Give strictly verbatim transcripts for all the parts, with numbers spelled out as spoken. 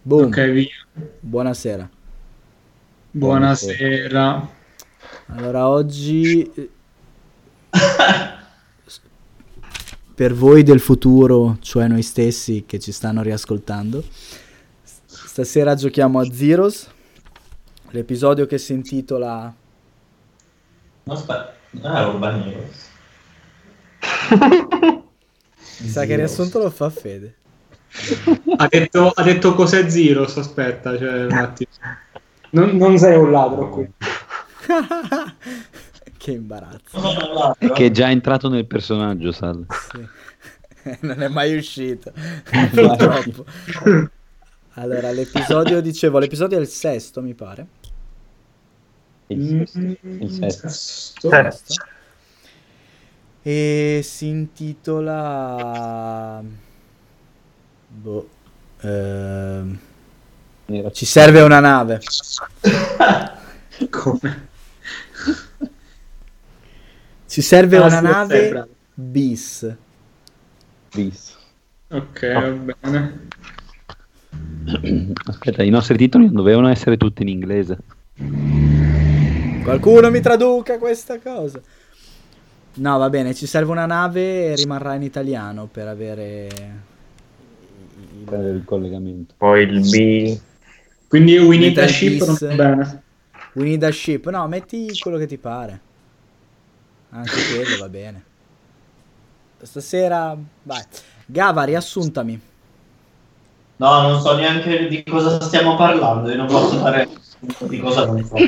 Boom, Ok, via. buonasera. Buonasera. Allora, oggi eh, per voi del futuro, cioè noi stessi che ci stanno riascoltando, s- stasera giochiamo a Zeros, l'episodio che si intitola... No, aspetta, non è Urban Heroes. Mi sa che il riassunto lo fa Fede. Ha detto, ha detto cos'è Zero, aspetta, cioè un attimo. Non, non sei un ladro qui. Che imbarazzo. Non sono un ladro. È che è già entrato nel personaggio, Sal. Sì. Non è mai uscito, purtroppo. Allora, l'episodio, dicevo, l'episodio è il sesto, mi pare. Il sesto. Il Mm, sesto. sesto. Sesto. E si intitola... Boh. ehm, Era- Ci serve una nave. Come? Ci serve Ah, una sì, ok, nave bravo. bis. Bis. Ok, va bene. Aspetta, i nostri titoli non dovevano essere tutti in inglese. Qualcuno mi traduca questa cosa. No, va bene, ci serve una nave e rimarrà in italiano per avere il- Per il collegamento. Poi il B. Quindi we need Mentre a il ship non bis- va bene. We need a ship. No, metti quello che ti pare. Anche quello va bene. Stasera, vai. Gava, riassuntami. No, non so neanche di cosa stiamo parlando. Io non posso fare di cosa non so.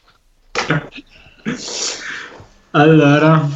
Allora,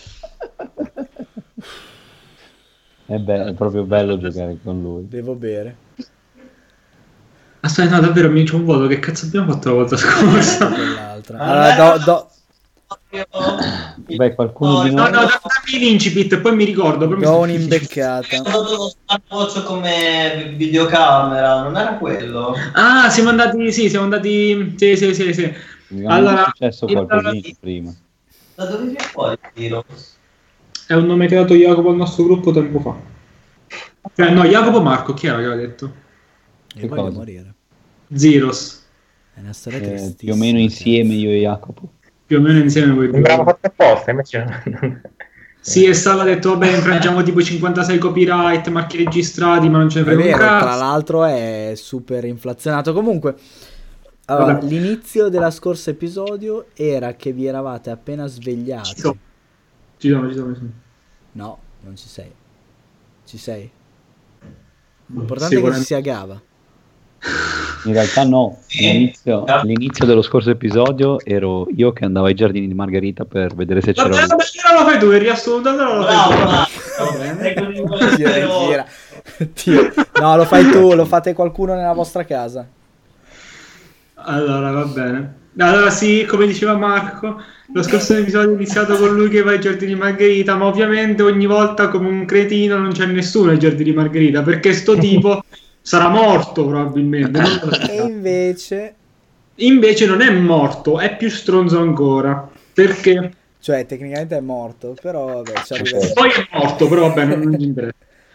È, be- è proprio bello giocare con lui. Devo bere. aspetta, no, davvero mi c'è un vuoto. Che cazzo abbiamo fatto la volta scorsa? Quell'altra. Allora, do, do, Beh, qualcuno No, di No, noi... no, dammi l'incipit, poi mi ricordo. Poi mi do sto- un'imbeccata. Ho dato lo smartwatch come videocamera, non era quello? Ah, siamo andati, sì, siamo andati, sì, sì, sì, sì. Abbiamo Allora, successo il- qualcosina prima. Da dove viene fuori Zero? È un nome che ha dato Jacopo al nostro gruppo tempo fa. Cioè, no, Jacopo Marco, chi era che aveva detto? Io Che voglio cosa? morire. Zeros, È una storia Eh, tristissima. più o meno insieme io e Jacopo. più o meno insieme voi Sembrava due. fatto apposta, invece non... Sì, e stava detto, vabbè, infrangiamo tipo cinquantasei copyright, marchi registrati, ma non ce ne È frega un vero, tra cazzo. l'altro è super inflazionato. Comunque, allora, Vabbè. l'inizio della scorsa episodio era che vi eravate appena svegliati. Ci sono. Ci sono, ci sono, ci sono. No, non ci sei. Ci sei? L'importante è che ci Sicuramente. sia Gava. In realtà no, Sì. all'inizio, Ah. all'inizio dello scorso episodio ero io che andavo ai giardini di Margherita per vedere se c'era Vabbè, lui. vabbè, allora lo fai tu, il riassunto, allora lo fai tu. Bravo, vabbè. Marco. Va bene. Sei così quello Gira, zero. gira. Dio. No, lo fai tu, lo fate qualcuno nella vostra casa. Allora, va bene. Allora sì, come diceva Marco, lo scorso episodio è iniziato con lui che va ai giardini Margherita, ma ovviamente ogni volta come un cretino non c'è nessuno ai giardini Margherita, perché sto tipo sarà morto probabilmente. non lo so. E invece, Invece non è morto, è più stronzo ancora, perché cioè, tecnicamente è morto, però vabbè, ci arriveremo. poi è morto, però vabbè, non, non ci interessa.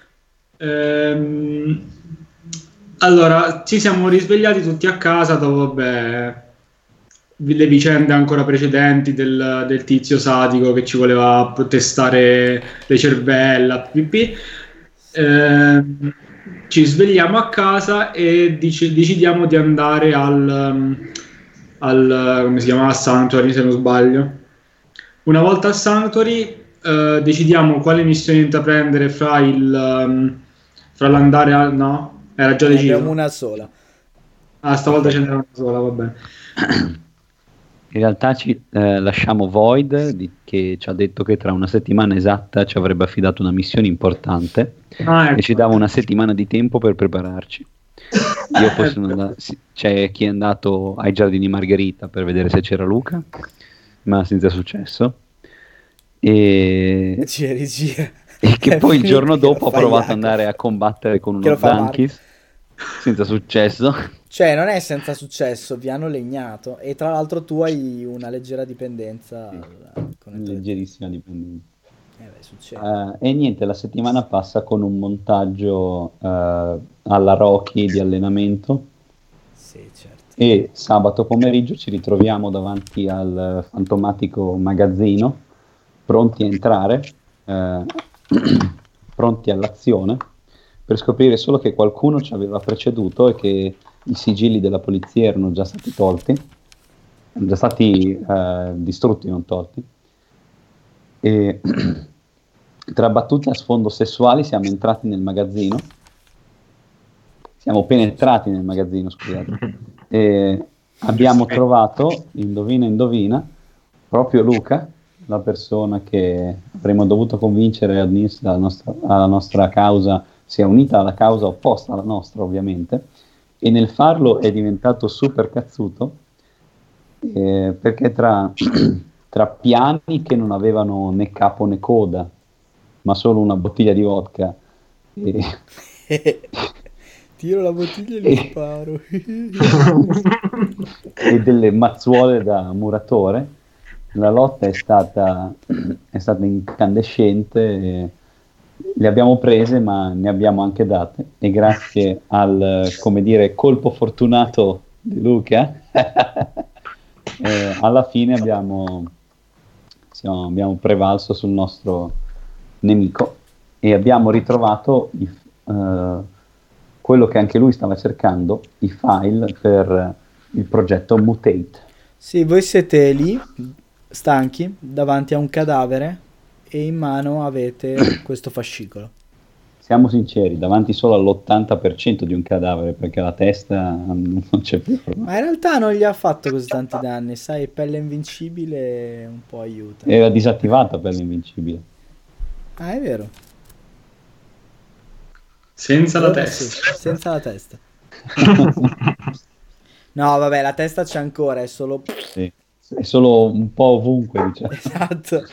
Ehm, allora, ci siamo risvegliati tutti a casa dopo, vabbè, le vicende ancora precedenti del, del tizio sadico che ci voleva testare le cervella, pipì. Ehm, ci svegliamo a casa e dice- decidiamo di andare al, um, al come si chiama, Sanctuary, se non sbaglio. Una volta al Sanctuary, eh, decidiamo quale missione intraprendere fra il um, fra l'andare al no, era già Ne abbiamo deciso. una sola. Ah, stavolta ce n'era una sola, va bene. In realtà ci eh, lasciamo Void di- che ci ha detto che tra una settimana esatta ci avrebbe affidato una missione importante Ah, ecco. e ci dava una settimana di tempo per prepararci. Io poi sono andato, sì, c'è chi è andato ai giardini Margherita per vedere se c'era Luca, ma senza successo. E, Gira, rigira. e che È poi il finito giorno che lo dopo ha fa provato ad Jacopo. andare a combattere con Che uno lo fa Marco. Zankis senza successo. Cioè, non è senza successo, vi hanno legnato. E tra l'altro tu hai una leggera dipendenza al- con il telefono. Leggerissima dipendenza. Eh beh. beh, succede. Eh, e niente, la settimana passa con un montaggio eh, alla Rocky di allenamento Sì, certo. e sabato pomeriggio ci ritroviamo davanti al fantomatico magazzino, pronti a entrare, eh, pronti all'azione, per scoprire solo che qualcuno ci aveva preceduto e che i sigilli della polizia erano già stati tolti, erano già stati eh, distrutti, non tolti. E tra battute a sfondo sessuali siamo entrati nel magazzino, siamo penetrati nel magazzino, scusate, e abbiamo trovato, indovina, indovina, proprio Luca, la persona che avremmo dovuto convincere ad unirsi alla nostra, alla nostra causa, si è unita alla causa opposta alla nostra, ovviamente, e nel farlo è diventato super cazzuto, eh, perché tra, tra piani che non avevano né capo né coda, ma solo una bottiglia di vodka, e, Tiro la bottiglia e gli e- sparo. e delle mazzuole da muratore, la lotta è stata, è stata incandescente, e le abbiamo prese ma ne abbiamo anche date, e grazie al, come dire, colpo fortunato di Luca, eh, alla fine abbiamo, siamo- abbiamo prevalso sul nostro nemico e abbiamo ritrovato i, eh, quello che anche lui stava cercando, i file per il progetto Mutate. Sì, voi siete lì, stanchi, davanti a un cadavere e in mano avete questo fascicolo. Siamo sinceri, davanti solo all'ottanta per cento di un cadavere, perché la testa non c'è più. Ma in realtà non gli ha fatto così tanti danni, sai, pelle invincibile un po' aiuta. Era disattivata per l'invincibile. Ah, è vero. Senza la Allora testa. sì, senza la testa. No, vabbè, la testa c'è ancora, è solo... Sì. È solo un po' ovunque, diciamo. Esatto.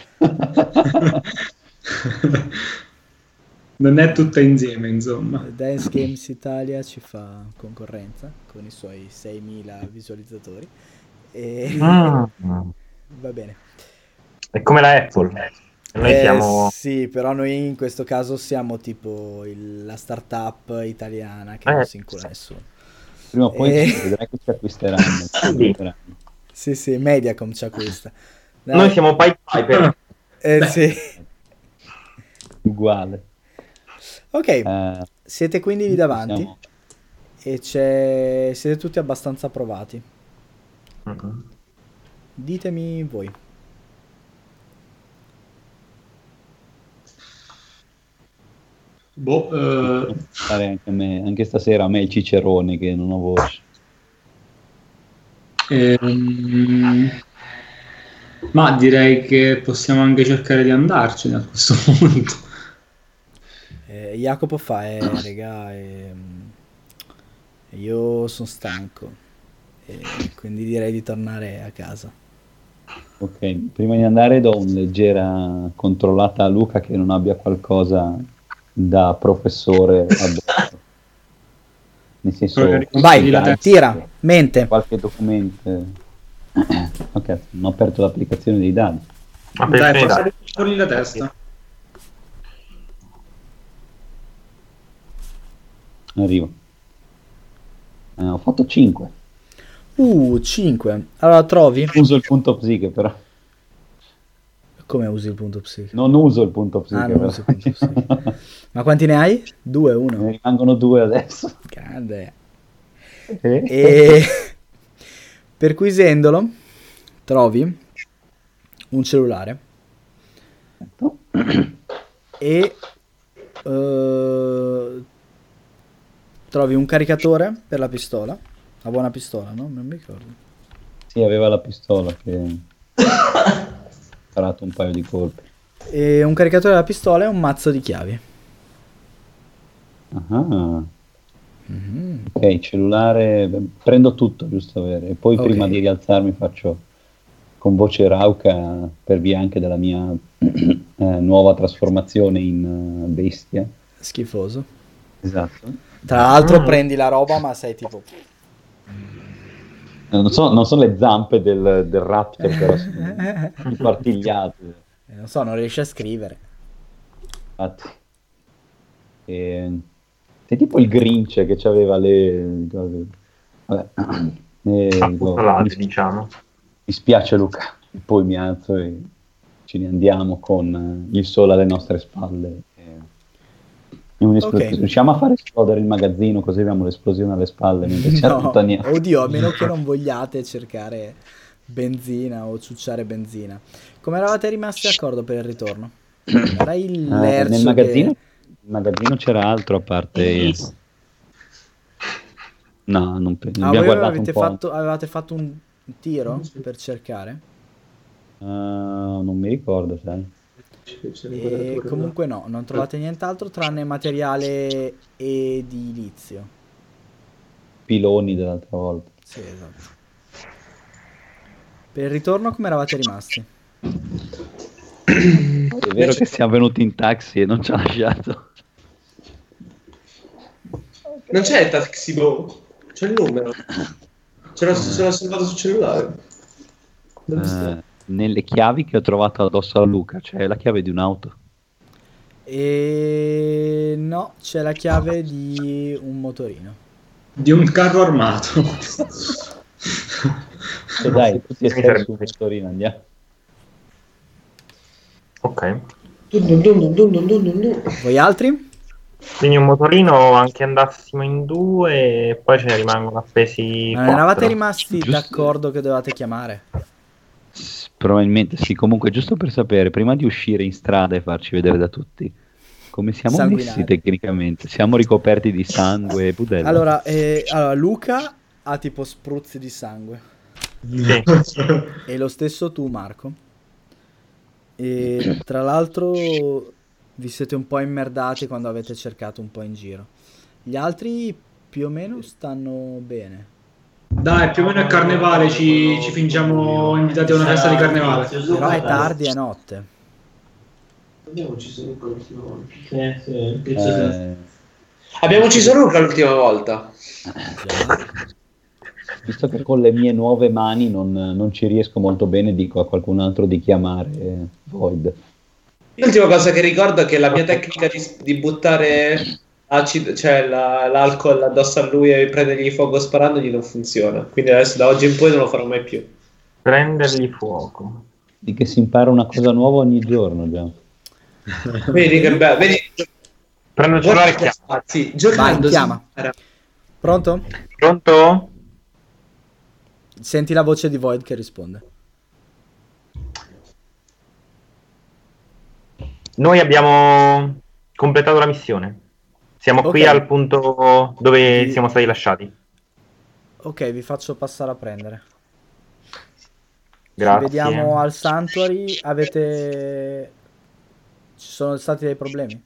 Non è tutta insieme, insomma. Dance Games Italia ci fa concorrenza con i suoi seimila visualizzatori e Mm. va bene. È come la Apple. Noi Eh, siamo... sì, però noi in questo caso siamo tipo il- la startup italiana che Eh, non si incula nessuno. Prima o poi Eh. ci vedrai che ci acquisteranno. ci Sì. acquisteranno. Sì, sì, Mediacom c'ha questa. Dai. Noi siamo Pied Piper. Eh, Beh. sì. Uguale. Ok, Eh, siete quindi lì davanti siamo- e c'è... siete tutti abbastanza provati. Mhm. Ditemi voi. Boh, eh, fare anche, a me, anche stasera a me il cicerone che non ho voce. ehm, ma direi che possiamo anche cercare di andarcene a questo punto. Eh, Jacopo fa, eh, regà, ehm, io sono stanco, e quindi direi di tornare a casa. Ok, prima di andare do una leggera controllata a Luca che non abbia qualcosa da professore addosso. Nel senso, Magari- Vai, la testa. tira, mente. qualche documento. Ok, non ho aperto l'applicazione dei dadi. Ma per Dai, finire, forse fuori la testa. Arrivo. Eh, ho fatto cinque. Uh, cinque. Allora trovi... Uso il punto psiche però. Come usi il punto psiche? Non uso il punto psiche Ah, non però. usi il punto psiche. Ma quanti ne hai? Due, Ne uno. rimangono due adesso. Grande. Eh? E perquisendolo trovi un cellulare e eh, trovi un caricatore per la pistola, una buona pistola, no? Non mi ricordo. Sì, aveva la pistola che ha sparato un paio di colpi. E un caricatore della pistola e un mazzo di chiavi. Ah, Mhm. ok, cellulare, beh, prendo tutto giusto avere. E poi Ok. prima di rialzarmi faccio con voce rauca, per via anche della mia eh, nuova trasformazione in eh, bestia. Schifoso. Esatto. Tra l'altro Mm. prendi la roba ma sei tipo... Non so, non sono le zampe del, del raptor, però sono impartigliate. Eh, non so, non riesci a scrivere. infatti. E... È tipo il Grinch che aveva le cose. Vabbè. E... Accutolate, diciamo. Mi spiace Luca, e poi mi alzo e ce ne andiamo con il sole alle nostre spalle. E... Ok. Riusciamo a far esplodere il magazzino così abbiamo l'esplosione alle spalle mentre c'è No, tutta niente. oddio, a meno che non vogliate cercare benzina o ciucciare benzina. Come eravate rimasti d'accordo per il ritorno? Era il Eh, lercio nel magazzino, che... nel magazzino c'era altro a parte. No, non pe- Ah, abbiamo voi guardato avete un po'. fatto, avevate fatto un tiro per cercare? Eh, non mi ricordo, sai. E comunque no, non trovate nient'altro tranne materiale edilizio. Piloni dell'altra volta. Sì, esatto. Per il ritorno come eravate rimasti? È vero che siamo venuti in taxi e non ci ha lasciato. Non c'è il taxi boh, c'è il numero. Ce l'ho, ce l'ho salvato sul cellulare. Dove sta? Eh, nelle chiavi che ho trovato addosso a Luca c'è la chiave di un'auto. E no, c'è la chiave di un motorino. Di un carro armato. E dai, tutti e sei su motorino andiamo. Ok. Dun dun dun dun dun dun dun dun. Voi altri? Quindi un motorino anche andassimo in due e poi ce ne rimangono appesi Non eravate quattro. rimasti Giusto. d'accordo che dovevate chiamare? S- Probabilmente sì, comunque giusto per sapere, prima di uscire in strada e farci vedere da tutti, come siamo Sanguinari. messi tecnicamente? Siamo ricoperti di sangue e budella? Allora, eh, allora, Luca ha tipo spruzzi di sangue. Sì. E lo stesso tu, Marco. E tra l'altro vi siete un po' immerdati quando avete cercato un po' in giro. Gli altri più o meno stanno bene. Dai, più o meno è carnevale, ci, ci fingiamo invitati a una festa di carnevale. Però è tardi, è notte. Abbiamo ucciso Luca l'ultima volta. Sì, sì. Eh, Abbiamo ucciso Luca l'ultima volta. visto che con le mie nuove mani non, non ci riesco molto bene, dico a qualcun altro di chiamare Void. L'ultima cosa che ricordo è che la mia tecnica di, di buttare acido, cioè la- l'alcol addosso a lui e prendergli fuoco sparandogli non funziona. Quindi adesso da oggi in poi non lo farò mai più. Prendergli fuoco. Di che si impara una cosa nuova ogni giorno già. Vedi che bello. Vedi, Prendo il cellulare e guarda, chiamo. sì, giocando Vai, si chiama. impara. Pronto? Pronto? Senti la voce di Void che risponde. Noi abbiamo completato la missione. Siamo qui Ok. al punto dove Sì. siamo stati lasciati. Ok, vi faccio passare a prendere. Grazie. Ci vediamo al Sanctuary. Avete... Ci sono stati dei problemi?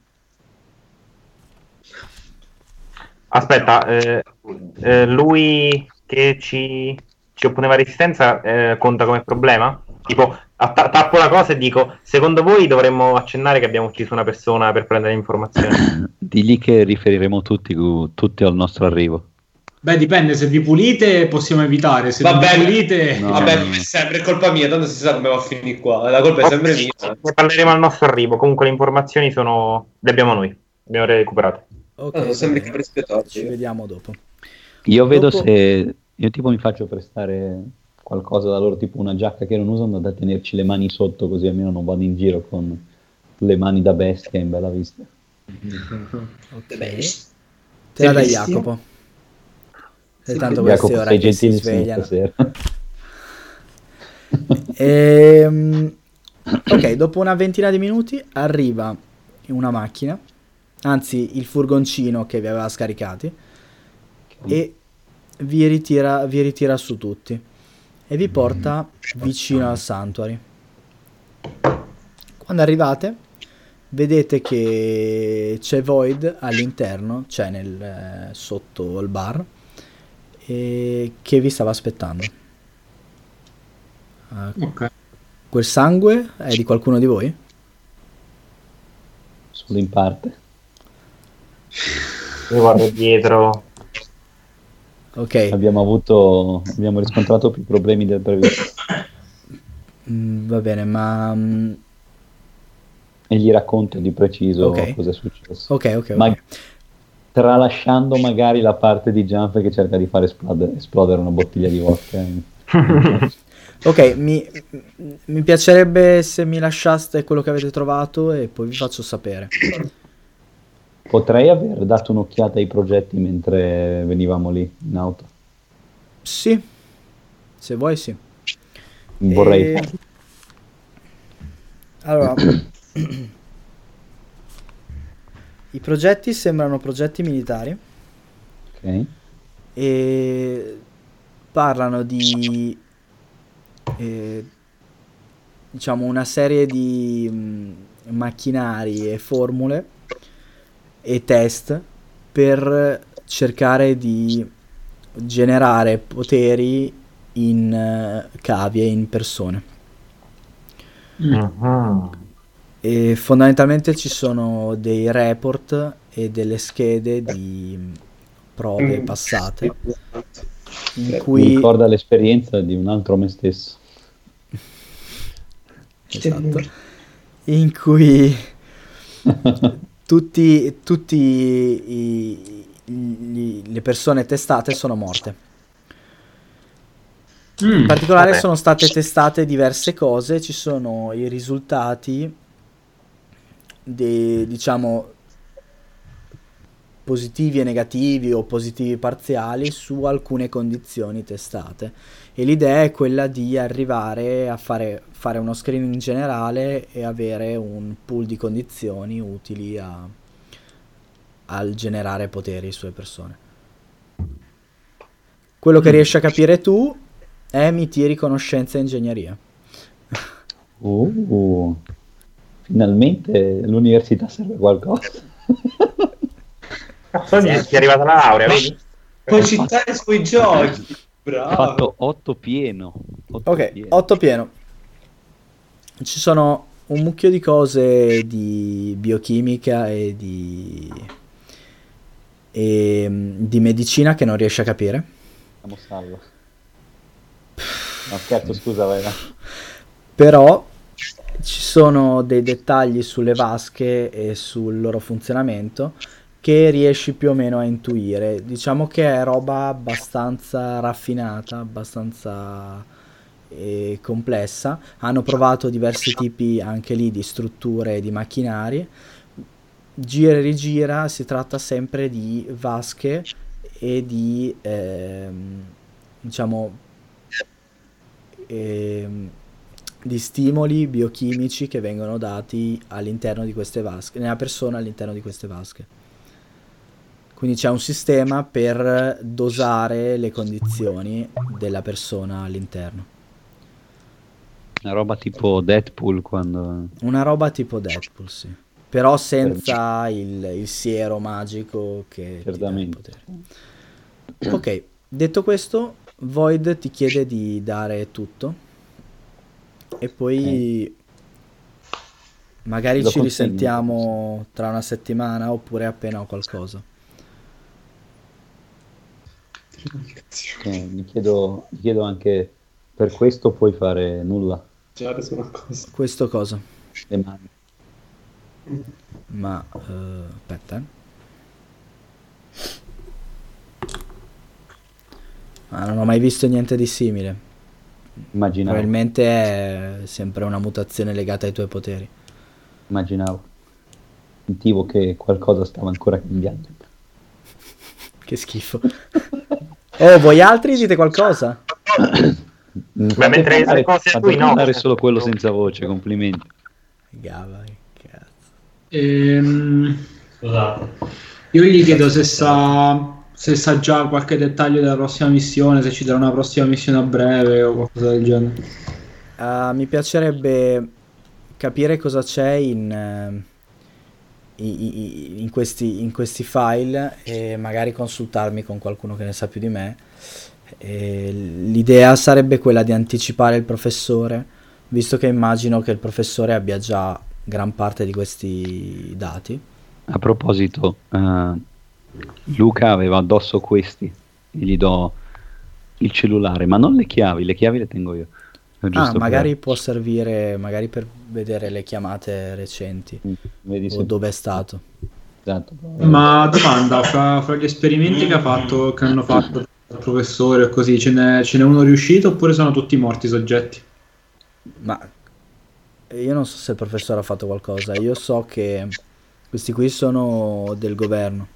Aspetta, eh, eh, lui che ci, ci opponeva resistenza eh, conta come problema? Tipo, atta- tappo la cosa e dico, secondo voi dovremmo accennare che abbiamo ucciso una persona per prendere informazioni? Digli che riferiremo tutti, tutti al nostro arrivo. Beh, dipende, se vi pulite possiamo evitare, se Va non vi bene. pulite... No. Vabbè, come sempre è colpa mia, tanto si sa come va a finire qua. La colpa è sempre mia. Ne parleremo al nostro arrivo, comunque le informazioni sono le abbiamo noi, le abbiamo recuperate. Ok, No, sono sempre va che bene. Ci rispettarci. vediamo dopo. Io vedo Dopo- se io tipo mi faccio prestare qualcosa da loro, tipo una giacca che non usano, da tenerci le mani sotto, così almeno non vado in giro con le mani da bestia in bella vista. Ok. Beh, Te la dai bestia. Jacopo. E Sì, tanto Jacopo, queste ore sei che si gentilissimo svegliano. stasera. Ehm, ok, dopo una ventina di minuti arriva una macchina, anzi il furgoncino che vi aveva scaricati, e vi ritira, vi ritira su tutti e vi porta vicino al Sanctuary. Quando arrivate vedete che c'è Void all'interno, cioè nel, eh, sotto il bar, e che vi stava aspettando. Ah, Ok. quel sangue è di qualcuno di voi? Solo in parte. Io guardo dietro. Ok, Abbiamo avuto, abbiamo riscontrato più problemi del previsto. mm, va bene, ma mm, e gli racconto di preciso Ok. cosa è successo. Ok, ok, ok. Ma tralasciando magari la parte di Jump che cerca di far esplodere, esplodere una bottiglia di vodka. Ok, mi, mi piacerebbe se mi lasciaste quello che avete trovato e poi vi faccio sapere. Potrei aver dato un'occhiata ai progetti mentre venivamo lì in auto. Sì, se vuoi sì. Vorrei E- farlo. Allora, i progetti sembrano progetti militari Ok. e parlano di, eh, diciamo, una serie di mh, macchinari e formule e test per cercare di generare poteri in eh, cavie, in persone. Mhm. E fondamentalmente ci sono dei report e delle schede di prove Mm. passate in Mi Mi cui ricorda l'esperienza di un altro me stesso. esatto, in cui tutti, tutti i- gli- le persone testate sono morte. In Mm. particolare vabbè. sono state testate diverse cose, ci sono i risultati dei, diciamo, positivi e negativi o positivi parziali su alcune condizioni testate e l'idea è quella di arrivare a fare, fare uno screening generale e avere un pool di condizioni utili a, al generare poteri sulle persone. Quello che riesci a capire tu è mi tiri conoscenza e ingegneria. Uh, finalmente l'università serve a qualcosa. Cazzo, oggi ti è arrivata la laurea, vedi? Puoi citare sui giochi. Ho Bravo. fatto otto pieno. otto Ok, pieno. otto pieno. Ci sono un mucchio di cose di biochimica e di, e, mm, di medicina che non riesci a capire. Siamo salvo. No, scherzo, scusa, vai. vai. Però ci sono dei dettagli sulle vasche e sul loro funzionamento che riesci più o meno a intuire. Diciamo che è roba abbastanza raffinata, abbastanza eh, complessa. Hanno provato diversi tipi anche lì di strutture e di macchinari. Gira e rigira, si tratta sempre di vasche e di ehm, diciamo ehm, di stimoli biochimici che vengono dati all'interno di queste vasche, nella persona all'interno di queste vasche. Quindi c'è un sistema per dosare le condizioni della persona all'interno. Una roba tipo Deadpool quando... Una roba tipo Deadpool, sì. Però senza il, il siero magico che ti dà il Certamente. potere. Ok, detto questo, Void ti chiede di dare tutto e poi magari Lo ci consegno. risentiamo tra una settimana oppure appena ho qualcosa. Ok, mi chiedo, mi chiedo anche, per questo puoi fare nulla, Già su una cosa. Questo cosa? le mani. Ma eh, aspetta. eh. Ah, non ho mai visto niente di simile. Immaginavo, Probabilmente è sempre una mutazione legata ai tuoi poteri. immaginavo. Sentivo che qualcosa stava ancora cambiando. Che schifo. Oh, voi altri dite qualcosa? Beh, mentre le cose a lui no. parlare solo quello senza voce, complimenti. Gava, che cazzo. Ehm, Scusate. io gli chiedo se sa, se sa già qualche dettaglio della prossima missione, se ci darà una prossima missione a breve o qualcosa del genere. Ah, mi piacerebbe capire cosa c'è in, eh, i- i- in questi, in questi file e magari consultarmi con qualcuno che ne sa più di me. E l'idea sarebbe quella di anticipare il professore, visto che immagino che il professore abbia già gran parte di questi dati. A proposito, eh, Luca aveva addosso questi e gli do il cellulare, ma non le chiavi, le chiavi le tengo io. Ah, magari per... può servire magari per vedere le chiamate recenti. Vedi o se... dove è stato. Esatto. Ma domanda, fra, fra gli esperimenti che, ha fatto, che hanno fatto il professore e così, ce n'è, ce n'è uno riuscito oppure sono tutti morti i soggetti? Ma io non so se il professore ha fatto qualcosa, io so che questi qui sono del governo.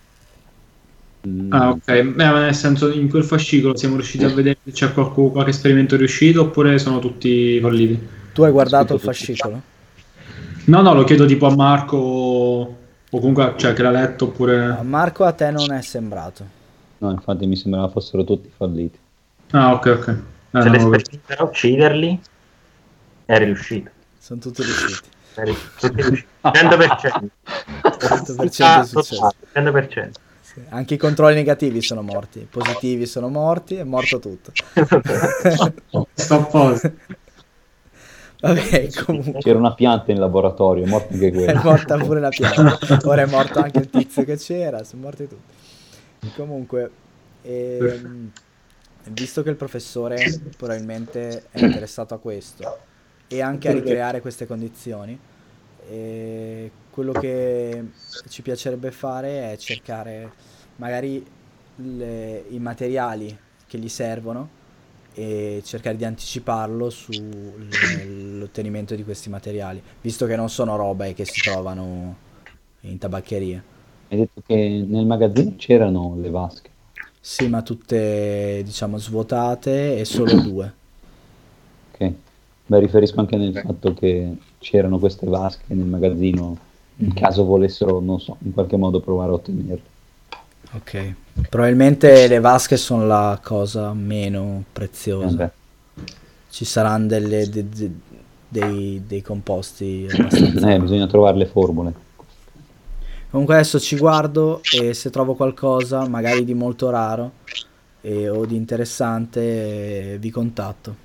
Ah, ok. Eh, nel senso, in quel fascicolo siamo riusciti a vedere se c'è qualche, qualche esperimento riuscito oppure sono tutti falliti? Tu hai guardato il fascicolo? No, no, lo chiedo tipo a Marco o comunque, cioè, che l'ha letto oppure... A Marco a te non è sembrato. No, infatti mi sembrava fossero tutti falliti. Ah, ok, ok. Eh, Se no, l'esperimento era ucciderli, è riuscito. Sono tutti riusciti. È riuscito. cento per cento. cento per cento è successo. cento per cento. Sì. Anche i controlli negativi sono morti, positivi sono morti, è morto tutto. Sto a posto. Vabbè, comunque. C'era una pianta in laboratorio, è morta anche quella. È morta pure la pianta. Ora è morto anche il tizio che c'era, sono morti tutti. Comunque, ehm, visto che il professore probabilmente è interessato a questo e anche a ricreare queste condizioni, e quello che ci piacerebbe fare è cercare magari le, i materiali che gli servono e cercare di anticiparlo sull'ottenimento di questi materiali, visto che non sono robe che si trovano in tabaccheria. Hai detto che nel magazzino c'erano le vasche. Sì, ma tutte diciamo svuotate e solo due. Ok. Beh, riferisco anche nel fatto che c'erano queste vasche nel magazzino in Mm. caso volessero, non so, in qualche modo provare a ottenerle. Ok. Probabilmente le vasche sono la cosa meno preziosa. Vabbè. Ci saranno delle, de- de- dei, dei composti abbastanza. Eh, bisogna trovare le formule. Comunque adesso ci guardo e se trovo qualcosa, magari di molto raro e- o di interessante, eh, vi contatto.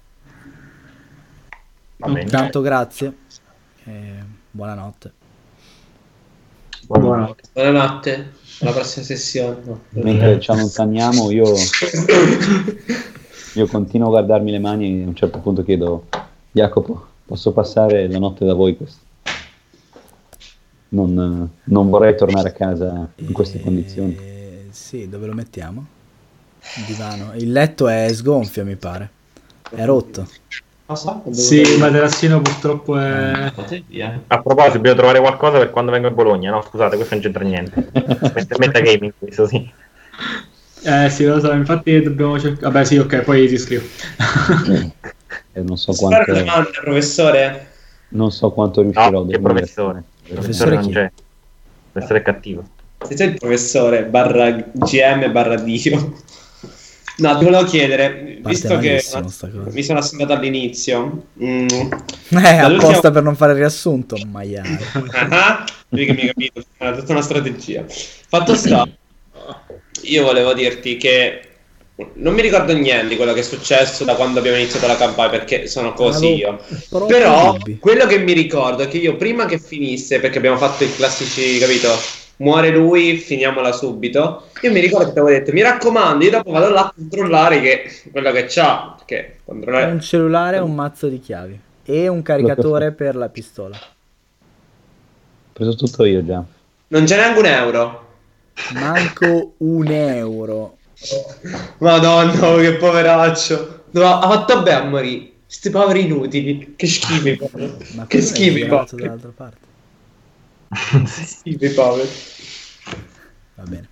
Va bene. Intanto grazie e buonanotte. Buonanotte. Buonanotte, alla prossima sessione. No. Mentre ci allontaniamo, io, io continuo a guardarmi le mani e a un certo punto chiedo: Jacopo, posso passare la notte da voi? Questo? Non, non vorrei tornare a casa in queste E- condizioni. Sì, dove lo mettiamo? Il divano. Il letto è sgonfio, mi pare. È rotto. Sì, il materassino purtroppo è... via. A proposito, dobbiamo trovare qualcosa per quando vengo a Bologna. No, scusate, questo non c'entra niente. Meta- Metagaming, questo sì. Eh sì, lo so, infatti dobbiamo cercare... Vabbè sì, ok, poi ti scrivo. E non so Spara quanto, una domanda, professore. non so quanto riuscirò No, a che dormire. professore. Il Professore professore non chi? c'è. Il professore è cattivo. Se sei il professore barra G M barra Dio. No, ti volevo chiedere, Parte visto che malissimo sta cosa. mi sono assentato all'inizio, mm, Eh, dall'ultima- apposta per non fare il riassunto, maiale. ah, vedi che mi hai capito, è tutta una strategia. Fatto sta, io volevo dirti che non mi ricordo niente di quello che è successo da quando abbiamo iniziato la campagna, perché sono così io. Però Però dubbi. quello che mi ricordo è che io prima che finisse, perché abbiamo fatto i classici, capito? Muore lui, finiamola subito. Io mi ricordo che ti avevo detto, mi raccomando, io dopo vado là a controllare che quello che c'ha, perché controllare... Un cellulare e un mazzo di chiavi e un caricatore per la pistola. Ho preso tutto io già. Non c'è neanche un euro. Manco un euro. Madonna, che poveraccio. No, ha fatto bene a morire. Questi poveri inutili. Che schifo i poveri. Ma Che come è schifo i girato poveri. dall'altra parte? Che schifo i poveri. Va bene.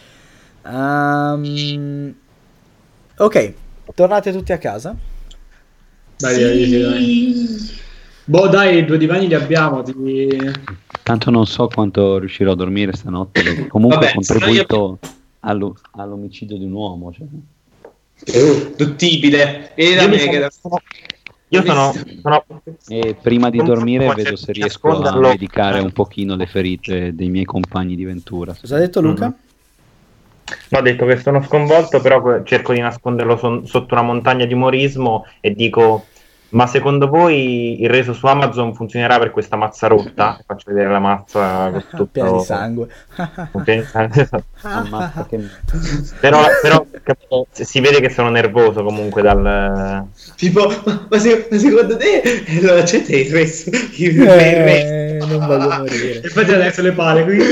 Ehm, ok, tornate tutti a casa. Dai, dai, dai, dai. Boh, dai, due divani li abbiamo. Ti... Tanto non so quanto riuscirò a dormire stanotte, perché comunque Vabbè, ho contribuito allo- all'omicidio di un uomo. Cioè. Duttibile. E da Io me mi che da... sono- Io sono, sono E prima di Non dormire so, vedo c'è- se c'è riesco a nasconderlo. medicare un pochino le ferite dei miei compagni di ventura. Cosa ha detto Luca? Mhm. No, ho detto che sono sconvolto, però cerco di nasconderlo son- sotto una montagna di umorismo e dico: ma secondo voi il reso su Amazon funzionerà per questa mazza rotta? E faccio vedere la mazza con tutto Piena di sangue. con piena di sangue, esatto. Ammazza che... però, però capito, si vede che sono nervoso comunque dal... Tipo, ma, ma, se, ma secondo te... E allora c'è te il resto. Eh, non voglio morire. E fate adesso le pale qui.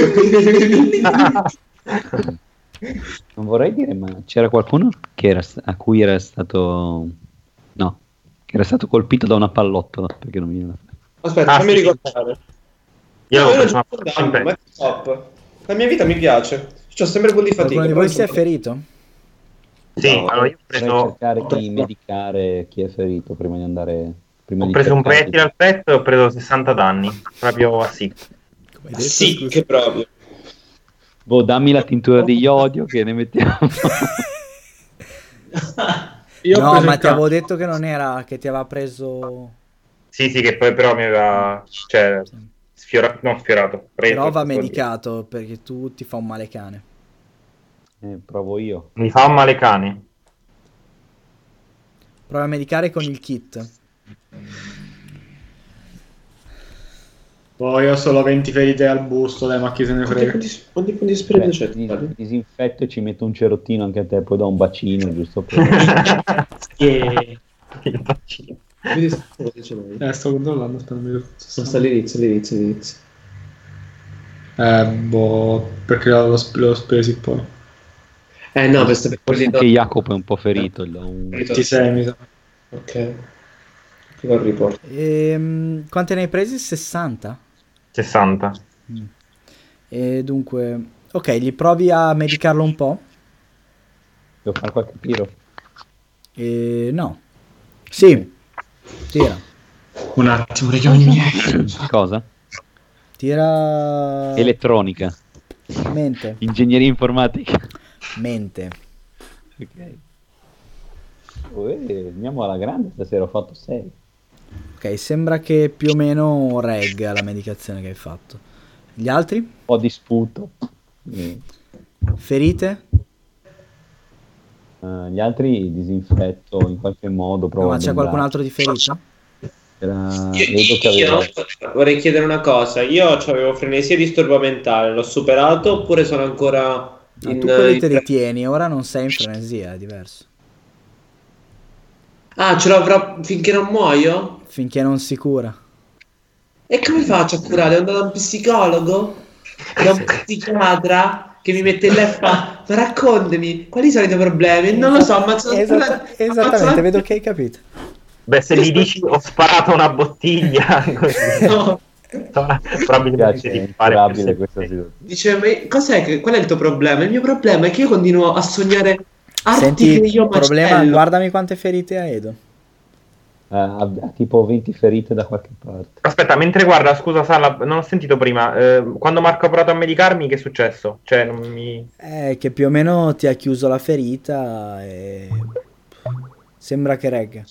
Non vorrei dire, ma c'era qualcuno che era, a cui era stato... No, che era stato colpito da una pallottola, perché non mi viene da fare. Aspetta, Ah, fammi sì. ricordare. Io No, ho io preso non una sto andando, ma è top. La mia vita mi piace. C'ho sempre quelli di fatica. Qualcuno di però voi si è insomma- ferito? Sì, No, allora io ho Vorrei preso, cercare di medicare chi è ferito prima di andare... Prima ho di preso un cercare di- proiettile al petto e ho preso sessanta danni, proprio a sì. Come hai detto, Sì, scusa? che proprio. Boh, dammi la tintura di iodio che ne mettiamo. Io ho No, preso ma il ti avevo cazzo. detto che non era, che ti aveva preso... Sì, sì, che poi però mi aveva, cioè, sfiorato, non sfiorato, preso. Però va questo medicato, perché tu ti fa un male cane. Eh, provo io. Mi fa un male cane. Prova a medicare con il kit. Poi ho solo venti ferite al busto, dai, ma chi se ne Quanti frega. punti, quanti punti spirito Beh, c'è? dis- Tale? disinfetto e ci metto un cerottino anche a te, poi do un bacino, giusto per... Il vaccino. Vedi se- cosa ce l'hai? Eh, sto controllando, aspetta, non mi ricordo. Sta sta all'inizio, all'inizio, all'inizio. Eh, boh, perché l'ho, sp- l'ho spesi poi. Eh no, questo per quelli Anche Jacopo è un po' ferito, gli do un... ventisei mi sa. Ok. Qui va il report. Ehm, quante ne hai presi? sessanta? sessanta. E dunque... Ok, gli provi a medicarlo un po'? Devo fare qualche tiro? E... No. Sì. Tira. Un attimo, richiamo i miei. Cosa? Tira... Elettronica. Mente. Ingegneria informatica. Mente. Ok. Oh, eh, andiamo alla grande, stasera ho fatto sei. Ok, sembra che più o meno regga la medicazione che hai fatto. Gli altri? Un po' di sputo. Eh, Ferite? eh, gli altri disinfetto in qualche modo. No, Provo ma a c'è qualcun bendarli. altro di ferito? Era... Io, Vedo che aveva... io vorrei chiedere una cosa. Io avevo frenesia e disturbo mentale, l'ho superato oppure sono ancora No, in... tu quelli in- te li tieni, ora non sei in frenesia, è diverso. Ah, ce l'avrò finché non muoio? Finché non si cura. E come faccio a curare? Devo andare da un psicologo? Da un psichiatra? Che mi mette là e fa... Ma raccontami, quali sono i tuoi problemi? Non lo so, ammazzo... Esatta- esattamente, vedo che hai capito. Beh, se gli dici ho sparato una bottiglia, così, No. Mi probabilmente piace, è di fare incurabile più questa semplice. situazione. Dice, ma cos'è che, qual è il tuo problema? Il mio problema è che io continuo a sognare arti Senti, che io problema, macello. guardami quante ferite ha Edo. Eh, ha, ha tipo venti ferite da qualche parte. Aspetta, mentre guarda, scusa Sala, non ho sentito prima. eh, quando Marco ha provato a medicarmi, che è successo? Cioè, non mi... Eh, che più o meno ti ha chiuso la ferita e... Sembra che regga.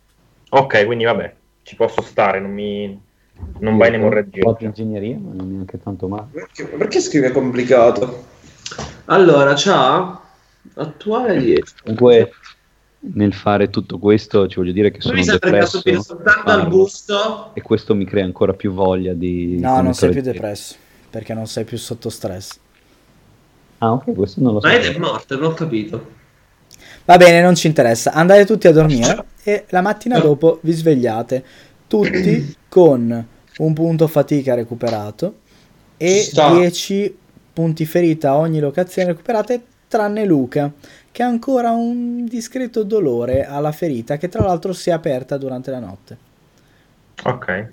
Ok, quindi vabbè, ci posso stare, non mi... non va in Ho emorragia. fatto ingegneria, ma non neanche tanto male. Perché, perché scrive complicato? Allora, c'ha attuale dieci. Comunque, nel fare tutto questo, ci voglio dire che Poi sono mi sembra che ha depresso. subito soltanto al Ah, busto. e questo mi crea ancora più voglia di... No, non sei commettere più dei- depresso, perché non sei più sotto stress. Ah, ok, questo non lo so. Ma Ed è morto, non ho capito. Va bene, non ci interessa. Andate tutti a dormire e la mattina dopo vi svegliate tutti con un punto fatica recuperato e Ci sta. dieci punti ferita a ogni locazione recuperate, tranne Luca, che ha ancora un discreto dolore alla ferita che tra l'altro si è aperta durante la notte. Ok.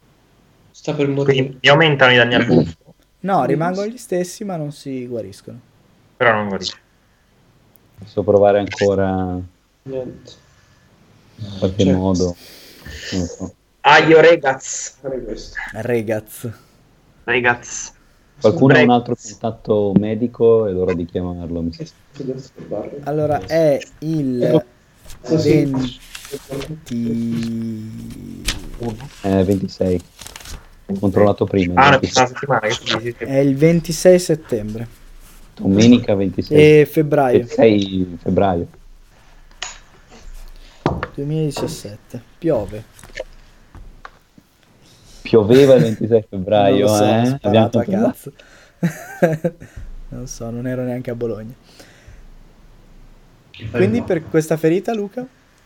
Sta per morire. Quindi mi aumentano i danni al busto, No, rimangono gli stessi ma non si guariscono. però non guarisco. Posso provare ancora Niente. in qualche Cioè, modo. Non lo so. Ah, io ragazzi. fare questo. Regaz. Ragazzi. Qualcuno ha Prego. un altro contatto medico? È l'ora di chiamarlo. Mi sa. Allora è il venti... Eh, ventisei. Ho controllato prima. Ah, una ventisei. settimana che sì, sì, sì. è il ventisei settembre Domenica ventisei. e febbraio ventisei febbraio. duemiladiciassette. Piove. Pioveva il ventisei febbraio, Non lo so, ho eh? sparato Abbiamo a controllato. cazzo. Non so, non ero neanche a Bologna. Quindi per questa ferita, Luca?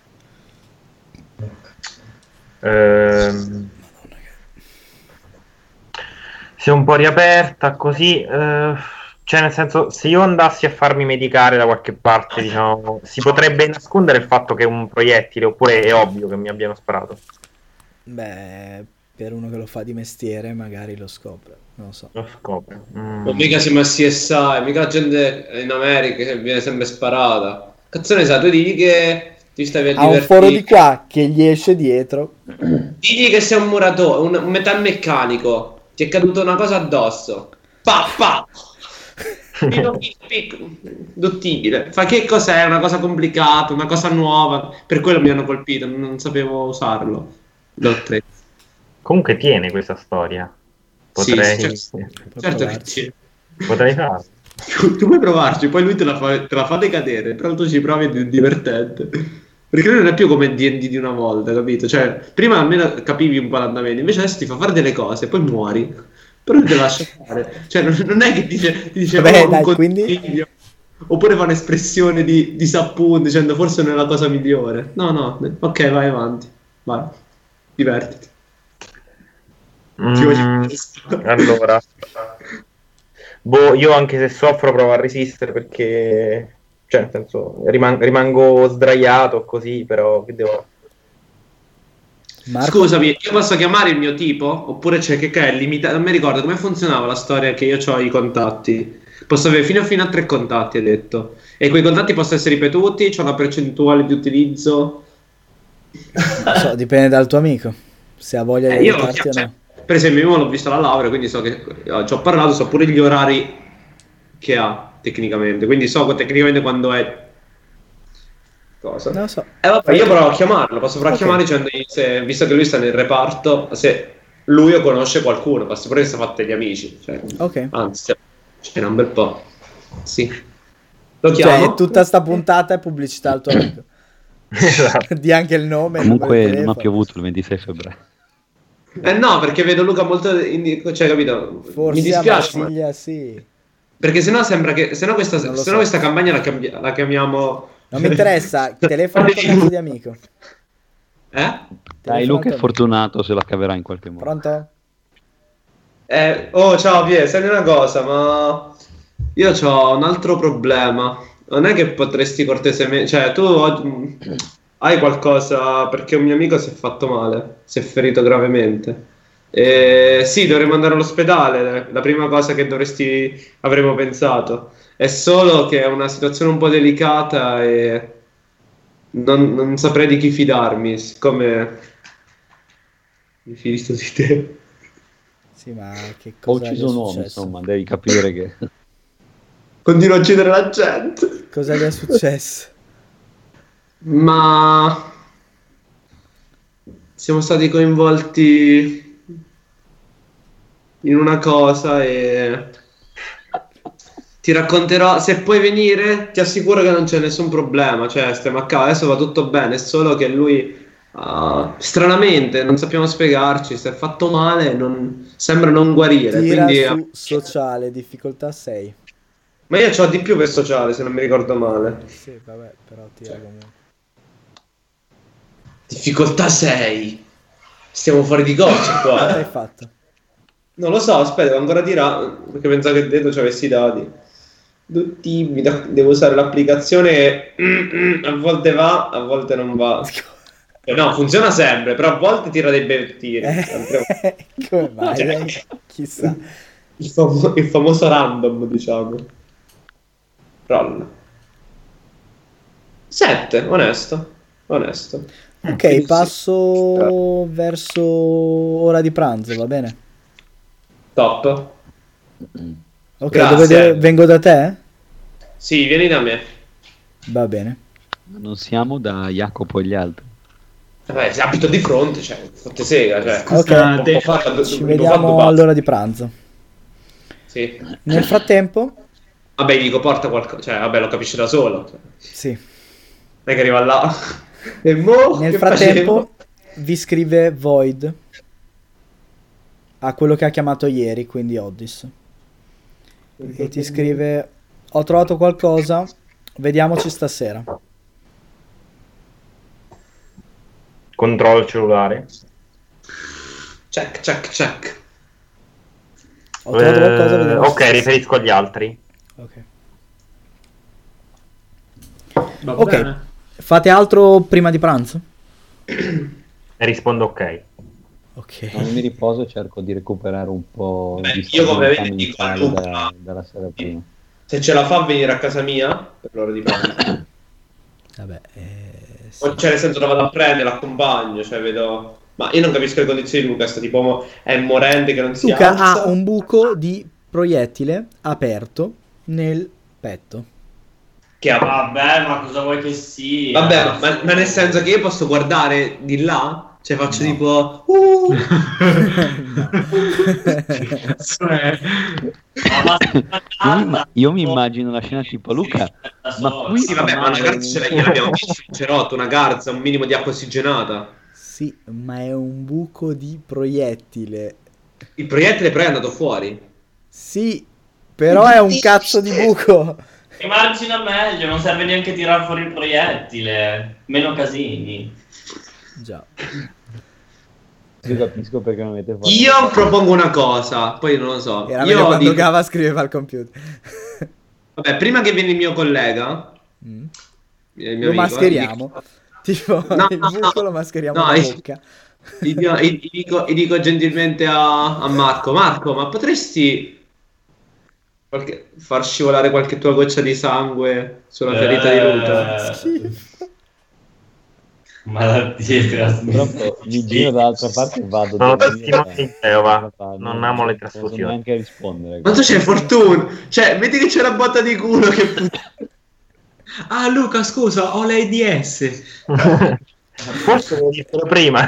Ehm, si è un po' riaperta così, eh, cioè nel senso, se io andassi a farmi medicare da qualche parte, diciamo, si potrebbe nascondere il fatto che è un proiettile, oppure è ovvio che mi abbiano sparato? Beh, per uno che lo fa di mestiere magari lo scopre, non lo so. Lo scopre. Mm. Ma mica siamo a C S I, mica la gente in America che viene sempre sparata. Cazzo ne sa, tu digli che ti stavi a Ha un divertire. foro di qua che gli esce dietro. Digli che sei un muratore, un, un metalmeccanico. Ti è caduta una cosa addosso. Pa, pa. Piccolo, piccolo, duttibile. Fa che cos'è? Una cosa complicata, una cosa nuova. Per quello mi hanno colpito, non sapevo usarlo. L'ho Comunque tiene questa storia. Potrei, Sì, certo, certo che sì. potrei farlo. Tu puoi provarci, poi lui te la fa, te la fa decadere, però tu ci provi ed è divertente. Perché lui non è più come D and D di una volta, capito? Cioè, prima almeno capivi un po' l'andamento, invece adesso ti fa fare delle cose e poi muori. Però lui te la lascia fare. Cioè, non, non è che dice, ti dice Beh, oh, dai, un quindi- consiglio. Oppure fa un'espressione di disappunto dicendo forse non è la cosa migliore. No, no, ok, vai avanti. Vai, divertiti. Ti voglio- Mm, allora, boh, io anche se soffro provo a resistere perché, cioè, nel senso, riman- rimango sdraiato così, però che devo... Marco? Scusami, io posso chiamare il mio tipo? Oppure c'è che, che è limitato? Non mi ricordo come funzionava la storia che io ho i contatti. Posso avere fino, fino a tre contatti, hai detto. E quei contatti possono essere ripetuti? C'è una percentuale di utilizzo? Non so, dipende dal tuo amico. Se ha voglia di Eh, io, aiutarti o cioè, no. per esempio, io l'ho visto alla laurea, quindi so che eh, ci ho parlato, so pure gli orari che ha tecnicamente. Quindi so tecnicamente quando è cosa. Non lo so. Eh vabbè, io provo a chiamarlo, posso provare Ok. a chiamare dicendogli se, visto che lui sta nel reparto, se lui o conosce qualcuno, basta pure che si è fatto gli amici. Cioè, Ok. anzi, ce n'è un bel po'. Sì. Lo chiamo. Cioè, tutta sta puntata è pubblicità al tuo amico. Esatto. Di anche il nome. il numero di Comunque non ha telefono. piovuto il ventisei febbraio. Eh no, perché vedo Luca molto... indi- cioè, capito? Forse Mi dispiace, a ma- Marsiglia sì. perché sennò sembra che... Sennò questa, Non lo sennò so. questa campagna la, cambi- la chiamiamo... Non mi interessa, telefono al tuo cazzo di amico. Eh? Dai, Telefono Luca al è tuo amico. fortunato se la caverà in qualche modo. Pronto? Eh, oh, ciao Pie, sai una cosa, ma io ho un altro problema. Non è che potresti cortesemente, cioè tu oggi- hai qualcosa perché un mio amico si è fatto male, si è ferito gravemente. E sì, dovremmo andare all'ospedale, la prima cosa che dovresti avremmo pensato. È solo che è una situazione un po' delicata e non, non saprei di chi fidarmi, siccome mi fido di te. Sì, ma che Ho cosa gli è ucciso un uomo, successo? insomma, devi capire che... Continua a uccidere la gente. Cosa gli è successo? Ma siamo stati coinvolti in una cosa e ti racconterò. Se puoi venire, ti assicuro che non c'è nessun problema. Cioè, stiamo a casa, adesso va tutto bene. È solo che lui, ah, stranamente, non sappiamo spiegarci. Si è fatto male, non- sembra non guarire. Tira Quindi, su sociale, difficoltà sei. ma io c'ho di più per sociale, se non mi ricordo male. Sì, vabbè, però tira comunque. Difficoltà sei. Stiamo fuori di goccia Cosa hai qua. fatto? Non lo so, aspetta, devo ancora tirare perché pensavo che dentro ci avessi i dati. Duttibile, devo usare l'applicazione. A volte va, a volte non va. Eh, no, funziona sempre, però a volte tira dei bei tiri. Altre- Eh, come mai? Cioè, eh? Chissà. il, famo- il famoso random, diciamo. Roll. sette, onesto. Onesto. Ok, Quindi sì. passo verso ora di pranzo, va bene? Top. Ok, Grazie. dove de- vengo da te? Sì, vieni da me. Va bene. Non siamo da Jacopo e gli altri. Vabbè, se abito di fronte, cioè, fotte sega, cioè. Ok, Può fare- ci può vediamo fare- all'ora di pranzo. Sì. Nel frattempo, Vabbè, gli dico porta qualcosa, cioè, vabbè, lo capisce da solo. Cioè, sì, non è che arriva là. E mo, nel che frattempo vi scrive Void a quello che ha chiamato ieri, quindi Oddis. facevo? E ti scrive: ho trovato qualcosa, vediamoci stasera. controllo il cellulare. Check, check, check. Ho trovato qualcosa, vediamo. Eh, ok, riferisco agli altri. Ok. Va Ok. bene. Fate altro prima di pranzo? E rispondo ok. Ok. No, mi riposo e cerco di recuperare un po' Beh, di io come stabilità vedi dico a mentale Luca, da- dalla sera prima. se ce la fa a venire a casa mia per l'ora di pranzo. Vabbè, eh, sì. O, cioè, nel senso, la vado a prendere, l'accompagno, cioè, vedo... Ma io non capisco le condizioni di Luca, sto tipo mo- è morente che non si Luca alza. ha un buco di proiettile aperto nel petto. Che ha... Vabbè, ma cosa vuoi che sia? Vabbè, ma, ma nel senso che io posso guardare di là? Cioè faccio No. tipo... Uh! Cioè, Ma Io mi, imma- io mi immagino la scena tipo Luca, ma qui Sì, vabbè, ma una garza ce l'hai, gliel'abbiamo visto in cerotto, una garza, un minimo di acqua ossigenata. Sì, ma è un buco di proiettile. Il proiettile però è andato fuori. Sì, però è un cazzo di buco. Immagina meglio, non serve neanche tirare fuori il proiettile. Meno casini. Già. io capisco perché non avete fatto. Io propongo una cosa, poi non lo so. Era meglio Io quando dico... Gava scriveva al computer. Vabbè, prima che viene il mio collega, Mm. il mio Lo amico, mascheriamo. Tipo, No, il no, buco no. lo mascheriamo No, dalla io- bocca. Gli dico, gli dico- gli dico gentilmente a, a Marco, Marco, ma potresti qualche- far scivolare qualche tua goccia di sangue sulla ferita di Luca? Eh, Schifo. Malattie trasmesse. Purtroppo mi giro dall'altra parte e vado Sono dove tutti nostri in Teova, non non amo le Non posso trasfusioni. neanche rispondere. Ma tu c'hai fortuna, cioè, vedi che c'è la botta di culo che puttana. ah, Luca, scusa, ho l'AIDS. Forse devo dirtelo prima.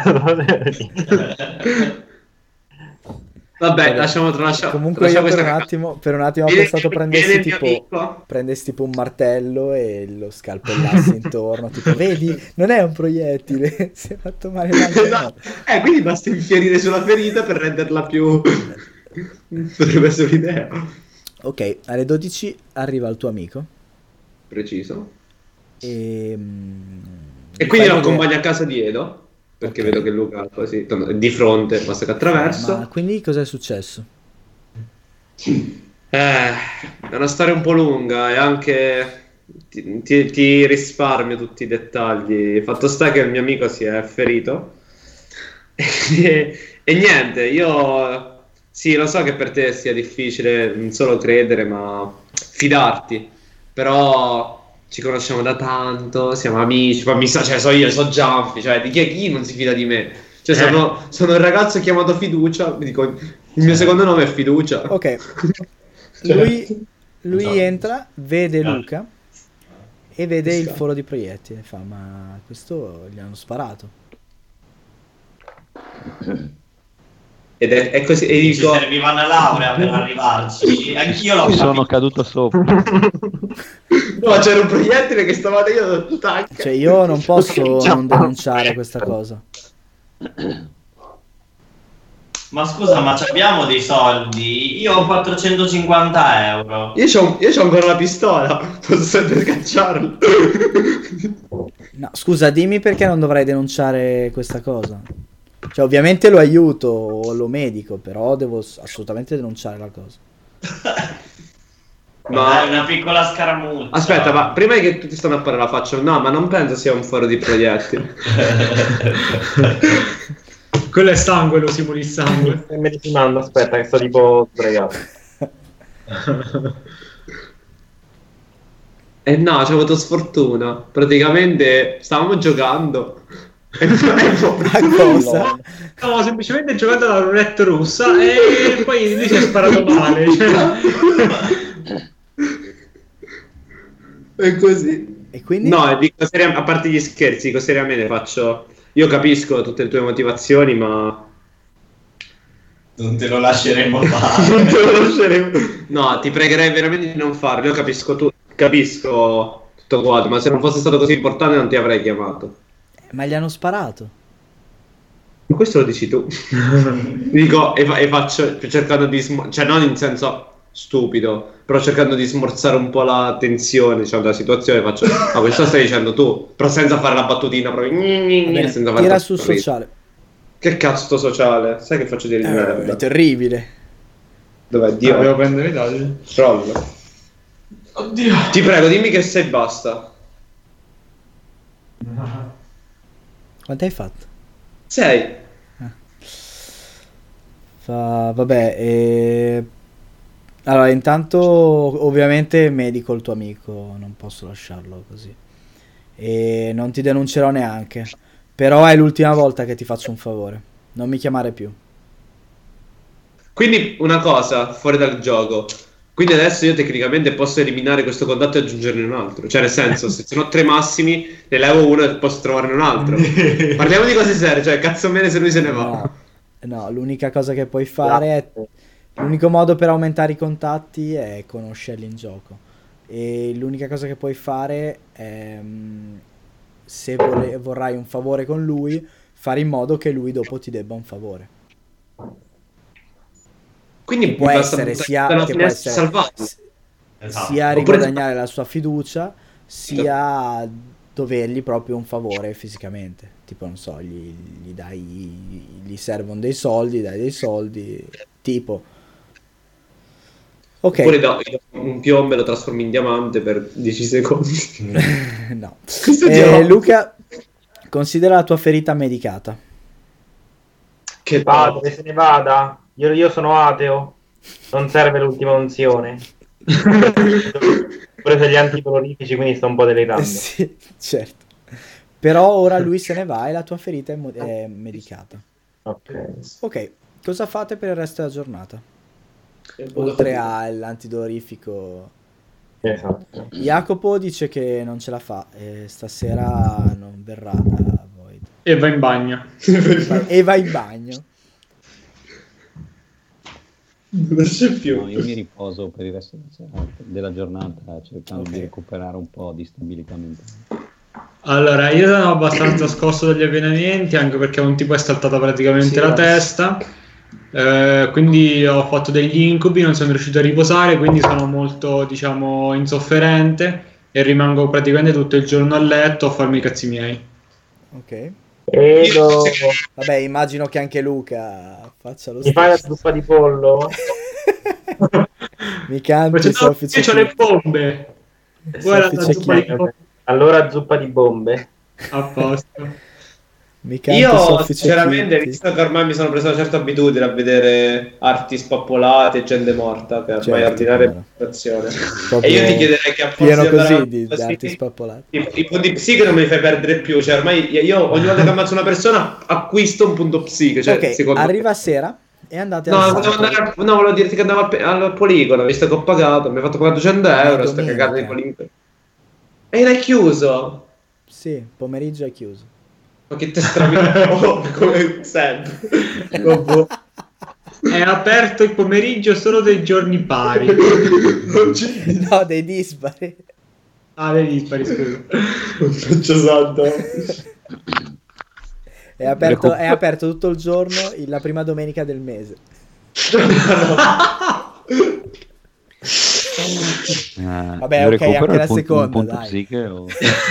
Vabbè, lasciamo tralasciare. Comunque io per un attimo, per un attimo ho Viene- pensato viene prendessi il mio tipo, amico. prendessi tipo un martello e lo scalpellassi intorno, tipo vedi, non è un proiettile, si è fatto male l'altro. Esatto. Eh, quindi basta infierire sulla ferita per renderla più... Potrebbe essere un'idea. Ok, alle dodici arriva il tuo amico Preciso. e... mm, E gli quindi fai lo vedere- accompagno a casa di Edo, perché Ok. vedo che Luca così tanto è di fronte, basta che attraverso. Ma quindi cosa è successo? Eh, è una storia un po' lunga e anche ti, ti- ti risparmio tutti i dettagli. Fatto sta che il mio amico si è ferito e, e niente, io sì, lo so che per te sia difficile non solo credere ma fidarti, però ci conosciamo da tanto, siamo amici, poi mi sa, cioè so io, so Gianfi, cioè di chi è chi non si fida di me. Cioè sono, sono un ragazzo chiamato Fiducia, mi dico, il mio secondo nome è Fiducia. Ok, Cioè- lui, lui Esatto. entra, vede Luca e vede il Esatto. foro di proiettile, fa ma questo gli hanno sparato. Ed è, è così, e Ci dico... serviva una laurea per arrivarci. Anch'io l'ho Mi sono capito. caduto sopra. No, c'era un proiettile che stava io, tac. Cioè io non posso Ciao. non denunciare questa cosa. Ma scusa, ma ci abbiamo dei soldi? Io ho quattrocentocinquanta euro. Io c'ho, io c'ho ancora la pistola, posso sempre cacciarlo. No, scusa, dimmi perché non dovrei denunciare questa cosa. Cioè, ovviamente lo aiuto o lo medico, però devo s- assolutamente denunciare la cosa. Ma è Ma una piccola scaramuccia. aspetta, ma prima che tutti stanno a fare la faccia, no, ma non penso sia un foro di proiettili. Quello è sangue, lo simuli il sangue. Stai medicinando, aspetta, che sto tipo sdraiato. Eh no, ci ho avuto sfortuna. Praticamente stavamo giocando. E poi- Ma cosa? Stavo semplicemente giocando alla roulette russa e poi lui si è sparato male. Cioè. È così. E quindi? No, dico seriam- a parte gli scherzi, dico seriamente, faccio... Io capisco tutte le tue motivazioni, ma... Non te lo lasceremo Non fare. te lo lasceremo. No, ti pregherei veramente di non farlo. Io capisco tu, capisco tutto quanto, ma se non fosse stato così importante non ti avrei chiamato. Ma gli hanno sparato. Ma questo lo dici tu. Dico, e, fa- e faccio cercando di... sm- cioè non in senso stupido, però cercando di smorzare un po' la tensione, diciamo, della situazione, faccio ma questo stai dicendo tu, però senza fare la battutina proprio gni, gni, gni, Bene, senza fare tira la sul sorrisa. sociale. Che cazzo sto sociale? Sai che faccio dire di Eh, merda? è terribile. Dov'è Ah, Dio? devo prendere i dati. Troll. Oddio. Ti prego, dimmi che sei basta. Quanto hai fatto? Sei. Fa, vabbè, e... allora intanto ovviamente medico il tuo amico, non posso lasciarlo così. E non ti denuncerò neanche. Però è l'ultima volta che ti faccio un favore. Non mi chiamare più. Quindi una cosa, fuori dal gioco. Quindi adesso io tecnicamente posso eliminare questo contatto e aggiungerne un altro. Cioè nel senso, se sono tre massimi, ne levo uno e posso trovarne un altro. Parliamo di cose serie, cioè cazzo bene se lui se ne va. No, no, l'unica cosa che puoi fare è... L'unico modo per aumentare i contatti è conoscerli in gioco. E l'unica cosa che puoi fare è... mh, se vorre- vorrai un favore con lui, fare in modo che lui dopo ti debba un favore. Quindi Che può mi basta essere buttare sia, dalla che può finestra e essere salvarlo. s- Esatto. sia Oppure- riguadagnare la sua fiducia, sia dovergli proprio un favore fisicamente. Tipo, non so, gli, gli dai, gli servono dei soldi, dai dei soldi, tipo. Ok. Oppure do- un piombo e lo trasformi in diamante per dieci secondi. No. Questo Eh, gioco. Luca, considera la tua ferita medicata. Che Va, palle. dove se ne vada? Io, io sono ateo. Non serve l'ultima unzione. Ho preso gli antidolorifici, quindi sto un po' delirando. Eh, sì, certo. Però ora lui se ne va e la tua ferita è, mo- è medicata. Ok. Ok, cosa fate per il resto della giornata? Oltre all'antidolorifico. Esatto. Jacopo dice che non ce la fa e stasera non verrà da Void. E va in bagno. E va in bagno. Non c'è più. No, io mi riposo per il resto della- della giornata cercando Ok. di recuperare un po' di stabilità mentale. Allora, io sono abbastanza scosso dagli avvenimenti, anche perché un tipo è saltata praticamente Sì, la l'ho testa. Eh, quindi ho fatto degli incubi, non sono riuscito a riposare, quindi sono molto, diciamo, insofferente e rimango praticamente tutto il giorno a letto a farmi i cazzi miei. Ok. Edo, Vabbè, immagino che anche Luca faccia lo mi fai la stesso. zuppa di pollo? Mi canti Faccio, no, soffice io ho le chi- bombe. Guarda la soffice zuppa di chi- pollo. Allora zuppa di bombe. A posto. Mi canti Io soffice sinceramente, chi- visto che ormai mi sono preso una certa abitudine a vedere arti spappolate e gente morta, che ormai Certo, è ordinaria come no. situazione. Proprio E io ti chiederei che a forza pieno di andare così avanti di, di così, arti spappolate. I, i punti psiche non me li fai perdere più. Cioè, ormai io ogni volta che ammazzo una persona acquisto un punto psiche. Cioè, Ok, secondo me. arriva sera e andate No, al volevo Santo. andare al- no, volevo dirti che andavo al, pe- al poligono, visto che ho pagato, mi hai fatto quattrocento euro, sta domenica. cagata di poligono. E l'hai chiuso. Sì, pomeriggio è chiuso. Ma che te stravi come sempre. Vabbè. È aperto il pomeriggio solo dei giorni pari. No, dei dispari. Ah, dei dispari, scusa. Faccio santo. È aperto, è aperto tutto il giorno il- la prima domenica del mese. Eh, Vabbè, io ok, recupero anche il la punto- seconda, un punto dai. psiche o-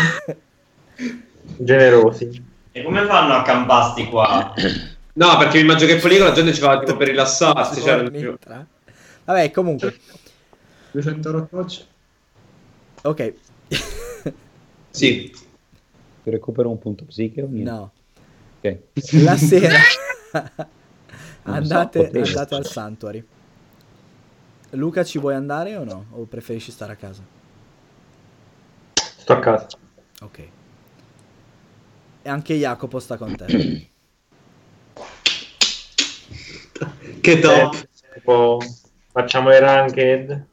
Generosi. E come fanno a campasti qua? No, perché mi immagino che il poligono la gente ci va tipo per rilassarsi. Cioè, non più. Tra- Vabbè, comunque. duecento euro a faccia. Ok. Sì. recupero un punto psiche o niente? No. Ok. La sera Non andate, so, potevo. andate al Sanctuary. Luca, ci vuoi andare o no? O preferisci stare a casa? Sto a casa. Ok. E anche Jacopo sta con te. Che top. Eh, tipo, facciamo le ranked.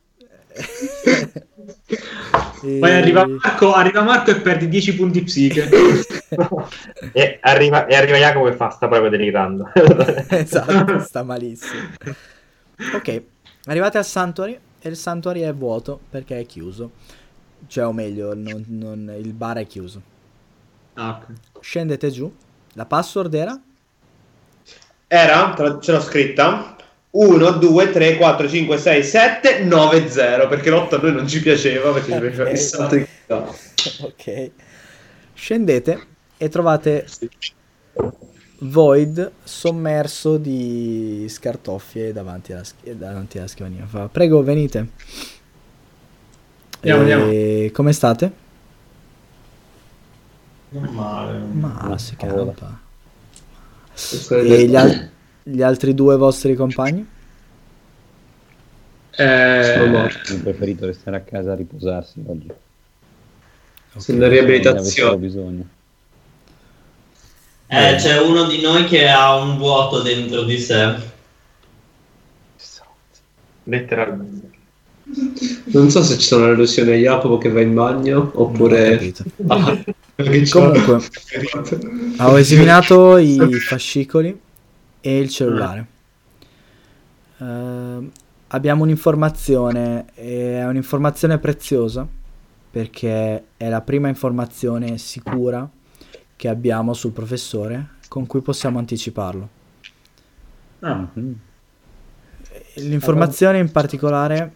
E- Poi arriva Marco, arriva Marco e perdi dieci punti psiche. e, arriva, e arriva Jacopo che fa, sta proprio delirando. Esatto, sta malissimo. Ok, arrivate al Sanctuary e il Sanctuary è vuoto perché è chiuso. Cioè, o meglio, non- non- il bar è chiuso. Ah, ok. Scendete giù. La password era? Era, te la- ce l'ho scritta, uno, due, tre, quattro, cinque, sei, sette, nove, zero, perché l'otto a noi non ci piaceva, perché ci piaceva il salto di qualità. Ok. Scendete e trovate Void sommerso di scartoffie davanti alla, sch- davanti alla scrivania. Fa, prego, venite. Andiamo, E andiamo. come state? Non male. Ma si Allora. campa. E gli, al- gli altri due vostri compagni? Eh, Sono morti. Ho preferito restare a casa a riposarsi oggi. Sono in Ne riabilitazione. avessero bisogno. Eh, c'è uno di noi che ha un vuoto dentro di sé. Letteralmente. Non so se ci sono allusioni a Jacopo che va in bagno, Non ho oppure... capito. Ah, perché c'ho- Comunque, ho esaminato i fascicoli e il cellulare. Ehm, abbiamo un'informazione, è un'informazione preziosa perché è la prima informazione sicura che abbiamo sul professore con cui possiamo anticiparlo. ah, Mm. L'informazione in particolare...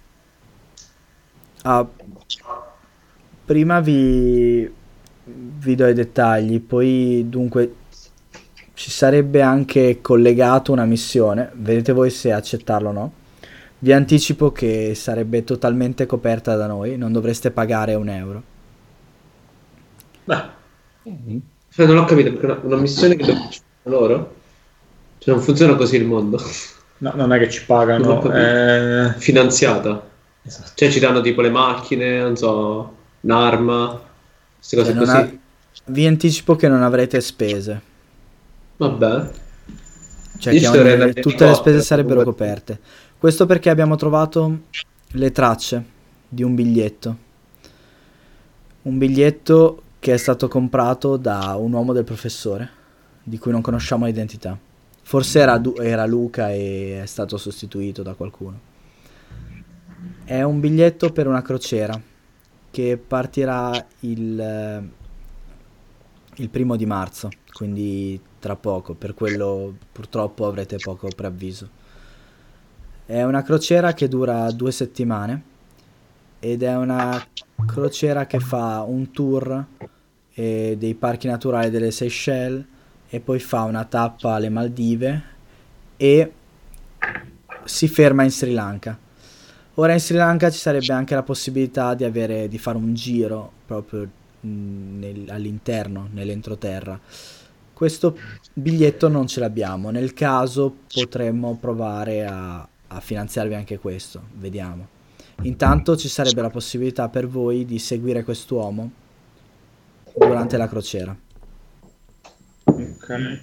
Ah, prima vi, vi do i dettagli, poi dunque ci sarebbe anche collegato una missione, vedete voi se accettarlo o no. Vi anticipo che sarebbe totalmente coperta da noi, non dovreste pagare un euro. beh, Ok. Cioè, non ho capito, perché una, una missione che devono fare loro? Cioè, non funziona così il mondo. no, non è che ci Non ho pagano. capito. eh, Finanziata. esatto. Cioè, ci danno tipo le macchine, non so, un'arma, queste cose Cioè, non così. ha- vi anticipo che non avrete spese, Vabbè. cioè Io che ci ogni- dovrei andare in tutte le spese elicottero, sarebbero comunque. coperte. Questo perché abbiamo trovato le tracce di un biglietto. Un biglietto che è stato comprato da un uomo del professore, di cui non conosciamo l'identità. Forse era, Du- era Luca e è stato sostituito da qualcuno. È un biglietto per una crociera che partirà il, eh, il primo di marzo, quindi tra poco, per quello purtroppo avrete poco preavviso. È una crociera che dura due settimane ed è una crociera che fa un tour eh, dei parchi naturali delle Seychelles e poi fa una tappa alle Maldive e si ferma in Sri Lanka. Ora in Sri Lanka ci sarebbe anche la possibilità di avere di fare un giro proprio mh, nel- all'interno, nell'entroterra. Questo biglietto non ce l'abbiamo, nel caso potremmo provare a, a finanziarvi anche questo, vediamo. Intanto ci sarebbe la possibilità per voi di seguire quest'uomo durante la crociera. Ok.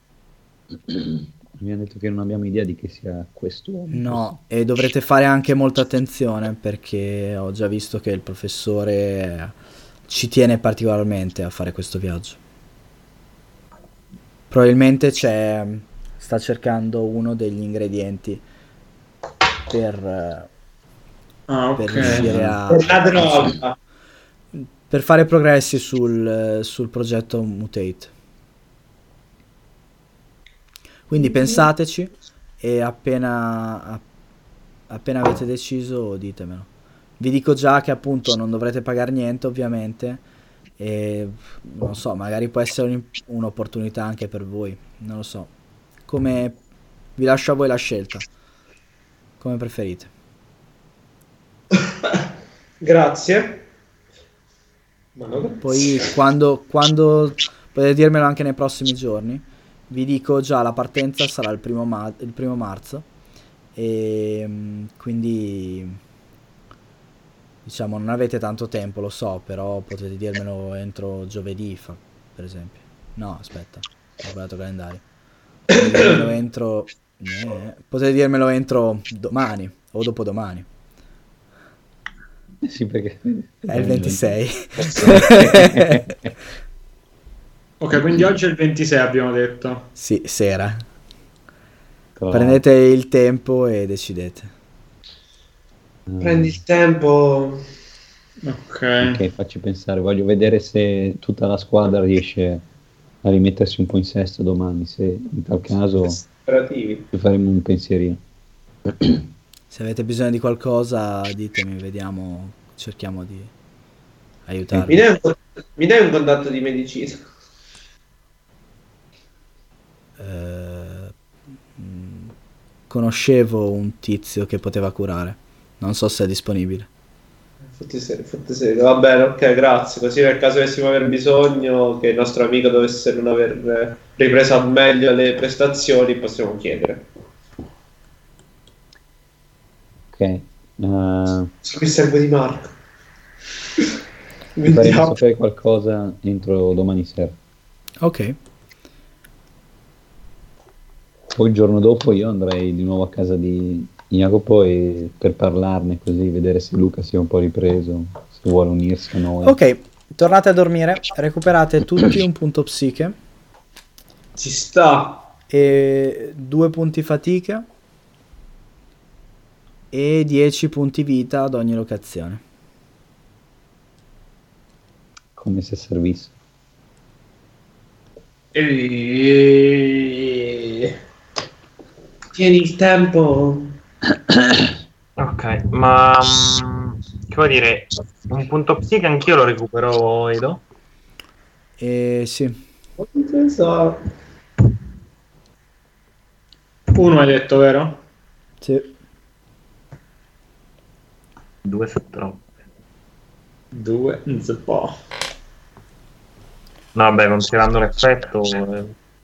Mi hanno detto che non abbiamo idea di che sia quest'uomo. No, e dovrete fare anche molta attenzione perché ho già visto che il professore ci tiene particolarmente a fare questo viaggio. Probabilmente c'è, sta cercando uno degli ingredienti per, eh, Ah, per ok. riuscire a... Per la droga. per fare progressi sul, sul progetto Mutate. Quindi pensateci e appena, a- appena avete deciso ditemelo. Vi dico già che appunto non dovrete pagare niente ovviamente e non so, magari può essere un- un'opportunità anche per voi, non lo so. Come vi lascio a voi la scelta, come preferite. Grazie. Ma no, Poi quando, quando potete dirmelo anche nei prossimi giorni, vi dico già la partenza sarà il primo, ma- il primo marzo e mm, quindi diciamo non avete tanto tempo, lo so, però potete dirmelo entro giovedì, fa- per esempio. No, aspetta, ho sbagliato il calendario. Potete dirmelo entro, eh, potete dirmelo entro domani o dopodomani. Sì, perché È il ventisei. Ok, quindi oggi è il ventisei abbiamo detto. Sì, sera. Tra Prendete il tempo e decidete. l'altro, prendi il tempo. Ok. Ok, facci pensare, voglio vedere se tutta la squadra riesce a rimettersi un po' in sesto domani, se in tal caso operativi. Faremo un pensierino. Se avete bisogno di qualcosa, ditemi, vediamo, cerchiamo di aiutarvi. Mi dai un, mi dai un contatto di medicina? Eh, mh, conoscevo un tizio che poteva curare, non so se è disponibile. Fatti serio, fatti serio. Va bene, ok, grazie. Così nel caso dovessimo aver bisogno, che il nostro amico dovesse non aver ripreso al meglio le prestazioni, possiamo chiedere. Ok. Uh, Mi serve di Marco. faremo Vediamo. sapere qualcosa entro domani sera. Ok. Poi il giorno dopo io andrei di nuovo a casa di Jacopo e per parlarne, così vedere se Luca si è un po' ripreso, se vuole unirsi a noi. Ok, tornate a dormire, recuperate tutti un punto psiche Ci sta. e due punti fatica e dieci punti vita ad ogni locazione. Come se servisse. E... Tieni il tempo. Ok, ma mm, che vuol dire? Un punto psiche anch'io lo recupero, Edo? E sì, Non so. Uno hai detto, vero? sì. Due su troppo. Due, non so po'. No, vabbè, considerando l'effetto eh,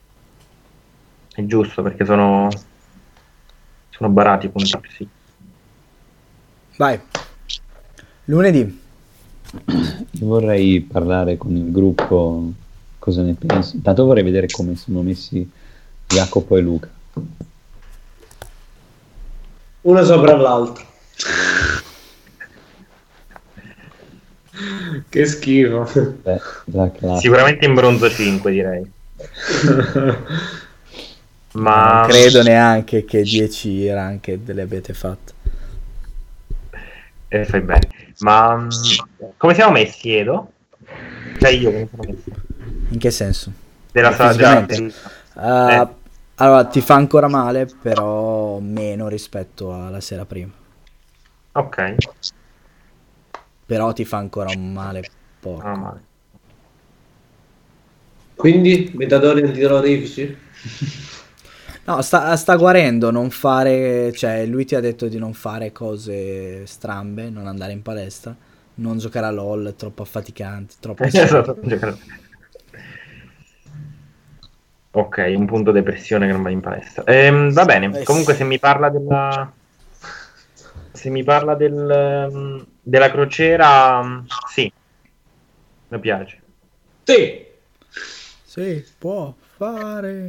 è giusto perché sono sono barati i punti psiche. Vai. Lunedì. Io vorrei parlare con il gruppo, cosa ne pensi. Intanto vorrei vedere come sono messi Jacopo e Luca. Uno sopra l'altro. Che schifo. Beh, la classe. Sicuramente in bronzo cinque, direi. Ma Non credo neanche che dieci rank le abbiate fatte. eh, fai bene. Ma mm, come siamo messi, Edo? Cioè io come sono messo? In che senso? Della sala della Fisicamente? Uh, allora, ti fa ancora male, però meno rispetto alla sera prima. Ok. Però ti fa ancora un male porco. Non male. Quindi, metadoni antidolorifici? No, sta, sta guarendo, non fare... Cioè, lui ti ha detto di non fare cose strambe, non andare in palestra, non giocare a LOL, troppo affaticante, troppo... Esatto. Ok, un punto depressione che non va in palestra. Ehm, va bene, Eh, comunque sì. se mi parla della... Se mi parla del, ehm, della crociera, mm, sì, mi piace. Sì. Sì, può fare...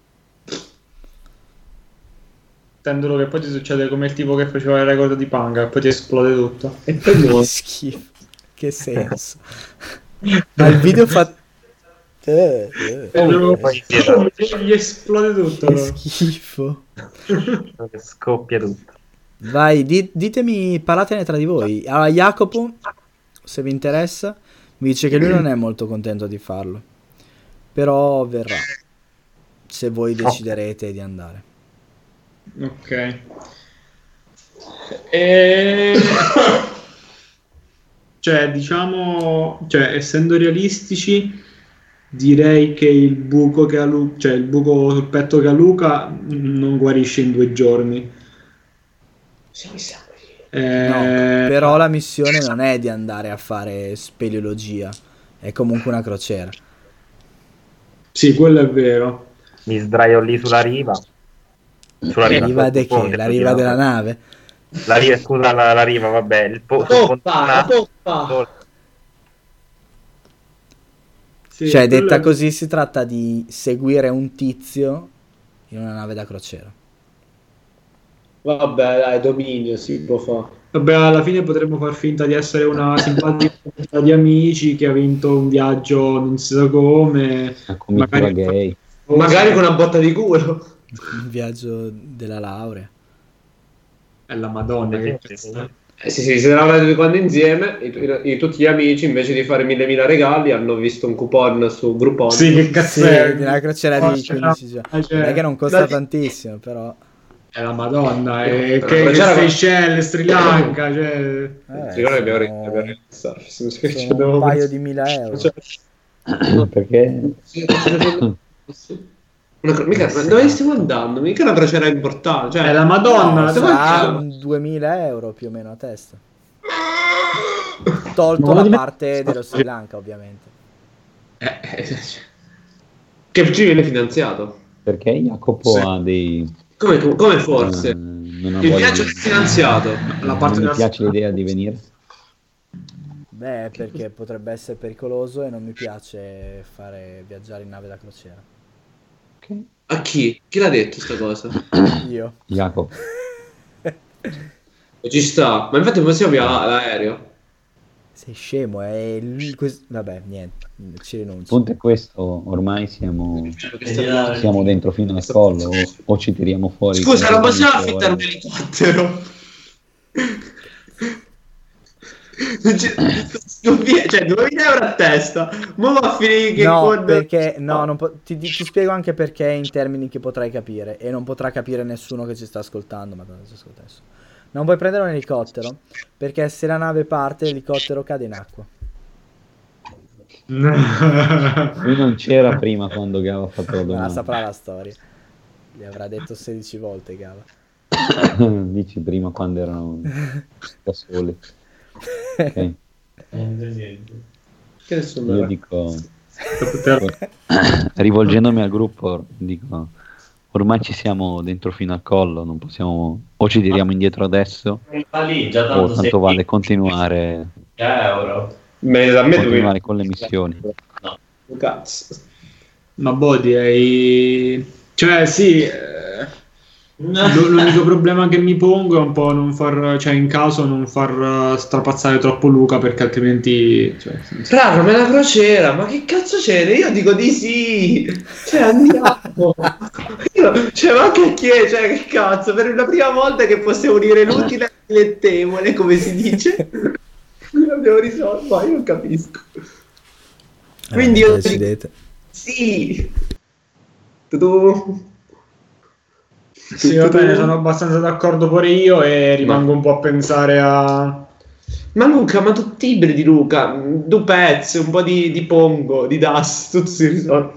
Attendolo che poi ti succede come il tipo che faceva il record di Panga e poi ti esplode tutto. E poi Che muore. schifo. Che senso? Ma il video fa... Eh, eh, E lui- poi sì, esatto. gli esplode tutto. che no? schifo. Che scoppia tutto. Vai, di- ditemi, parlatene tra di voi. Allora, Jacopo, se vi interessa, mi dice che lui non è molto contento di farlo. Però verrà. Se voi deciderete di andare. Ok. E... cioè, diciamo, cioè, essendo realistici, direi che il buco che ha Lu- cioè il buco sul petto che ha Luca non guarisce in due giorni. Siamo siamo. Eh, No, però la missione non è di andare a fare speleologia. È comunque una crociera. Sì, quello è vero. Mi sdraio lì sulla riva. Sulla La riva, riva sotto di il ponte, che? La così, riva no? della nave? La riva, scusa, la, la riva, vabbè. Il po- sul ponte Poppa, una- poppa. Sì, Cioè, quello detta è- così, si tratta di seguire un tizio in una nave da crociera. Vabbè, dai, dominio si può fare. Vabbè, alla fine potremmo far finta di essere una simpatica comunità di amici che ha vinto un viaggio non si sa come. Una comitiva Magari- gay. Magari con una botta di culo. Un viaggio della laurea. È la Madonna che Sì, sì, questa. Eh, sì, sì, si sono lavorati tutti quanti insieme, i, i- i- tutti gli amici, invece di fare millemila regali, hanno visto un coupon su Groupon. Sì, che cazzo Sì, è? di una crociera di Forse quindici no, giorni. cioè, Non è che non costa dai. tantissimo, però... è la Madonna, è Però che, che c'era- Seychelles, Sri Lanka, cioè... Eh, Ricordo che abbiamo sono- abbiamo realizzato, se- se- ci sono abbiamo un paio pensato- di mila euro. Cioè, Perché sì, una cro- mica, ma dove stiamo andando? Mica una crociera importante. Cioè, È la Madonna, No, dove sarà andiamo? un duemila euro più o meno a testa. Tolto Ma la di- parte dello Sri Lanka, ovviamente. Eh, eh, Che ci viene finanziato. perché Jacopo Sì. ha dei Come, come eh, forse? non ha Il voglia viaggio di- è finanziato. la parte non mi della- piace l'idea di venire. Beh, perché potrebbe essere pericoloso e non mi piace fare viaggiare in nave da crociera. A chi? Chi l'ha detto sta cosa? Io. Jacopo, Ci sta. Ma infatti possiamo via l'aereo. Sei scemo, è il... quest- Vabbè, niente, ci il rinuncio. punto è questo, ormai siamo, Perché sta- siamo dentro fino al collo o, o ci tiriamo fuori. Scusa, non possiamo affittare un fuori. elicottero? Non c'è- non vi- cioè, duemila euro a testa. Ma va a finire che No, con- perché no, non po- ti, ti- ti spiego anche perché in termini che potrai capire e non potrà capire nessuno che ci sta ascoltando. Ma cosa ci ascolta adesso? Non puoi prendere un elicottero perché se la nave parte l'elicottero cade in acqua. Lui non c'era prima quando Gava ha fatto la Ma la domanda. saprà la storia. Gli avrà detto sedici volte Gava. Dici prima quando erano da soli. Ok. Che nessuno Io era. dico, rivolgendomi al gruppo, dico, ormai ci siamo dentro fino al collo, non possiamo, o ci tiriamo indietro adesso, Ma lì già o tanto tanto sei vale continuare, euro. Me, da me continuare con le missioni. due cazzo. Ma boh, direi... Cioè, sì... eh, l- L'unico problema che mi pongo è un po' non far... Cioè, in caso non far eh, strapazzare troppo Luca, perché altrimenti... Cioè, senza- Raga, ma è una crociera, ma che cazzo c'è? Io dico di sì. Cioè, andiamo. Io, cioè, ma che chiede? Cioè, che cazzo? Per la prima volta che possiamo unire l'utile al dilettevole, come si dice. L'abbiamo risolto, ma io non capisco. Quindi Eh, io decidete. sì. Tu, tu. Sì, va bene, sono abbastanza d'accordo pure io e rimango un po' a pensare a... Ma Luca, ma tutti ibridi, Luca. Due pezzi, un po' di, di pongo, di das, tutto si risolve.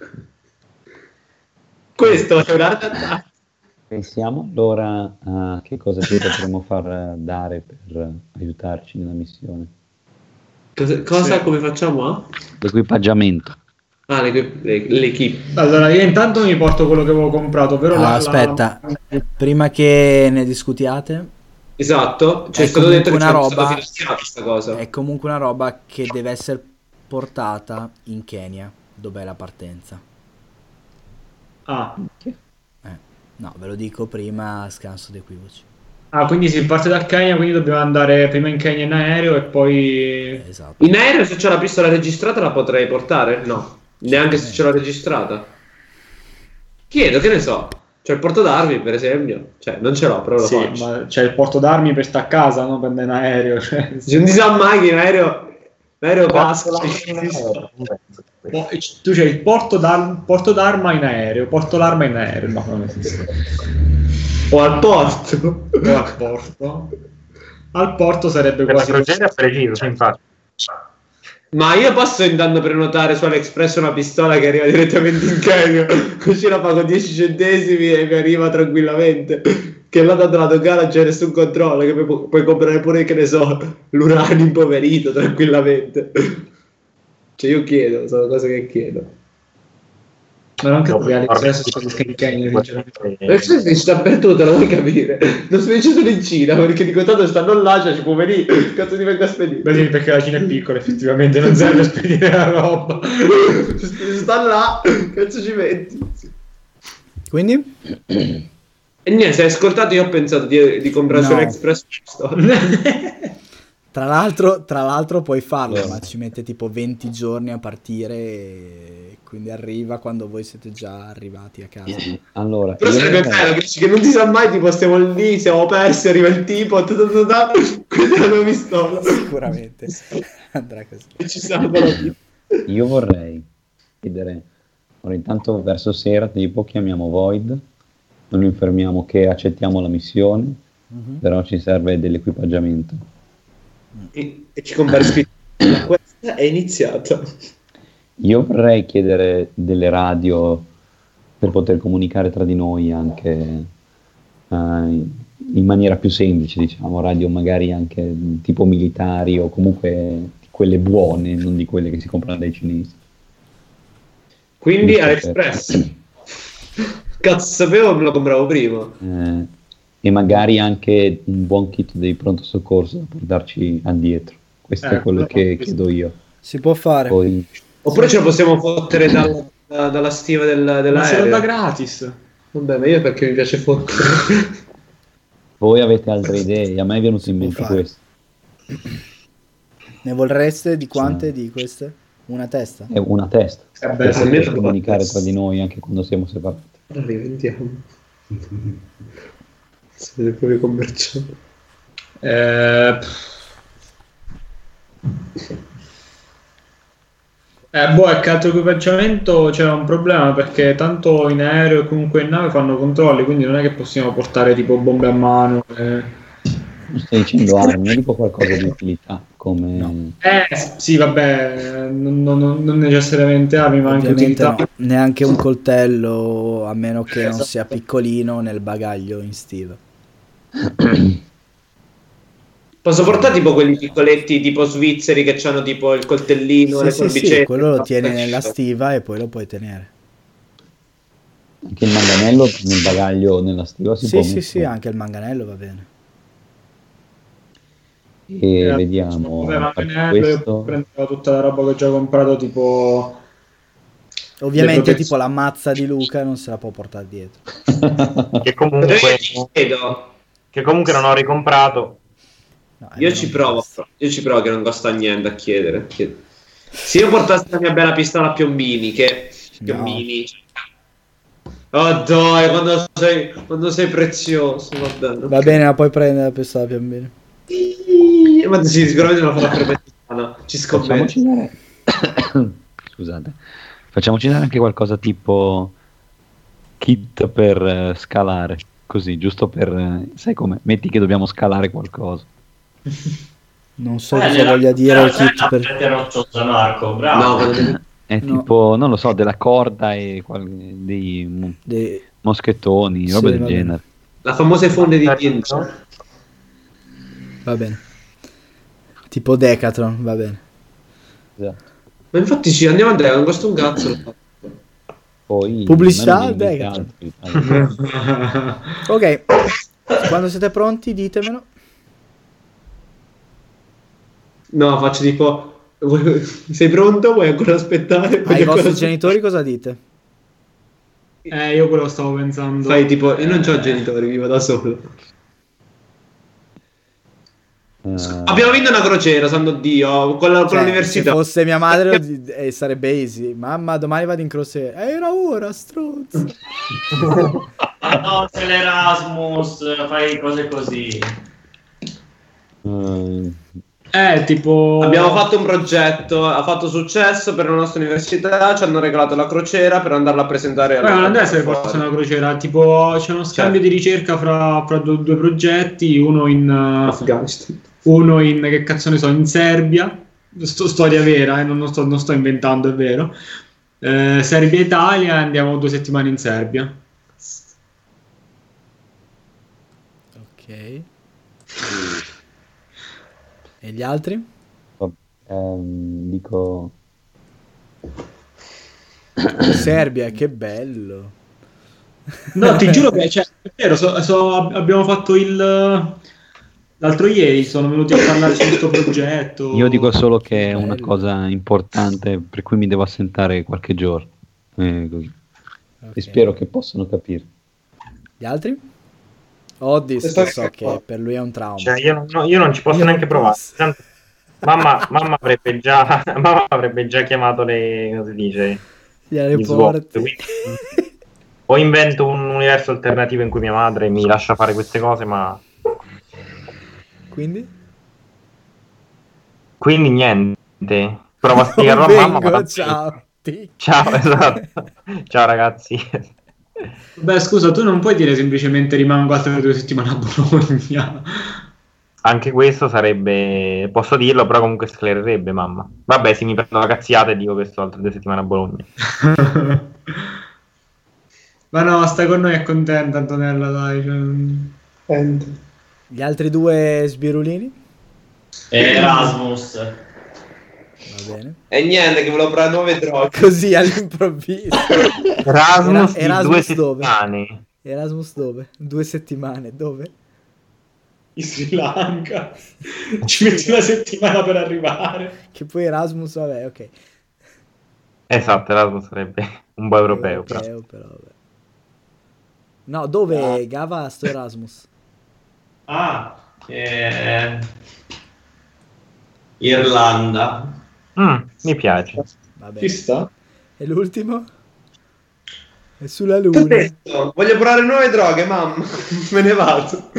Questo è un'arte. Pensiamo allora a che cosa ci potremmo far dare per aiutarci nella missione. Cosa, cosa Sì. come facciamo? Ah, L'equipaggiamento. ah le, le, l'equipe. Allora, io intanto mi porto quello che avevo comprato, però Ah, la- la- aspetta, prima che ne discutiate, Esatto, c'è È stato detto che comunque c'è una stata roba- finanziata questa cosa. è comunque una roba che deve essere portata in Kenya, dov'è la partenza. Ah. No, ve lo dico prima a scanso di equivoci. Ah, quindi si parte dal Kenya, quindi dobbiamo andare prima in Kenya in aereo e poi... Esatto. In aereo se c'è la pistola registrata la potrei portare? No, neanche se ce l'ho registrata. Chiedo, che ne so. C'è il porto d'armi, per esempio. Cioè, non ce l'ho, però lo Sì, faccio. ma c'è il porto d'armi per sta a casa, no? Per andare in aereo. Cioè... Se non ti sa mai che in aereo... In aereo casco. Boh, e c- tu c'hai il porto, d'ar- porto d'arma in aereo, porto l'arma in aereo, no, non esiste. O al porto. O al porto. Al porto sarebbe Per la quasi... crociera è preciso, sì, infatti. Ma io posso intanto prenotare su AliExpress una pistola che arriva direttamente in Kenya, così la pago dieci centesimi e mi arriva tranquillamente. Che là dato la dogana non c'è nessun controllo, che puoi, puoi comprare pure, che ne so, l'uranio impoverito tranquillamente. Cioè io chiedo, sono cose che chiedo. Ma non capisco, AliExpress sta in Kenya, sinceramente. AliExpress si sta dappertutto, lo vuoi capire? Non si dice solo in Cina, perché di tanto stanno là, cioè ci può venire, cazzo ti vengo a spedire. Beh, sì, perché la Cina è piccola, effettivamente, non serve a spedire la roba. Sta là, cazzo ci metti? Quindi? E niente, se hai ascoltato io ho pensato di, di comprare No. su AliExpress. Tra l'altro, tra l'altro puoi farlo, Vero. ma ci mette tipo venti giorni a partire, e quindi arriva quando voi siete già arrivati a casa. Allora, Però io sarebbe vorrei- bello che, che non si sa mai, tipo stiamo lì, siamo persi, arriva il tipo, ta ta ta ta, quindi l'abbiamo visto. Sicuramente andrà così. E ci salva la vita. io vorrei chiedere, ora intanto verso sera tipo chiamiamo Void, non informiamo che accettiamo la missione, Mhm. però ci serve dell'equipaggiamento. E, e ci compare scritto, questa è iniziata. Io vorrei chiedere delle radio per poter comunicare tra di noi anche eh, in maniera più semplice, diciamo, radio magari anche tipo militari o comunque quelle buone, non di quelle che si comprano dai cinesi. Quindi Giusto AliExpress. Cazzo, sapevo, me lo compravo prima. Eh, e magari anche un buon kit di pronto soccorso da portarci addietro. Questo Eh, è quello però- che chiedo io. Si può fare. Poi Oppure ce lo possiamo fottere dal- da- dalla stiva del, Ma ce lo dell'aereo. dà gratis. Vabbè, ma io perché mi piace fottere. voi avete altre idee? A me è venuto Si in può mente fare. questo. Ne vorreste di quante Sì. di queste? Una testa? È una testa. Eh beh, per sì, poter almeno una comunicare testa. tra di noi anche quando siamo separati. Ora li vendiamo. Siete proprio commerciali. Eh, pff. Eh, boh, è che altro equipaggiamento c'era un problema perché tanto in aereo e comunque in nave fanno controlli, quindi non è che possiamo portare tipo bombe a mano. Eh, Non stai dicendo armi, io dico qualcosa di utilità come No. Eh, sì, vabbè, non, non- non necessariamente armi, ma anche Ovviamente utilità. no. Neanche un coltello, a meno che non Esatto. sia piccolino nel bagaglio in stiva. Posso portare tipo quelli piccoletti tipo svizzeri che hanno tipo il coltellino, Sì, le sì, forbicette? sì, quello lo tieni nella stiva e poi lo puoi tenere. anche il manganello nel bagaglio nella stiva si può Sì, sì, mettere. sì, anche il manganello va bene. E Eh, vediamo vabbè, a ma parte manello, io questo prendevo tutta la roba che ho già comprato, tipo Ovviamente protezioni. tipo la mazza di Luca non se la può portare dietro. Che comunque, Io ci chiedo, che comunque non ho ricomprato. No, io eh, ci non provo, basta. io ci provo che non costa niente a chiedere. Chied- Se io portassi la mia bella pistola a piombini, che piombini. Oh dai, quando sei, quando sei prezioso, va bene. Va ok. bene, la puoi prendere la pistola piambino. Ma sì, sicuramente non la farà per me. Ci scommetto. facciamoci dare scusate facciamoci dare anche qualcosa tipo kit per eh, scalare così giusto per eh, sai come metti che dobbiamo scalare qualcosa. Non so Eh, cosa nella- voglia dire nella il kit cella per... prende rocciosa, Marco, bravo. No, quando- È No. tipo non lo so della corda e qual- dei mo- dei- moschettoni Sì, roba del va bene. genere. la famosa fonte di Pienza. Va bene. Tipo Decathlon, va bene. Esatto. Ma infatti ci andiamo a Andrea, non costa un cazzo. Poi Pubblicità, a me non mi viene dai. in mente altro. Ok, quando siete pronti ditemelo. No, faccio tipo... vuoi- sei pronto? Vuoi ancora aspettare? Vuoi Ai ancora vostri aspettare? genitori cosa dite? Eh, io quello stavo pensando. Fai tipo... Io non ho genitori, vivo da solo. Eh, Abbiamo vinto una crociera, santo Dio, con, la- con Cioè, l'università. se fosse mia madre lo di- eh, sarebbe easy. Mamma, domani vado in crociera. Eh, era ora, strozzo. No, c'è l'Erasmus, fai cose così. eh, Eh, tipo... Abbiamo fatto un progetto, ha fatto successo per la nostra università, ci hanno regalato la crociera per andarla a presentare Poi non deve essere forse una crociera, tipo c'è uno scambio di ricerca fra, fra due, due progetti, uno in, uh, Afghanistan. uno in, che cazzo ne so, in Serbia, sto, storia vera, eh, non, non sto, non sto inventando, è vero, eh, Serbia e Italia, andiamo due settimane in Serbia. Ok. E gli altri? ehm, dico Serbia, che bello. No, ti giuro che cioè, è vero, so- so- abbiamo fatto il... L'altro ieri sono venuti a parlarci di questo progetto. io dico solo che è bello. una cosa importante per cui mi devo assentare qualche giorno. Eh, così. Ok. E spero che possano capire. Gli altri? Oddis, Questa so è che qua. per lui è un trauma. Cioè, io, non, no, io non ci posso Io neanche non provare. posso. Tanto- mamma, mamma avrebbe già mamma avrebbe già chiamato le, come si dice, Gli gli aeroporti. SWAT, quindi o invento un universo alternativo in cui mia madre mi lascia fare queste cose, ma Quindi? quindi niente. Provo a Non spiegarlo a mamma, ma vengo, tanto- ciao. Ti- Ciao, esatto. Ciao ragazzi. Beh, scusa, tu non puoi dire semplicemente rimango altre due settimane a Bologna. Anche questo sarebbe, posso dirlo, però comunque sclererebbe mamma. Vabbè, sì, mi prendo la cazziata e dico che sto altre due settimane a Bologna. Ma no, sta con noi, è contenta Antonella, dai. Cioè... Gli altri due sbirulini? Erasmus. Va bene. E niente, che volevo provare nuove droghe. Così all'improvviso. Erasmus, Era- di due Erasmus dove? settimane. Erasmus dove? Due settimane, dove? In Sri Lanka. Ci metti una settimana per arrivare. Che poi Erasmus, vabbè, ok. Esatto, Erasmus sarebbe un po' europeo, però. Europeo, però, vabbè. No, dove Gava sto Erasmus? Ah, eh, Irlanda. Mm, mi piace. Vabbè. Ci sta? E l'ultimo? È sulla T'ho luna. detto, voglio provare nuove droghe, mamma. Me ne vado.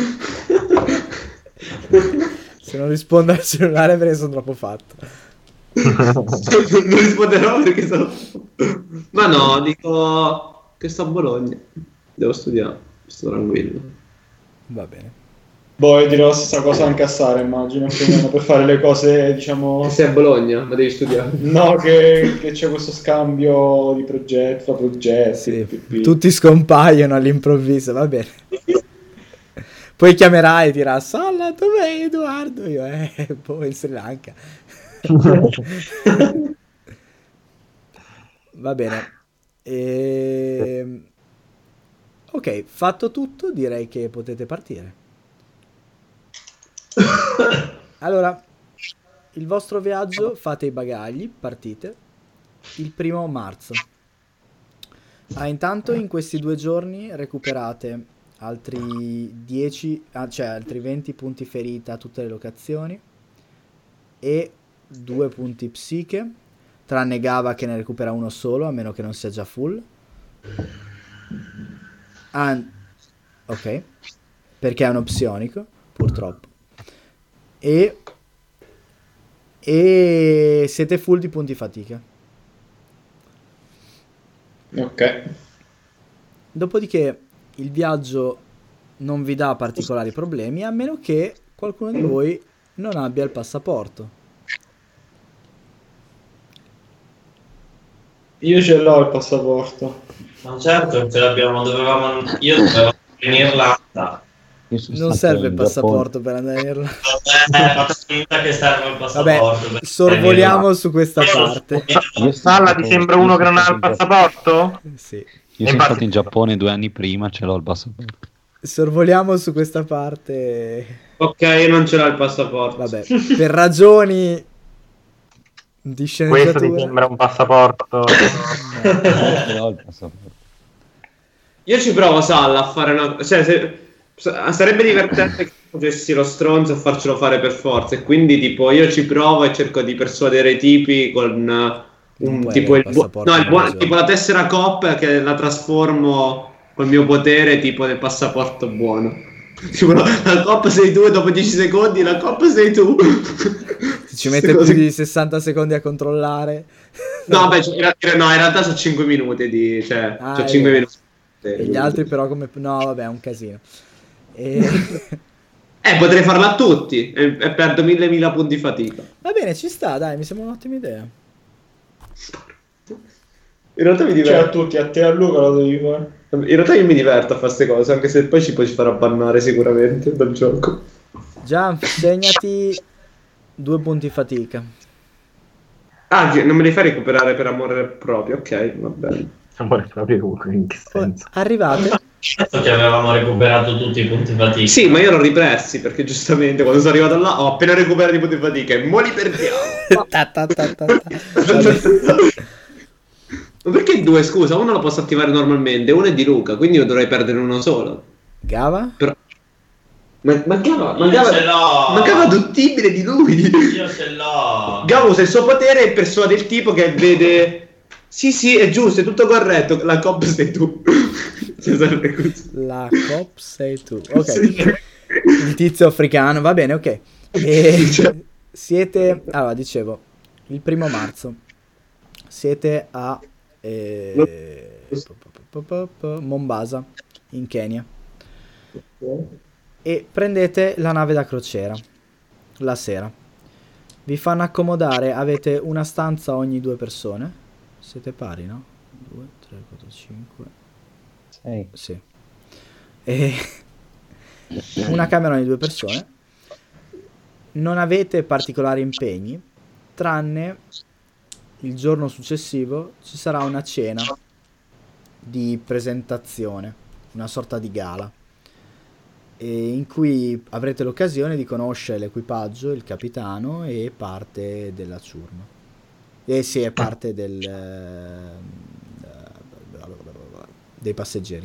Se non rispondo al cellulare perché sono troppo fatto. Non risponderò perché sono... Ma no, dico che sto a Bologna. Devo studiare, sto tranquillo. Va bene. Boh, io dirò la stessa cosa anche a Sara, immagino, più o meno, per fare le cose, diciamo... Sei a Bologna, ma devi studiare. No, che, che c'è questo scambio di progetti, tra progetti. Sì, pipì. tutti scompaiono all'improvviso, va bene. Poi chiamerai e dirà: Salla, dov'è Edoardo? Io, eh, poi in Sri Lanka. Va bene. Ehm, Ok, fatto tutto, direi che potete partire. Allora, il vostro viaggio, fate i bagagli, partite il primo marzo. Ah, intanto in questi due giorni recuperate altri dieci, ah, cioè altri venti punti ferita a tutte le locazioni e due punti psiche, tranne Gava che ne recupera uno solo, a meno che non sia già full. Ah, ok, perché è uno psionico, purtroppo. E, e siete full di punti fatica. Ok. Dopodiché il viaggio non vi dà particolari problemi, a meno che qualcuno di voi non abbia il passaporto. Io ce l'ho il passaporto. Ma certo, ce l'abbiamo, dovevamo, io dovevo in Irlanda. Io sono Non stato serve il in passaporto per andare in Irlanda. Vabbè, faccio finta che serve il Vabbè, passaporto. per sorvoliamo andare su questa parte. Giappone. Io sono Salla, stato- ti sembra io uno sono che non ha stato il in Giappone- passaporto? Sì. Io sono Infatti- stato in Giappone due anni prima, ce l'ho il passaporto. Sorvoliamo su questa parte. Ok, io non ce l'ho il passaporto. Vabbè, per ragioni di Questo sceneggiatura. ti sembra un passaporto? Ce l'ho il passaporto. Io ci provo, Salla, a fare una... Cioè, se... sarebbe divertente che facessi lo stronzo e farcelo fare per forza. E quindi, tipo, io ci provo e cerco di persuadere i tipi con uh, Non un puoi tipo avere il il buo- passaporto no, il in buon- ragione. tipo la tessera cop che la trasformo col mio potere, tipo nel passaporto buono. Tipo, la cop sei tu e dopo dieci secondi la cop sei tu. Se ci mette più di sessanta secondi a controllare. No, beh, cioè, in ra- no, in realtà sono cinque minuti di... Cioè, Ah, c'ho cinque eh. minuti. E gli altri però come... No, vabbè, è un casino. E... Eh, potrei farla a tutti e, e perdo mille mila punti fatica. Va bene, ci sta, dai, mi sembra un'ottima idea. In realtà mi Cioè, a diverto. tutti, a te e a Luca lo devi fare. In realtà io mi diverto a fare queste cose, anche se poi ci poi ci farà bannare sicuramente dal gioco. Già, segnati due punti fatica. Ah, che non me li fai recuperare per amore proprio, ok, va bene. Amore proprio uno, in che senso? Arrivate. Certo che avevamo recuperato tutti i punti fatica. Sì, ma io l'ho ripressi perché giustamente quando sono arrivato là ho appena recuperato i punti fatica e mo li perdiamo. Ta, ta, ta, ta, ta. Vabbè. Ma perché due, scusa? Uno lo posso attivare normalmente, uno è di Luca, quindi io dovrei perdere uno solo. Gava? Però Ma, mancava, Io mancava, ce l'ho. mancava duttibile di lui. Io ce l'ho. Gavo usa il suo potere in persona del tipo che vede. Sì, sì, è giusto, è tutto corretto. La cop sei tu. Cioè, così. La cop sei tu. Ok. Sì. Il tizio africano, va bene, ok. E Cioè. siete, allora dicevo, il primo marzo siete a eh, Mombasa, in Kenya, e prendete la nave da crociera la sera. Vi fanno accomodare, avete una stanza ogni due persone. Siete pari, no? due, tre, quattro, cinque, sei. sì. E una camera ogni due persone. Non avete particolari impegni, tranne il giorno successivo ci sarà una cena di presentazione, una sorta di gala, e in cui avrete l'occasione di conoscere l'equipaggio, il capitano e parte della ciurma. E sì, è parte del, eh, dei passeggeri.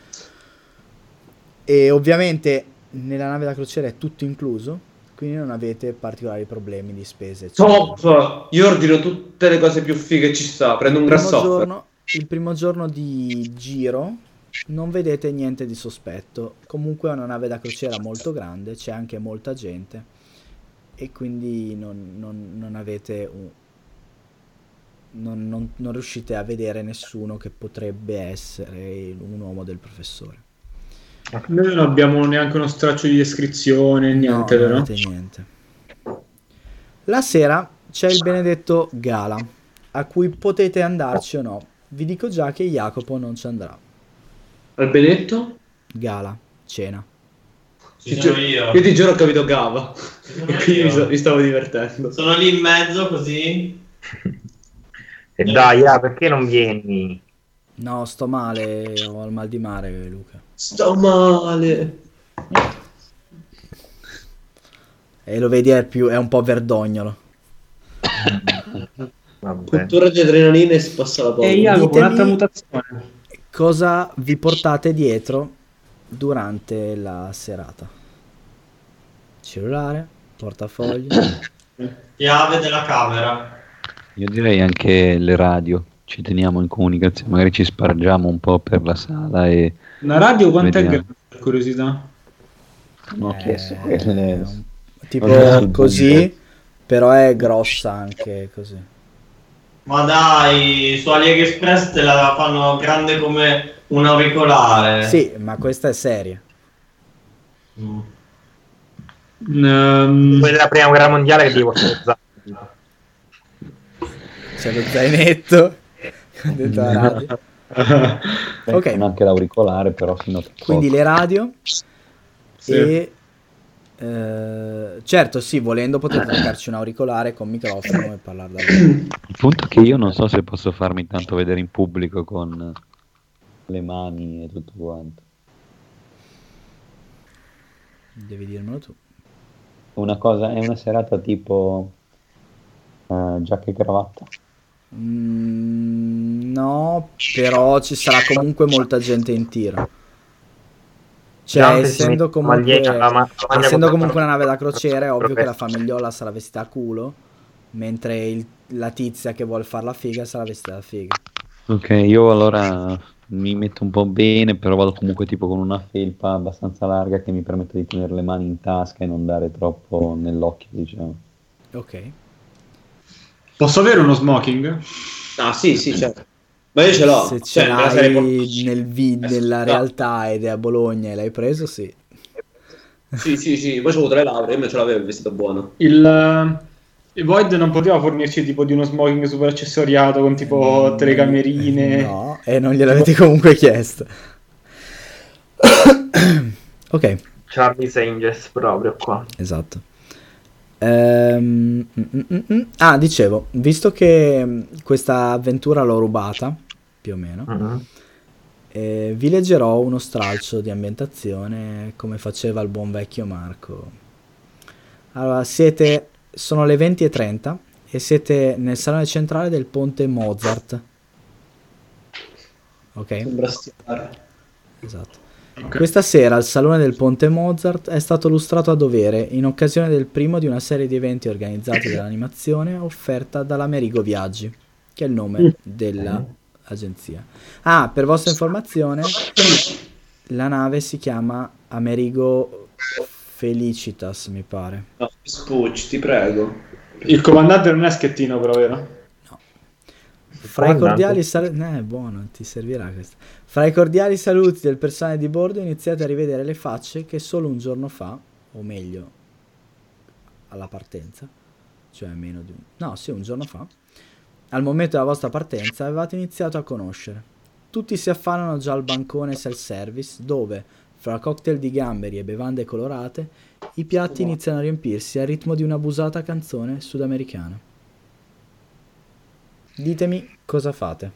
E ovviamente nella nave da crociera è tutto incluso, quindi non avete particolari problemi di spese, eccetera. Top! Io ordino tutte le cose più fighe che ci sta. Prendo un Il primo grassoffer. giorno, il primo giorno di giro non vedete niente di sospetto. Comunque è una nave da crociera molto grande, c'è anche molta gente e quindi non, non- non avete un- non, non- non riuscite a vedere nessuno che potrebbe essere un uomo del professore. Noi non abbiamo neanche uno straccio di descrizione, niente, No, non vero? avete niente. La sera c'è il benedetto gala, a cui potete andarci o no. Vi dico già che Jacopo non ci andrà. Al Benetto? Gala, cena. Ci Ti sono gi- io. Io ti giuro che ho capito Gava. Ci sono E quindi mi, io. sto- mi stavo divertendo. Sono lì in mezzo così. E dai, ah, perché non vieni? No, sto male, ho il mal di mare, Luca. Sto male. E lo vedi, è, più, è un po' verdognolo. Vabbè. Cultura di adrenalina e si passa la paura. E Jacopo, Ditemi- un'altra mutazione. Cosa vi portate dietro durante la serata? Cellulare, portafoglio. Chiave della camera. Io direi anche le radio, ci teniamo in comunicazione, magari ci spargiamo un po' per la sala e Una radio quanto è Vediamo. grande, per curiosità? non ho chiesto Eh, quelle. tipo Vabbè, così, però è grossa anche così. Ma dai, su AliExpress te la fanno grande come un auricolare. Sì, ma questa è seria. Mm. Ehm, Quella della prima guerra mondiale che devo usare. C'è lo zainetto dentro la radio. Ok. Con anche l'auricolare, però fino a poco. Quindi le radio Sì. e eh, certo, sì, volendo potete attaccarci un auricolare con microfono e parlare da voi. Il punto è che io non so se posso farmi tanto vedere in pubblico con le mani e tutto quanto. Devi dirmelo tu. Una cosa, è una serata tipo eh, giacca e cravatta. Mm, no, però ci sarà comunque molta gente in tiro. Cioè, Già, se si essendo mette comunque, maglietta, la ma- la maglia essendo con- comunque una nave da crociera, è ovvio che la Professore. famigliola sarà vestita a culo, mentre il- la tizia che vuole far la figa sarà vestita da figa. Ok, io allora mi metto un po' bene, però vado comunque tipo con una felpa abbastanza larga che mi permette di tenere le mani in tasca e non dare troppo nell'occhio, diciamo. Ok. Posso avere uno smoking? Ah, sì, sì, certo. Ma io ce l'ho. Se ce Cioè, me la sarei l'hai portato. nel vid- nella No. realtà ed è a Bologna e l'hai preso, sì. Sì, sì, sì. Poi c'ho avuto le lauree, io me ce l'avevo il vestito buono. Il, eh, il Void non poteva fornirci tipo di uno smoking super accessoriato con tipo telecamerine. No, e non gliel'avete comunque chiesto. Ok, Charlie's Angels proprio qua. esatto. Ehm, mm, mm, mm, mm. Ah, dicevo, visto che mm, questa avventura l'ho rubata, più o meno, Mhm. eh, vi leggerò uno stralcio di ambientazione come faceva il buon vecchio Marco. Allora, siete, sono le venti e trenta e siete nel salone centrale del ponte Mozart. Ok? Sembra stiare. Esatto. Ok. Questa sera al Salone del Ponte Mozart è stato lustrato a dovere in occasione del primo di una serie di eventi organizzati dall'animazione offerta dall'Amerigo Viaggi, che è il nome dell'agenzia. Ah, per vostra informazione, la nave si chiama Amerigo Felicitas, mi pare. No, Spucci, ti prego. Il comandante non è Schettino, però, vero? Fra i comandante? cordiali saluti, eh, buono, ti servirà questo. Fra i cordiali saluti del personale di bordo iniziate a rivedere le facce che solo un giorno fa, o meglio, alla partenza, cioè meno di un... no, sì, un giorno fa, al momento della vostra partenza avevate iniziato a conoscere. Tutti si affannano già al bancone self-service, dove, fra cocktail di gamberi e bevande colorate, i piatti iniziano a riempirsi al ritmo di un'abusata canzone sudamericana. Ditemi cosa fate.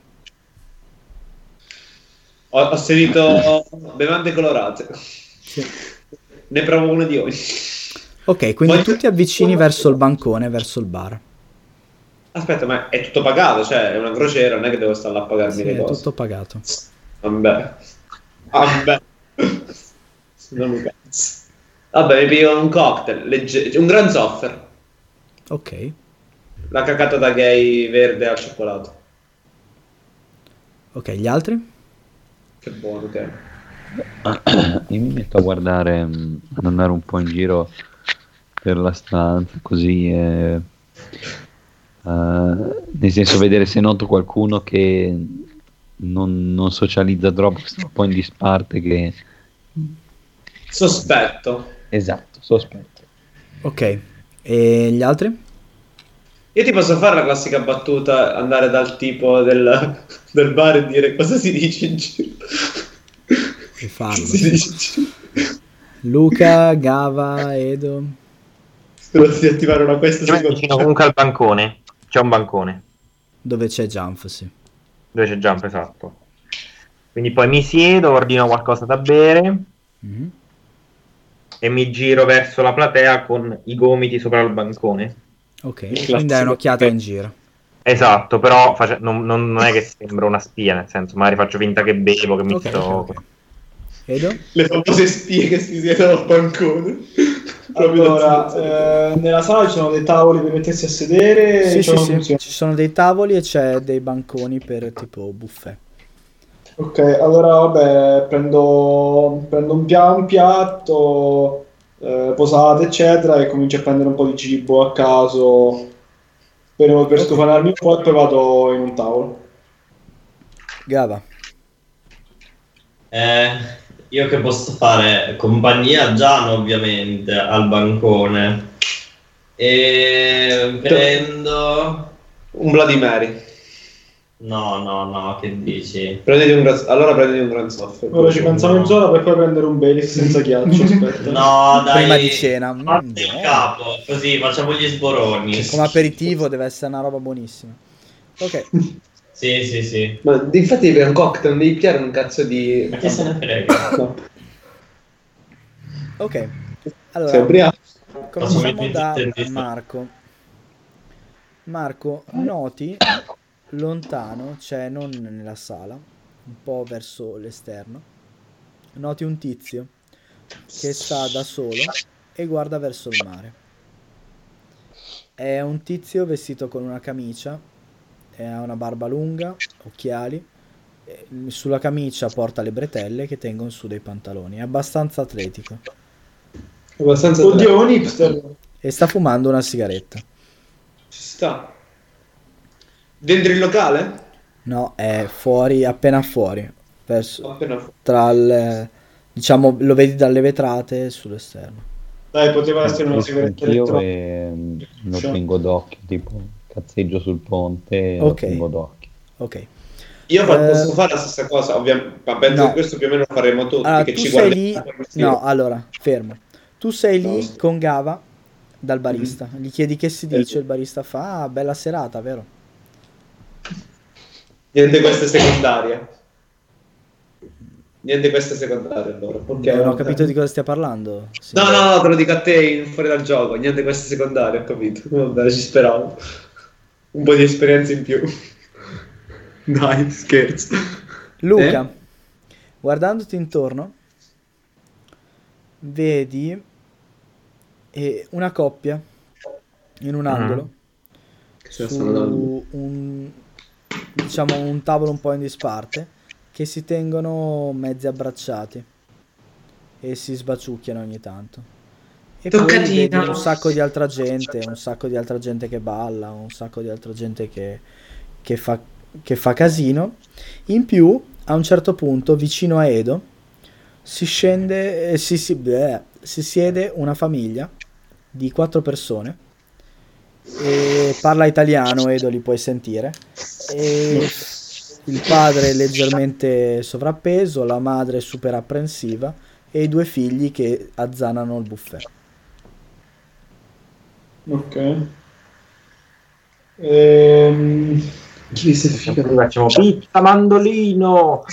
Ho, ho sentito bevande colorate. Sì. Ne provo una di ogni. Ok, quindi Voglio- tu ti avvicini verso il bancone, verso il bar. Aspetta, ma è tutto pagato? Cioè, è una crociera, non è che devo stare là a pagarmi Sì, le è cose. tutto pagato. Vabbè. Vabbè. Non mi cazzo. Vabbè, mi piglio un cocktail, legge- un Grand Soffer. Ok. La cacata da gay verde al cioccolato. Ok, gli altri? Che buono che è. Io mi metto a guardare, mh, ad andare un po' in giro per la stanza, così, eh, eh, nel senso vedere se noto qualcuno che non, non socializza troppo, che sta un po' in disparte, che... Sospetto. Esatto, sospetto. Ok. E gli altri? Io ti posso fare la classica battuta, andare dal tipo del, del bar e dire cosa si dice in giro. E farlo. Si dice in giro. Luca, Gava, Edo. Spero di attivare una questa Io mi vicino seconda. comunque al bancone. C'è un bancone Dove c'è Jump, sì. dove c'è Jump, esatto. Quindi poi mi siedo, ordino qualcosa da bere Mhm. e mi giro verso la platea con i gomiti sopra il bancone. Ok, classico. quindi dai un'occhiata in giro. Esatto, però face- non, non- non è che sembra una spia, nel senso, magari faccio finta che bevo, che mi Ok, sto... ok, ok. Edo? Le famose spie che si siedono al bancone. Proprio da Allora, zero. eh, nella sala ci sono dei tavoli per mettersi a sedere. Sì, e sì, c'è una sì. funzione. Ci sono dei tavoli e c'è dei banconi per tipo buffet. Ok, allora vabbè, prendo, prendo un, pia- un piatto, eh, posate, eccetera, e comincio a prendere un po' di cibo a caso per, per stufanarmi un po' e poi vado in un tavolo. Gava. Eh, io che posso fare? Compagnia a Gian, ovviamente, al bancone. E prendo... Un Bloody Mary. No, no, no, che dici? Prenditi un gran... Allora prenditi un Grand Soffer. Ora ci pensa no. mezz'ora per poi prendere un Baileys senza ghiaccio, aspetta. No, dai. Prima di cena. Mm, Fatti il buono. capo, così facciamo gli sboroni. Come aperitivo deve essere una roba buonissima. Ok. Sì, sì, sì. Ma infatti devi un cocktail, non devi pigliare un cazzo di... Ma che se ne frega? No. Ok. Sei Allora, ubriaco? cominciamo Facciamo da il tentativo. Marco. Marco, noti lontano, cioè non nella sala, un po' verso l'esterno, noti un tizio che sta da solo e guarda verso il mare. È un tizio vestito con una camicia, e ha una barba lunga, occhiali, e sulla camicia porta le bretelle che tengono su dei pantaloni, è abbastanza atletico Abbastanza... Oddio, un hipster. e sta fumando una sigaretta. Ci sta. Dentro il locale? No, è fuori, appena fuori, verso, Appena fu- tra il, diciamo, lo vedi dalle vetrate sull'esterno. Dai, poteva essere una Esco sigaretta anch'io elettronica. e mh, lo Cioè. tengo d'occhio, tipo cazzeggio sul ponte e Ok. lo tengo d'occhio. Ok. Io fa- Eh, posso fare la stessa cosa, ovviamente, ma penso no. che questo più o meno lo faremo tutti, Allora, che tu ci sei guardiamo. lì, no, allora, fermo. Tu sei lì No. con Gava dal barista, gli chiedi che si dice, Esatto. il barista fa, ah, bella serata, vero? Niente questa è secondaria. Niente questa è secondaria allora. Ok, non ho ok. capito di cosa stia parlando. Sì. No, no, no, te lo dico a te in- fuori dal gioco. Niente questa è secondaria, ho capito. Vabbè, ci speravo. Un po' di esperienza in più. Dai, scherzo. Luca, Eh? guardandoti intorno, vedi eh, una coppia in un angolo Che su stanno dando. un, diciamo, un tavolo un po' in disparte, che si tengono mezzi abbracciati e si sbaciucchiano ogni tanto. E poi Toccatino. vedi un sacco di altra gente, un sacco di altra gente che balla, un sacco di altra gente che, che fa, che fa casino. In più, a un certo punto, vicino a Edo, si scende, eh, si, si, bleh, si siede una famiglia di quattro persone e parla italiano, Edo, li puoi sentire. E il padre è leggermente sovrappeso, la madre è super apprensiva e i due figli che azzanano il buffet. Ok. Ehm... Chi si figa? Facciamo pizza mandolino.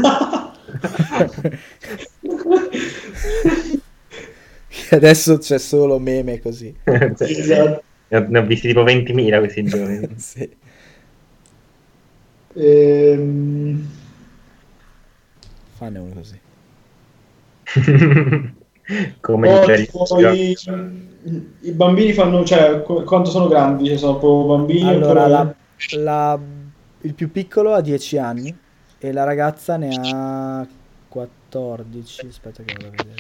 Adesso c'è solo meme così. Esatto. Ne ho, ne ho visti tipo ventimila questi giorni. Sì. Ehm... Fanne uno così. Come Oh, dice tipo, i, i bambini fanno, cioè, qu- quanto sono grandi? Cioè, sono proprio bambini? Allora, oppure- la, la- il più piccolo ha dieci anni e la ragazza ne ha quattordici. Aspetta che vado a vedere.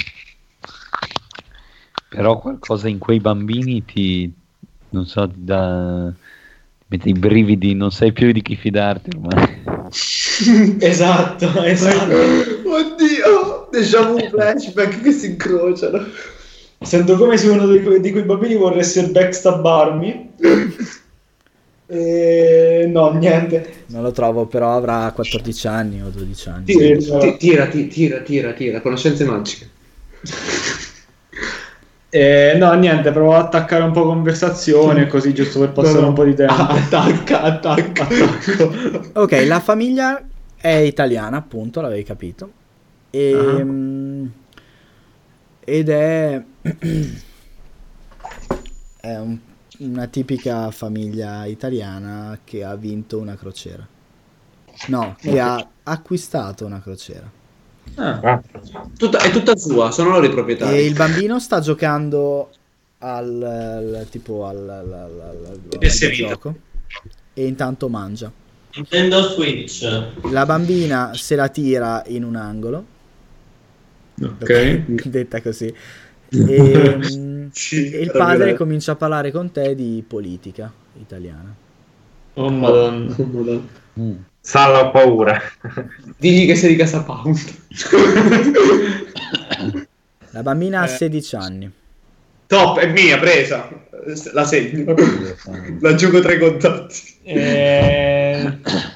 Però qualcosa in quei bambini ti, non so, ti dà, ti mette i brividi, non sai più di chi fidarti ormai. Esatto, esatto. Oddio, diciamo un flashback che si incrociano. Sento come se uno di, que- di quei bambini vorresse backstabbarmi. E... No, niente. Non lo trovo, però avrà quattordici anni o dodici anni. Tira, Sì, ti- tira, ti- tira, tira, tira, conoscenze magiche. Eh, no, niente, provo ad attaccare un po' conversazione così, giusto per passare No, no. un po' di tempo. Ah, attacca, attacca, attacco. Ok, la famiglia è italiana, appunto, l'avevi capito. E, Ah. mm, ed è, è un- una tipica famiglia italiana che ha vinto una crociera. No, che ha acquistato una crociera. Ah. Ah, Tutta- è tutta sua, sono loro i proprietari. E il bambino sta giocando al, al- tipo al, al, al- al- al P S Vita. gioco e intanto mangia. Nintendo Switch. La bambina se la tira in un angolo, Ok. detta così, e, mm, Sì, e il era padre violento. comincia a parlare con te di politica italiana. Oh madonna. Oh, Madonna. Mm. Salla ho paura. Digli che sei di Casa Pound. La bambina ha Eh. sedici anni. Top, è mia, presa. La segno. L'aggiungo tra i contatti. Eh...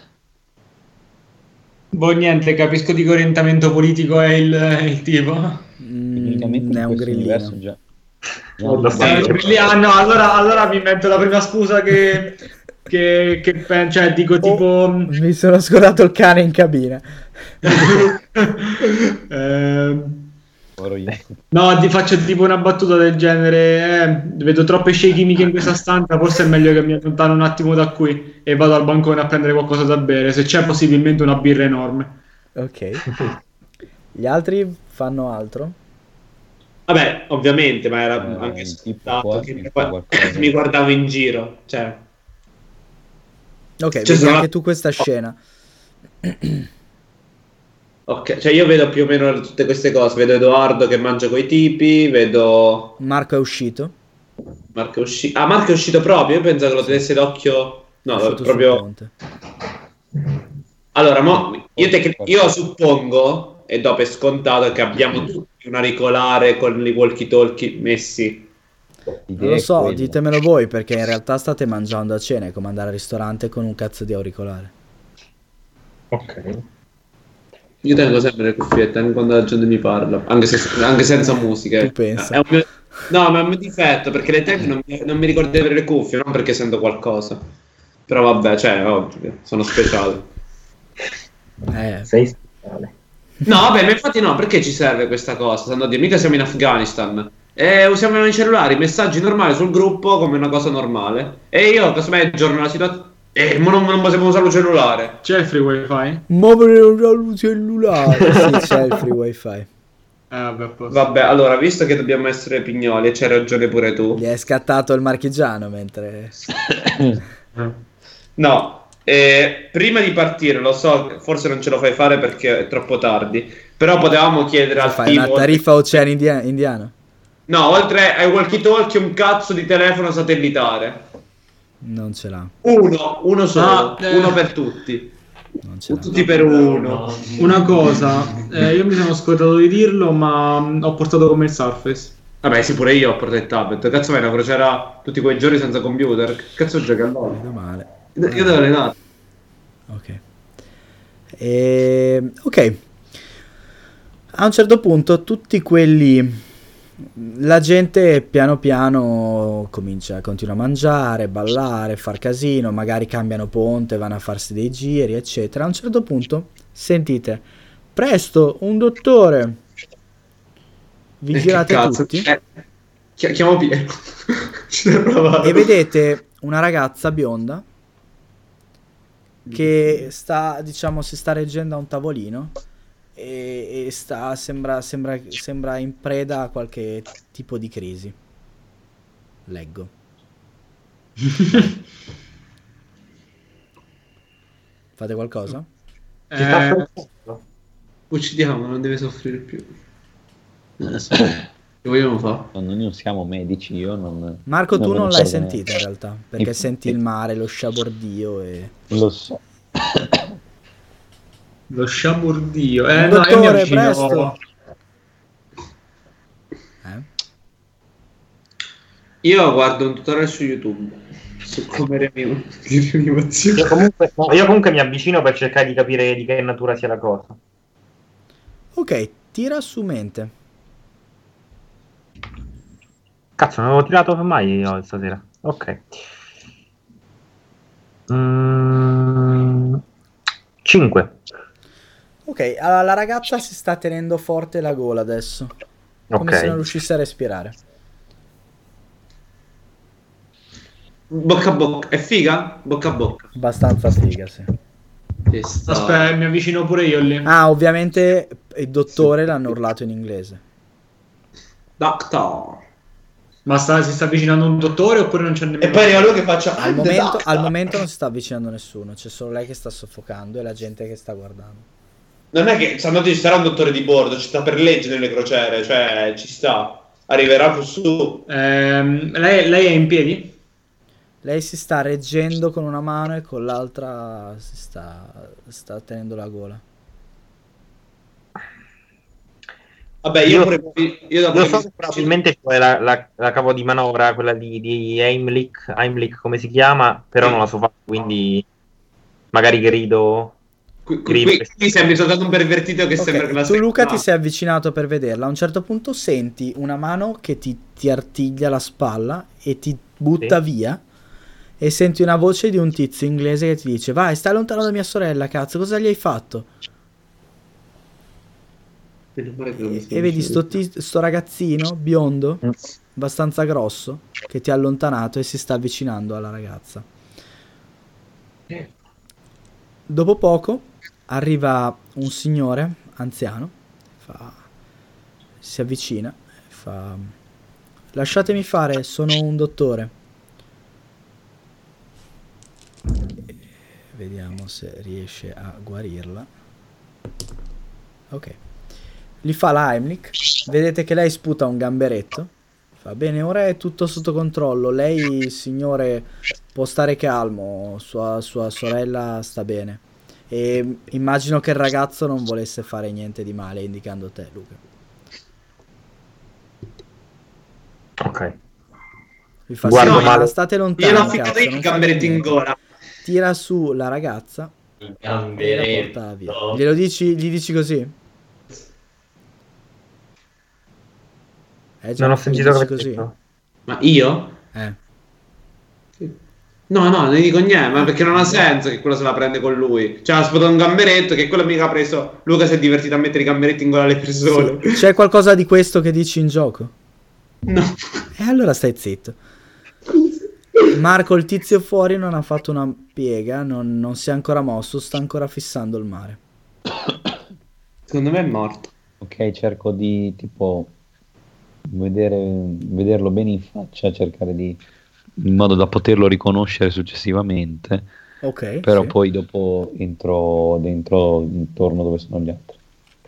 Boh, niente, capisco di che orientamento politico è il, il tipo. Mm, Tecnicamente è in un questo universo grillino. già. Oh, già- lo Eh, sai. lì- ah, no, allora, allora mi invento la prima scusa che, che, che pe- cioè dico tipo Oh, mi sono scordato il cane in cabina. eh, Oro io. no, ti faccio tipo una battuta del genere, eh, vedo troppe scie chimiche in questa stanza, forse è meglio che mi allontano un attimo da qui e vado al bancone a prendere qualcosa da bere, se c'è possibilmente una birra enorme. Ok. Gli altri fanno altro? Vabbè, ovviamente, ma era Eh, anche il tipo scontato qua che mi mi, fa gua- qualcosa. mi guardavo in giro. Cioè, Ok, Cioè, vedi sono- anche tu questa scena. ok, cioè io vedo più o meno tutte queste cose. Vedo Edoardo che mangia coi tipi, vedo Marco è uscito. Marco è uscito. Ah, Marco è uscito proprio. Io penso che lo tenesse d'occhio. è No, uscito sul proprio. ponte. Allora, mo, io, tec- io suppongo e do per scontato che abbiamo tutti una auricolare con i walkie talkie messi. Non L'idea lo è so, quella. ditemelo voi, perché in realtà state mangiando a cena, è come andare al ristorante con un cazzo di auricolare. Ok. Io tengo sempre le cuffiette anche quando la gente mi parla, anche, se- anche senza musica. Tu pensa? È un mio- no, ma è un mio difetto perché le tech non, mi- non mi ricordo di avere le cuffie, non perché sento qualcosa. Però vabbè, cioè, ovvio, sono speciale. Eh, Sei speciale. No, vabbè, ma infatti no, perché ci serve questa cosa? Stanno a dire, mica siamo in Afghanistan. E usiamo i cellulari, messaggi normali sul gruppo come una cosa normale. E io, casomai, aggiorno la situazione. Eh, ma non, non possiamo usare il cellulare. C'è il free wifi? muovere il cellulare. Sì, c'è il free wifi. Eh, vabbè, a posto. Vabbè, allora, visto che dobbiamo essere pignoli, e c'hai ragione pure tu. Gli è scattato il marchigiano mentre... No, eh, prima di partire, lo so, forse non ce lo fai fare perché è troppo tardi, però potevamo chiedere al Fai team... una tariffa oceano india- indiano? No, oltre ai walkie-talkie un cazzo di telefono satellitare. Non ce l'ha. Uno, uno solo, Ah, eh. uno per tutti. Non ce l'ha. Tutti per uno. Una cosa, eh, io mi sono scordato di dirlo, ma mh, ho portato con me il Surface. Vabbè, sì, pure io ho portato il tablet. Cazzo, vai una crociera tutti quei giorni senza computer. Che cazzo giochi allora? Vedo male. Io devo allenare. Ok. E... ok. A un certo punto tutti quelli... La gente piano piano comincia, continua a mangiare, ballare, far casino, magari cambiano ponte, vanno a farsi dei giri, eccetera. A un certo punto sentite, presto, un dottore. Vi Eh, girate che cazzo? tutti Eh, chi- chiamo Piero. Ci devo provare. e vedete una ragazza bionda che sta, diciamo, si sta reggendo a un tavolino e, e sta, sembra, sembra, sembra in preda a qualche tipo di crisi. Leggo. Fate qualcosa? Ci sta Eh, pensando. Uccidiamo, non deve soffrire più. Adesso, che vogliamo fare? Noi non siamo medici, io non... Marco, tu me non ne l'hai so bene. sentita in realtà, perché E- senti e- il mare, lo sciabordio e... Lo so. lo sciabordio. Eh, Un no, io mi dottore, avvicino... presto! Eh? Io guardo un tutorial su YouTube su come rianimu- di Io rianimazione. comunque, no, io comunque mi avvicino per cercare di capire di che natura sia la cosa. Ok, tira su mente. Cazzo, non avevo tirato mai io stasera. Ok. Mm, cinque. Ok, allora, la ragazza si sta tenendo forte la gola adesso, come Ok. se non riuscisse a respirare. Bocca a bocca. È figa? Bocca a bocca. Abbastanza figa, sì. Ci sta. Aspetta, mi avvicino pure io lì. Ah, ovviamente il dottore l'hanno urlato in inglese. Doctor. Ma sta, si sta avvicinando un dottore oppure non c'è nemmeno... E poi arriva lui che faccia Al "I'm the momento, doctor". al momento non si sta avvicinando nessuno, c'è solo lei che sta soffocando e la gente che sta guardando. Non è che sanno ci sarà un dottore di bordo, ci sta per legge nelle crociere, cioè ci sta. Arriverà più su. Ehm, lei, lei è in piedi? Lei si sta reggendo con una mano e con l'altra si sta, sta tenendo la gola. Vabbè, io, Io- pure io dopo Io che so mi- che probabilmente c'è la, la, la cavo di manovra, quella di, di Heimlich, Heimlich come si chiama, però non la so fare, quindi magari grido. Qui, qui, qui, qui sembri soltanto un pervertito che Ok, sembra che la tu Luca ah, ti sei avvicinato per vederla. A un certo punto senti una mano che ti, ti artiglia la spalla e ti butta Sì. via. E senti una voce di un tizio inglese che ti dice: vai, stai lontano da mia sorella, cazzo, cosa gli hai fatto? meno male che non mi E, sono e vedi vicino. sto, ti- sto ragazzino biondo, Mm. abbastanza grosso, che ti ha allontanato e si sta avvicinando alla ragazza. Dopo poco arriva un signore anziano, fa, si avvicina, fa: lasciatemi fare, sono un dottore. E vediamo se riesce a guarirla. Ok. Gli fa la Heimlich, vedete che lei sputa un gamberetto. Va bene, ora è tutto sotto controllo. Lei, signore, può stare calmo, sua, sua sorella sta bene. E immagino che il ragazzo non volesse fare niente di male, indicando te, Luca. Ok. Vi fa: Guardo sì, male. ma state lontani, Glielo ho cazzo, ficcato io non il fate gamberetto in niente." gola. Tira su la ragazza Il e la porta via. gamberetto. Glielo dici, gli dici così? Eh, già, Non ho gli sentito dici che avete così? detto. Ma io? Eh. No, no, non gli dico niente, ma perché non ha senso che quello se la prende con lui. Cioè, ha sputato un gamberetto che quello mica ha preso. Luca si è divertito a mettere i gamberetti in gola alle persone. Sì. C'è qualcosa di questo che dici in gioco? No. E allora stai zitto. Marco, il tizio fuori non ha fatto una piega, non, non si è ancora mosso, sta ancora fissando il mare. Secondo me è morto. Ok, cerco di tipo vedere, vederlo bene in faccia, cercare di in modo da poterlo riconoscere successivamente, Ok, però sì. poi dopo entro dentro intorno dove sono gli altri.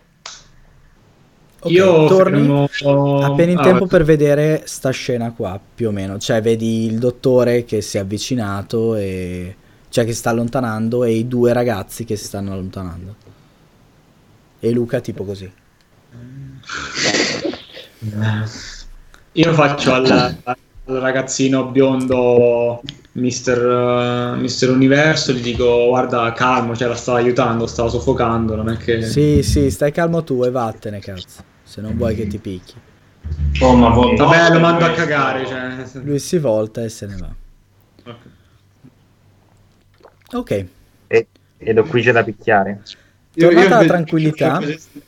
Ok, Io torni fermo... appena in ah, tempo per vedere sta scena qua, più o meno. Cioè, vedi il dottore che si è avvicinato e... cioè che si sta allontanando e i due ragazzi che si stanno allontanando. E Luca tipo così. Io faccio al, al ragazzino biondo Mister, eh, Mister Universo, gli dico guarda calmo, cioè la stava aiutando, stava soffocando, non è che... Sì, sì, stai calmo tu e vattene, cazzo. Se non vuoi che ti picchi. Oh, ma vo- Vabbè, lo vostro mando a questo- cagare, cioè... Lui si volta e se ne va. Ok. Ok, E, e da qui c'è da picchiare. tornata la tranquillità,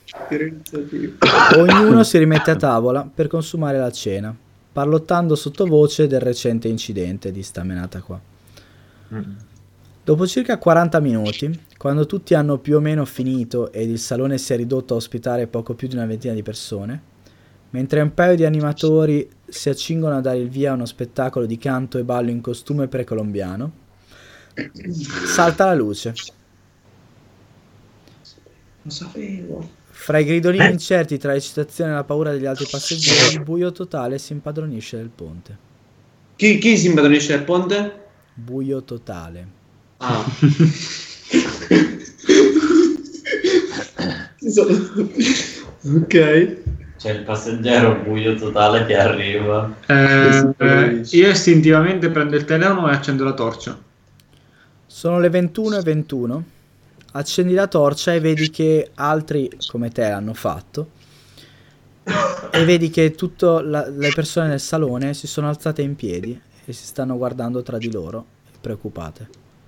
ognuno si rimette a tavola per consumare la cena, parlottando sottovoce del recente incidente di sta menata qua. Mm. Dopo circa quaranta minuti, quando tutti hanno più o meno finito ed il salone si è ridotto a ospitare poco più di una ventina di persone, mentre un paio di animatori si accingono a dare il via a uno spettacolo di canto e ballo in costume precolombiano, salta la luce. Lo sapevo. Fra i gridolini incerti tra l'eccitazione e la paura degli altri passeggeri, il buio totale si impadronisce del ponte. Chi, chi si impadronisce del ponte? Buio totale. Ah. Ok. C'è il passeggero buio totale che arriva. Eh, eh, io istintivamente prendo il telefono e accendo la torcia. Sono le ventuno e ventuno. Accendi la torcia e vedi che altri come te l'hanno fatto. E vedi che tutte le persone nel salone si sono alzate in piedi e si stanno guardando tra di loro, preoccupate.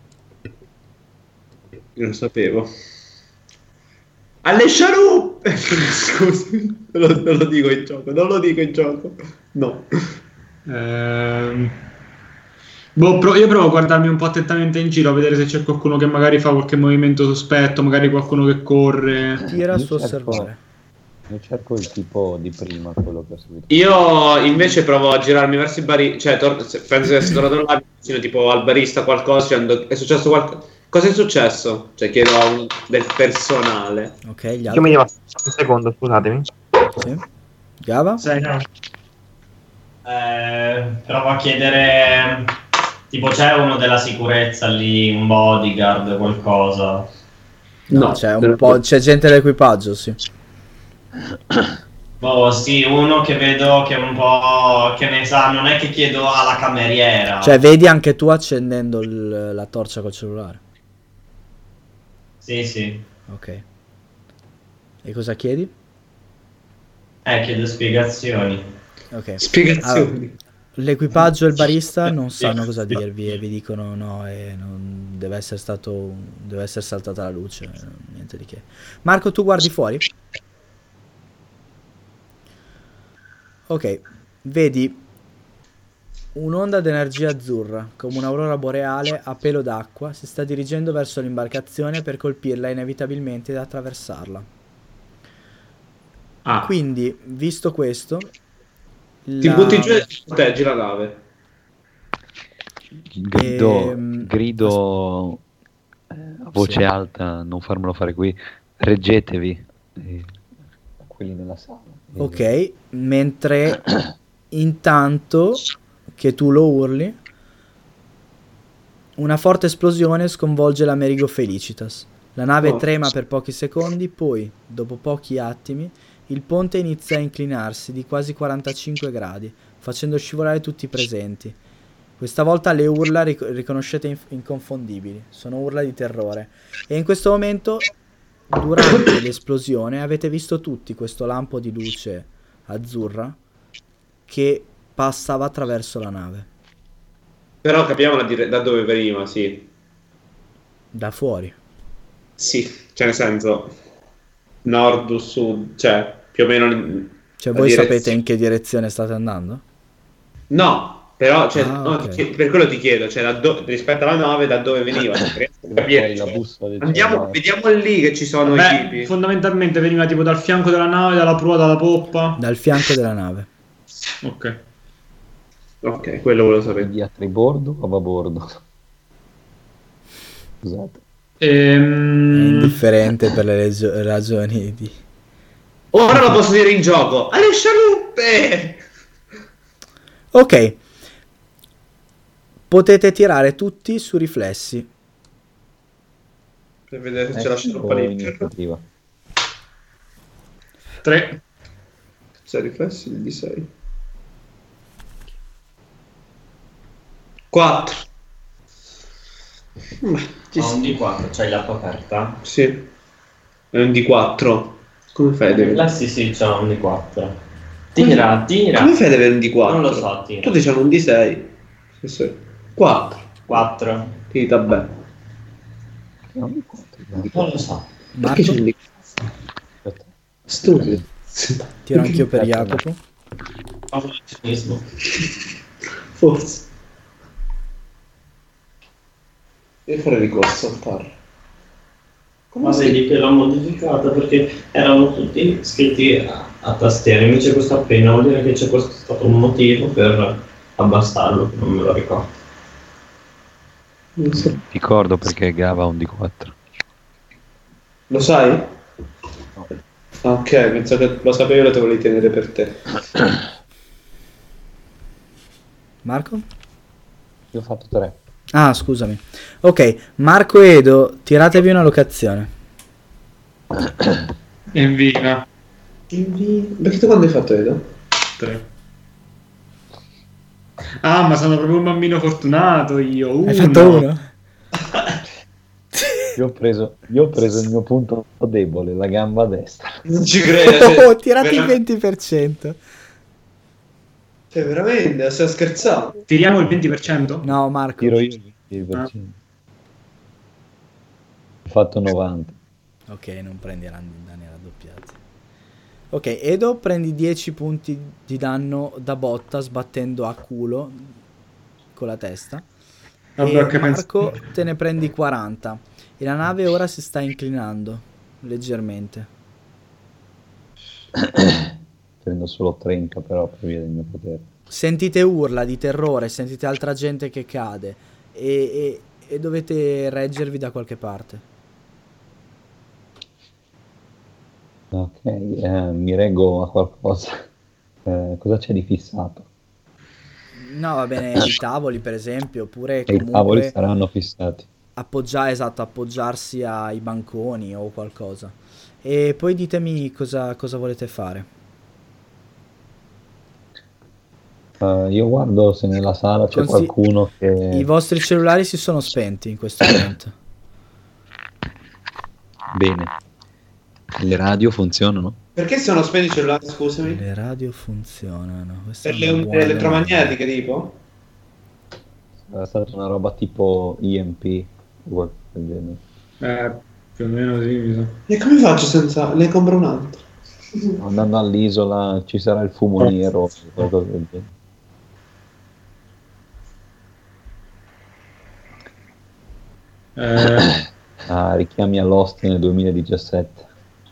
Io lo sapevo. Alle chaloupe! Scusa, non lo, non lo dico in gioco, non lo dico in gioco. No. Ehm, boh, pro- io provo a guardarmi un po' attentamente in giro a vedere se c'è qualcuno che magari fa qualche movimento sospetto, magari qualcuno che corre. Tira Io su cerco- osservare. Io cerco il tipo di prima, quello che ho seguito. Io invece provo a girarmi verso il barista, cioè tor- se- penso di essere tornato là, vicino tipo al barista qualcosa, dicendo, è successo qualcosa? Cosa è successo? Cioè chiedo a un del personale. Ok, gli Io altri. mi devo un secondo, scusatemi. Sì. Gava? Sei, Eh, provo a chiedere, tipo c'è uno della sicurezza lì, un bodyguard, qualcosa. No, c'è un po', c'è gente dell'equipaggio, sì. Boh, sì, uno che vedo che un po' che ne sa, non è che chiedo alla cameriera. Cioè, vedi anche tu accendendo il- la torcia col cellulare. Sì, sì. Ok. E cosa chiedi? Eh, chiedo spiegazioni. Ok. Spiegazioni. Allora, l'equipaggio e il barista non sanno cosa dirvi e vi dicono no, e non deve essere stato, deve essere saltata la luce, niente di che. Marco, tu guardi fuori? Ok, vedi un'onda d'energia azzurra, come un'aurora boreale a pelo d'acqua, si sta dirigendo verso l'imbarcazione per colpirla inevitabilmente ed attraversarla. Ah, Quindi, visto questo, Ti la- butti giù e ti proteggi la nave. Grido, Ehm, grido eh, a voce Sì. alta, non farmelo fare qui, reggetevi. eh, quelli nella sala. Ok, mentre intanto che tu lo urli, una forte esplosione sconvolge l'Amerigo Felicitas. La nave Oh. trema per pochi secondi, poi, dopo pochi attimi, il ponte inizia a inclinarsi di quasi quarantacinque gradi, facendo scivolare tutti i presenti. Questa volta le urla ric- riconoscete inf- inconfondibili, sono urla di terrore. E in questo momento, durante l'esplosione, avete visto tutti questo lampo di luce azzurra che passava attraverso la nave, Però capiamo la dire- da dove veniva, sì. da fuori. Sì, cioè nel senso nord, sud, cioè più o meno Cioè la voi direzione. sapete in che direzione state andando? No, Però, cioè, Ah, no, ok. ti chie- per quello ti chiedo, cioè, da do- rispetto alla nave, da dove veniva? Cioè, riesco a capire, Fuori la cioè, bussola del andiamo, cellulare. vediamo lì che ci sono i Beh, tipi. fondamentalmente veniva tipo dal fianco della nave, dalla prua, dalla poppa. Dal fianco della nave. Ok. Ok, quello volevo sapere. Quindi a tribordo o a babordo? Scusate. È Ehm... indifferente per le legio- ragioni di... Ora lo posso dire in gioco. Alle scialuppe! Ok. Potete tirare tutti su riflessi. Per vedere se Eh, c'è la scialuppa o lì. iniziativa. tre. C'è riflessi il D sei. quattro. Ma ci Ho un sta. D quattro, c'hai l'app aperta? Sì. È un D quattro. Come fai ad avere? Là sì sì, c'ho un D quattro. Tira, tira. Come fai ad avere un D quattro? Non lo so, tira. Tu diciamo un D sei. quattro. quattro. Sì, vabbè. Non mi Non lo so. Perché c'è Marco? un D Aspetta. Stupido. Tiro anch'io per Jacopo. Automatismo. Forse. Devi fare ricorso al T A R. Ma vedi che l'ho modificata perché erano tutti scritti a, a tastiera, invece questa penna vuol dire che c'è questo stato un motivo per abbassarlo, che non me lo ricordo. Non so. Ricordo perché Gava ha un D quattro. Lo sai? Ah, ok, penso che lo sapevo e lo te volevi tenere per te. Marco? Io ho fatto tre. Ah, scusami. Ok, Marco e Edo, tiratevi una locazione. Invina. Perché tu quando hai fatto Edo? tre. Ah, ma sono proprio un bambino fortunato io. Uno. Hai fatto uno? Io ho preso, io ho preso il mio punto debole, la gamba destra. Non ci credo. Cioè, Oh, tirate il vera- venti per cento. Cioè, veramente, stai scherzando? Tiriamo il venti per cento? No, Marco. Tiro io il venti per cento. Ho fatto novanta. Ok, non prendi danni raddoppiati. Ok, Edo prendi dieci punti di danno da botta sbattendo a culo con la testa. Vabbè, E ok, Marco penso- te ne prendi quaranta. E la nave ora si sta inclinando leggermente. Prendo solo trenta però per via del mio potere. Sentite urla di terrore, sentite altra gente che cade e, e- e dovete reggervi da qualche parte. Ok, eh, mi reggo a qualcosa. Eh, cosa c'è di fissato? No, va bene, i tavoli per esempio, oppure E i tavoli comunque saranno fissati. appoggiare, esatto, appoggiarsi ai banconi o qualcosa. E poi ditemi cosa, cosa volete fare. Eh, io guardo se nella sala c'è Consi- qualcuno che... I vostri cellulari si sono spenti in questo momento. Bene. Le radio funzionano? Perché sono spenti i cellulari, scusami? Le radio funzionano. Questa Per è le una onde buona elettromagnetiche, tipo? È stata una roba tipo E M P o qualcosa del genere. Eh, più o meno sì, mi sa. E come faccio senza... Ne compro un altro. Andando all'isola ci sarà il fumo nero o qualcosa del genere. Eh, Ah, richiami a Lost nel duemiladiciassette.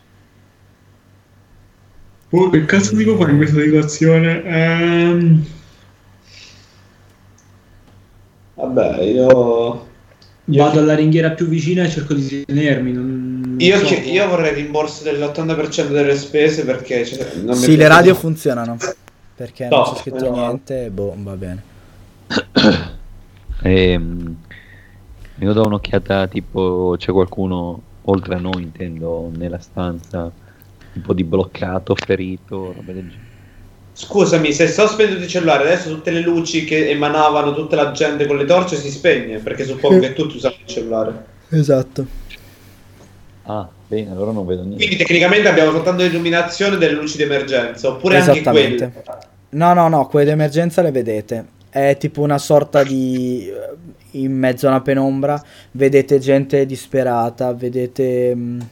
oh, che cazzo devo fare in questa situazione? Ehm, Vabbè, io... vado alla ringhiera più vicina e cerco di tenermi. Non, non Io, so. chi- io vorrei rimborso dell'ottanta per cento delle spese perché... cioè, non mi Sì, le piace- radio funzionano. Perché non Top, c'è scritto meno male. niente, boh, va bene. Ehm, io do un'occhiata, tipo c'è qualcuno oltre a noi, intendo, nella stanza, tipo di bloccato, ferito, roba del genere. Scusami, se sto spendendo il cellulare, adesso tutte le luci che emanavano tutta la gente con le torce si spegne, perché suppongo che tutti usano il cellulare. Esatto. Ah, bene, allora non vedo niente. Quindi tecnicamente abbiamo soltanto l'illuminazione delle luci di emergenza, oppure anche Esattamente. quelle. No, no, no, quelle d'emergenza le vedete. È tipo una sorta di... eh, in mezzo a una penombra, vedete gente disperata, vedete... mh,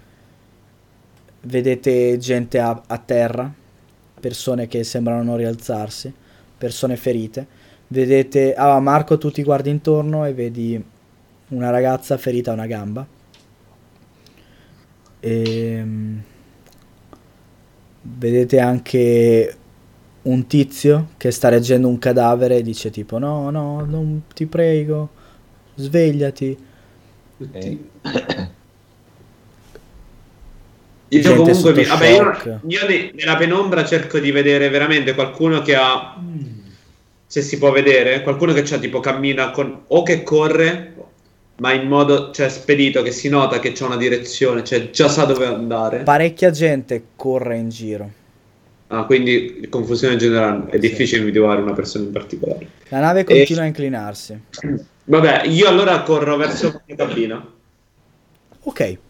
vedete gente a, a terra, persone che sembrano non rialzarsi, persone ferite, Vedete, ah, Marco, tu ti guardi intorno e vedi una ragazza ferita a una gamba. E vedete anche un tizio che sta reggendo un cadavere e dice tipo no, no, non ti prego, svegliati. Ok. Io Gente comunque sotto vi- vabbè, io, shock. io ne- nella penombra cerco di vedere veramente qualcuno che ha, se si può vedere, qualcuno che c'ha tipo cammina con, o che corre, ma in modo, cioè, spedito, che si nota che c'è una direzione, cioè già sa dove andare. Parecchia gente corre in giro. Ah, quindi confusione generale, è Sì. difficile individuare una persona in particolare. La nave continua a inclinarsi. Vabbè, io allora corro verso la cabina. Ok.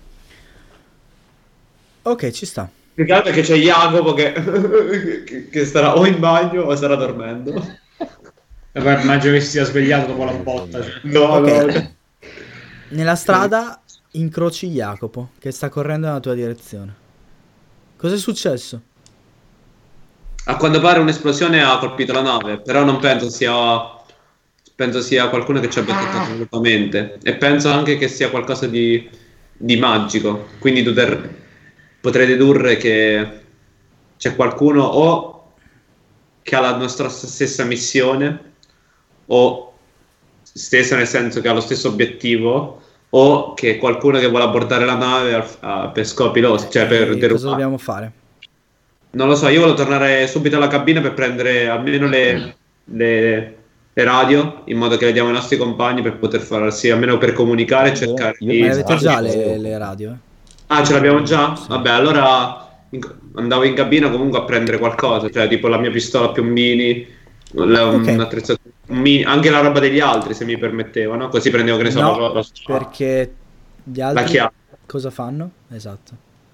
Ok, ci sta. Più che altro che c'è Jacopo che, che, che starà o in bagno o starà dormendo. Vabbè, immagino che si sia svegliato dopo la botta. Cioè. No, Ok. no. Nella strada incroci Jacopo che sta correndo nella tua direzione. Cos'è successo? A quanto pare un'esplosione ha colpito la nave, però non penso sia penso sia qualcuno che ci abbia toccato volutamente e penso anche che sia qualcosa di, di magico, quindi tu ter- potrei dedurre che c'è qualcuno o che ha la nostra stessa missione o stessa nel senso che ha lo stesso obiettivo o che è qualcuno che vuole abbordare la nave al- a- per scopi loro, cioè per E cosa derubare. dobbiamo fare? Non lo so, io volevo tornare subito alla cabina per prendere almeno le, le- le radio, in modo che le diamo ai nostri compagni per poter farsi, almeno per comunicare e cercare Io- di... Ma le avete già Esatto. le, le radio? Eh? Ah, ce l'abbiamo già? Sì. Vabbè, allora in- andavo in cabina comunque a prendere qualcosa, cioè tipo la mia pistola piombini, la- Ok. un'attrezzatura, un mini- anche la roba degli altri se mi permettevano, così prendevo che ne so, No, la, la- perché gli la altri chiave. cosa fanno? Esatto.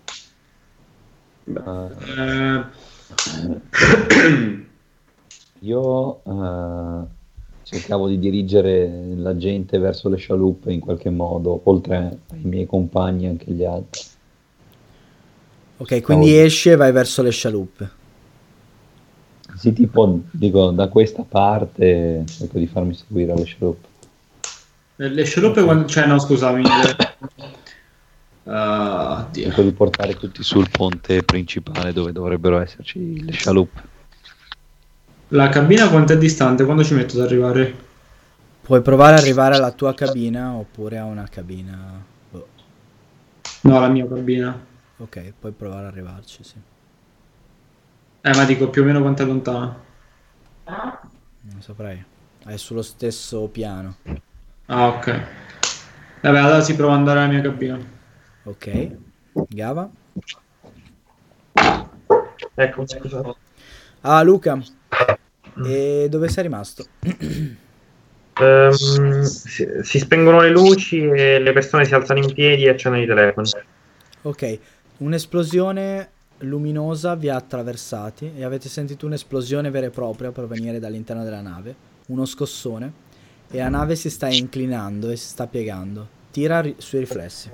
Eh, Io eh, cercavo di dirigere la gente verso le scialuppe in qualche modo, oltre ai miei compagni anche gli altri. Ok, quindi Stavo- esci e vai verso le scialuppe. Sì, tipo, dico, da questa parte cerco di farmi seguire alle scialuppe. le scialuppe quando... Cioè, no, scusami. Uh, Dio. Cerco di portare tutti sul ponte principale dove dovrebbero esserci le scialuppe. La cabina quanto è distante? Quando ci metto ad arrivare? Puoi provare ad arrivare alla tua cabina oppure a una cabina. Boh. No, la mia cabina. Ok, puoi provare ad arrivarci, sì. Eh, ma dico più o meno quanto è lontana. Non saprei. È sullo stesso piano. Ah, ok. Vabbè, allora si prova ad andare alla mia cabina. Ok. Gava? Ecco, scusate. Ah, Luca. E dove sei rimasto? Ehm, si, si spengono le luci e le persone si alzano in piedi e accendono i telefoni. Ok. Un'esplosione luminosa vi ha attraversati e avete sentito un'esplosione vera e propria provenire dall'interno della nave. Uno scossone. E la nave si sta inclinando e si sta piegando. Tira ri- sui riflessi.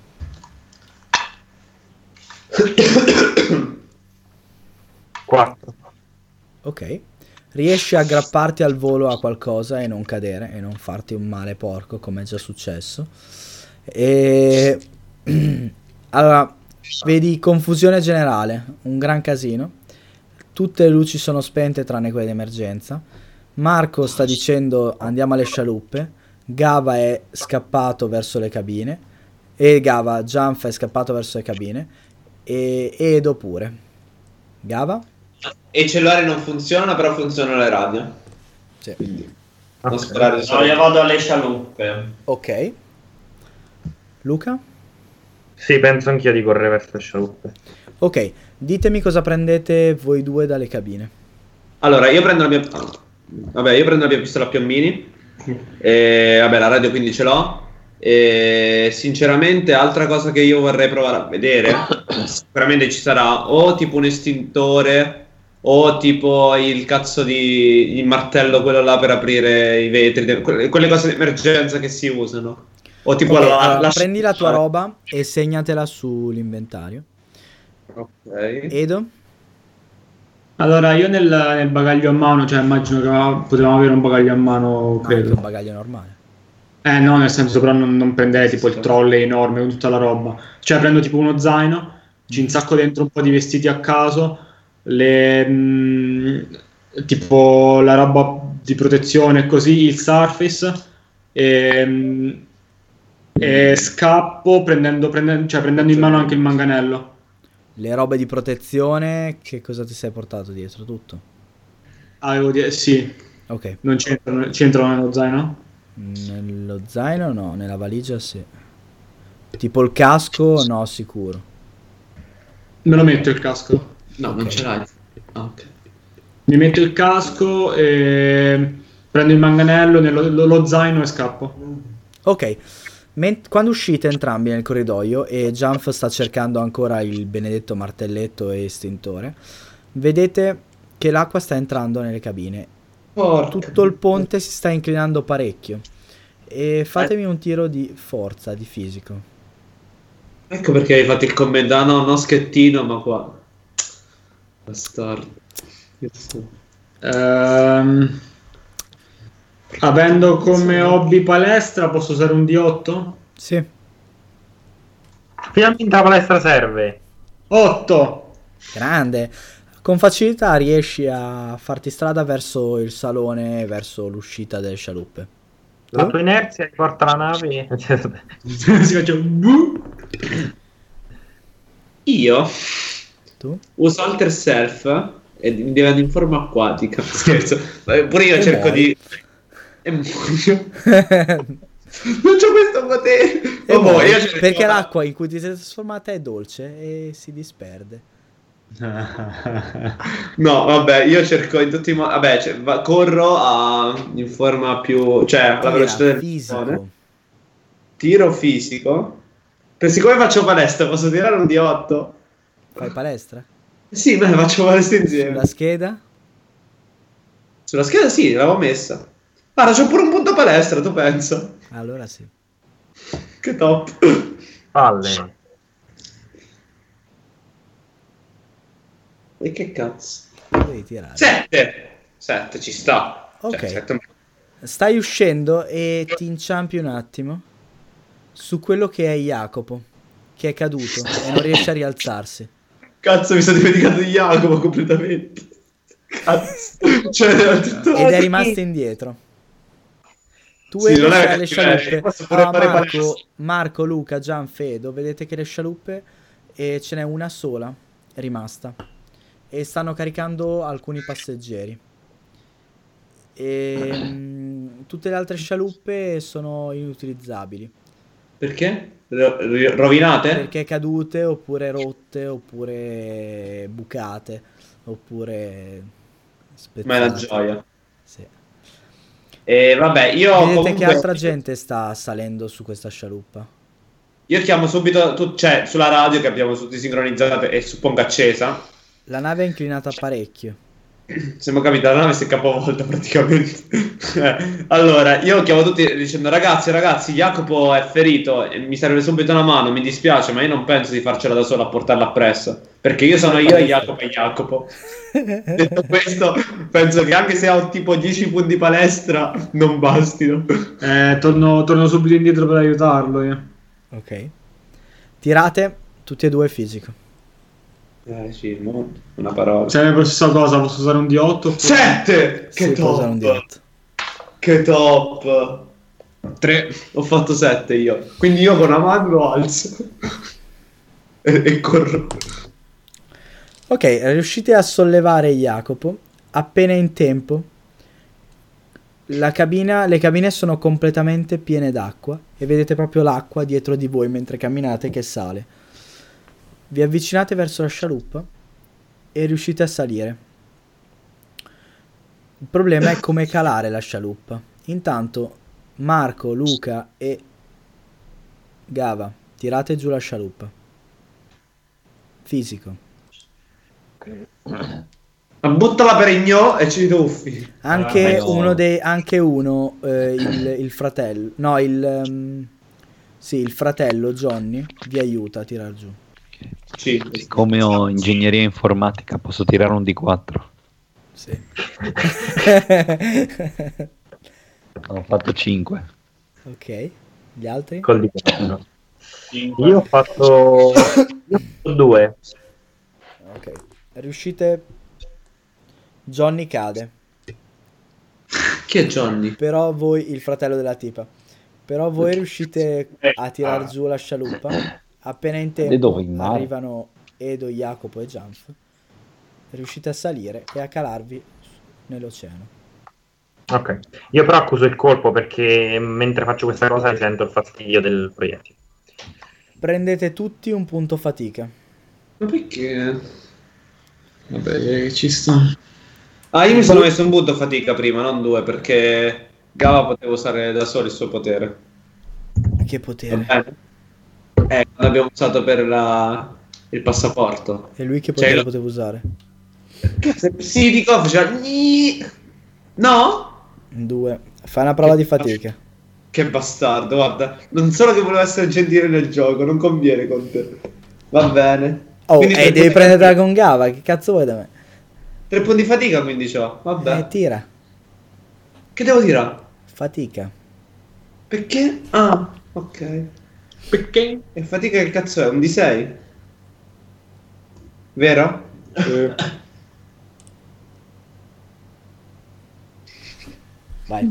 quattro. Ok. Riesci a aggrapparti al volo a qualcosa e non cadere e non farti un male porco come è già successo. E allora vedi confusione generale, un gran casino. Tutte le luci sono spente tranne quelle di emergenza. Marco sta dicendo andiamo alle scialuppe. Gava è scappato verso le cabine. E Gava, Gianfa è scappato verso le cabine. E Edo pure. Gava? E i cellulari non funzionano, però funzionano le radio. Sì. Quindi non sperare di No, io vado alle scialuppe. Ok. Luca? Sì, penso anch'io di correre verso le scialuppe. Ok, ditemi cosa prendete voi due dalle cabine. Allora, io prendo la mia... Vabbè, io prendo la mia pistola a piombini. E, vabbè, la radio quindi ce l'ho. E sinceramente, altra cosa che io vorrei provare a vedere, sicuramente ci sarà o tipo un estintore o tipo il cazzo di il martello, quello là per aprire i vetri, de- quelle, quelle cose di emergenza che si usano. O tipo Ok, la, allora, la- prendi la tua roba e segnatela sull'inventario. Ok. Edo? Allora, io nel, nel bagaglio a mano, cioè immagino che aveva- potevamo avere un bagaglio a mano, Ma anche credo. un bagaglio normale. Eh no, nel senso però non, non prendere tipo il trolley enorme con tutta la roba. Cioè prendo tipo uno zaino, ci insacco dentro un po' di vestiti a caso, le, mh, tipo la roba di protezione e così, il Surface, e, mh, e scappo prendendo, prendendo, cioè, prendendo in mano anche il manganello. Le robe di protezione, che cosa ti sei portato dietro? Tutto? Avevo di- sì, Ok. non c'entrano, c'entrano nello zaino? Nello zaino no, nella valigia sì. Tipo il casco no, sicuro. Me lo metto il casco. No, Ok. non ce l'hai. Ah, ok. Mi metto il casco e prendo il manganello nello lo, lo zaino e scappo. Ok. Men- quando uscite entrambi nel corridoio e Jump sta cercando ancora il benedetto martelletto e estintore, vedete che l'acqua sta entrando nelle cabine. Porca. Tutto il ponte si sta inclinando parecchio. E fatemi un tiro di forza, di fisico. Ecco perché hai fatto il commento. Ah no, non schettino, ma qua. Bastardo. Ehm, avendo come hobby palestra, posso usare un D otto? Sì. Finalmente la palestra serve. otto! Grande. Con facilità riesci a farti strada verso il salone, verso l'uscita delle scialuppe. La tua inerzia ti porta la nave. Si faccia buh. Io Tu? uso Alter Self e mi divento in forma acquatica. Scherzo. Eh, Pure io E cerco muori. di... E muoio. Non c'ho questo potere. E Oh, boh, muori, io cerco- perché l'acqua in cui ti sei trasformata è dolce e si disperde. No, vabbè, io cerco in tutti i modi. Vabbè, cioè, va- corro a... in forma più. Cioè, alla Tira velocità del fisico. sole. Tiro fisico. Per siccome faccio palestra, posso tirare un D otto? Fai palestra? Sì, beh, faccio palestra insieme. Sulla scheda? Sulla scheda sì, l'avevo messa. Guarda, c'ho pure un punto palestra, tu pensa? Allora sì. Che top. Palle. E che cazzo? Devi tirare. Sette. Sette, ci sta. Ok. Cioè, sette- Stai uscendo e ti inciampi un attimo su quello che è Jacopo, che è caduto e non riesce a rialzarsi. Cazzo, mi sono dimenticato di Jacopo completamente. Cazzo. Cioè, era tutto... Ed è rimasto indietro. Tu Sì, e non è le, che- le cioè, scialuppe. posso pure Ah, fare Marco, palestra. Marco, Luca, Gian, Fedo, vedete che le scialuppe e ce n'è una sola rimasta e stanno caricando alcuni passeggeri. E mm, tutte le altre scialuppe sono inutilizzabili Perché? Ro- ro- rovinate? perché cadute oppure rotte oppure bucate oppure Ma è una spezzate. gioia. Sì. E vabbè, io Vedete comunque... che altra gente sta salendo su questa scialuppa. Io chiamo subito, tu, cioè, sulla radio che abbiamo tutti sincronizzate e suppongo accesa. La nave è inclinata parecchio. Siamo capiti, la nave si è capovolta praticamente. Eh, allora, io chiamo tutti dicendo ragazzi, ragazzi, Jacopo è ferito e mi serve subito una mano, mi dispiace, ma io non penso di farcela da solo a portarla appresso, perché io sono io e Jacopo e Jacopo. Detto questo, penso che anche se ho tipo dieci punti palestra, non bastino. Eh, torno, torno subito indietro per aiutarlo io. Ok. Tirate tutti e due fisico. Eh sì, mo- una parola. Sempre per la stessa cosa, posso usare un D otto? Sette! Che Si può usare un D top! otto. Che top! tre. Ho fatto sette io. Quindi io con una mano lo alzo. e, e corro. Ok, riuscite a sollevare Jacopo appena in tempo. La cabina, le cabine sono completamente piene d'acqua e vedete proprio l'acqua dietro di voi mentre camminate che sale. Vi avvicinate verso la scialuppa e riuscite a salire. Il problema è come calare la scialuppa. Intanto Marco, Luca e Gava, tirate giù la scialuppa. Fisico. Ma buttala per igno e ci tuffi. Anche Ah, no. uno dei anche uno eh, il, il fratello no il ehm, sì il fratello Johnny vi aiuta a tirar giù. Ok. cinque. Siccome ho ingegneria informatica, posso tirare un D quattro. Sì. Ho fatto cinque. Ok, gli altri? Col D quattro. Io ho fatto io ho fatto due. Ok, riuscite... Johnny cade, Chi è Johnny? però voi, il fratello della tipa, però voi riuscite a tirar giù la scialuppa, appena in E tempo dove, in mare? arrivano Edo, Jacopo e Janf, riuscite a salire e a calarvi nell'oceano. Ok. Io però accuso il colpo perché mentre faccio questa cosa sento il fastidio del proiettile. Prendete tutti un punto fatica. Ma perché? Vabbè, direi che ci sta. Ah, io mi sono messo un punto fatica prima, non due, perché Gava poteva usare da solo il suo potere. Che Va potere. bene? Eh, quando abbiamo usato per la... il passaporto. E lui che Cioè, potere lo- poteva usare? Sì, dico, faceva... gni- No? Due. Fai una prova di fatica. Che bastardo, guarda. Non solo che volevo essere gentile nel gioco, non conviene con te. Va bene. Oh, Quindi e tre devi punti prenderla fatica- con Gava, che cazzo vuoi da me? Tre punti di fatica, quindi c'ho. Vabbè. Eh, tira. Che devo dire? Fatica. Perché? Ah, ok. Perché? E fatica che cazzo è? Un D sei? Vero? Vai.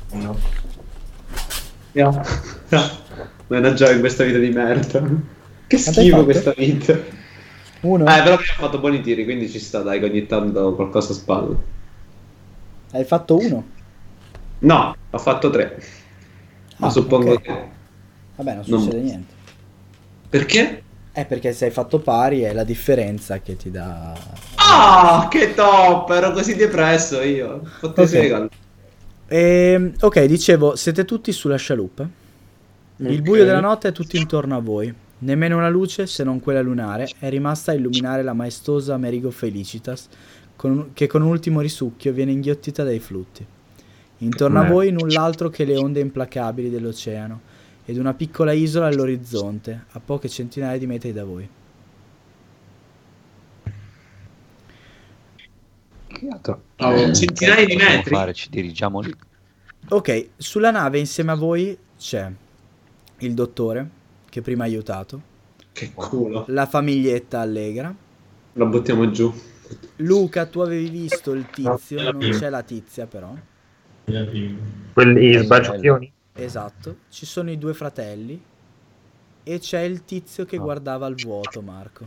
No. Non è gioco in questa vita di merda. Che Quanto hai schifo fatto? questa vita. Eh, Uno. però prima ho fatto buoni tiri, quindi ci sta, dai, che ogni tanto qualcosa spalla. Hai fatto uno. No, ho fatto tre. Ma Ah, suppongo ok. che... Vabbè, non Non- succede niente. Perché? È perché se hai fatto pari è la differenza che ti dà... Ah, che top! Ero così depresso io. Fatti Ok. spiegare. Ehm, ok, dicevo, siete tutti sulla scialuppa. Il buio della notte è tutto intorno a voi. Nemmeno una luce, se non quella lunare, è rimasta a illuminare la maestosa Amerigo Felicitas, con- che con un ultimo risucchio viene inghiottita dai flutti. Intorno a merda. voi null'altro che le onde implacabili dell'oceano ed una piccola isola all'orizzonte, a poche centinaia di metri da voi. Che altro? Oh, centinaia di Cosa possiamo metri? fare? Ci dirigiamo lì. Ok, sulla nave insieme a voi c'è il dottore, che prima ha aiutato, Che culo. la famiglietta allegra. Lo buttiamo giù. Luca, tu avevi visto il tizio, non c'è la tizia però. Quelli sbaglioni? Esatto, ci sono i due fratelli e c'è il tizio che guardava al vuoto, Marco.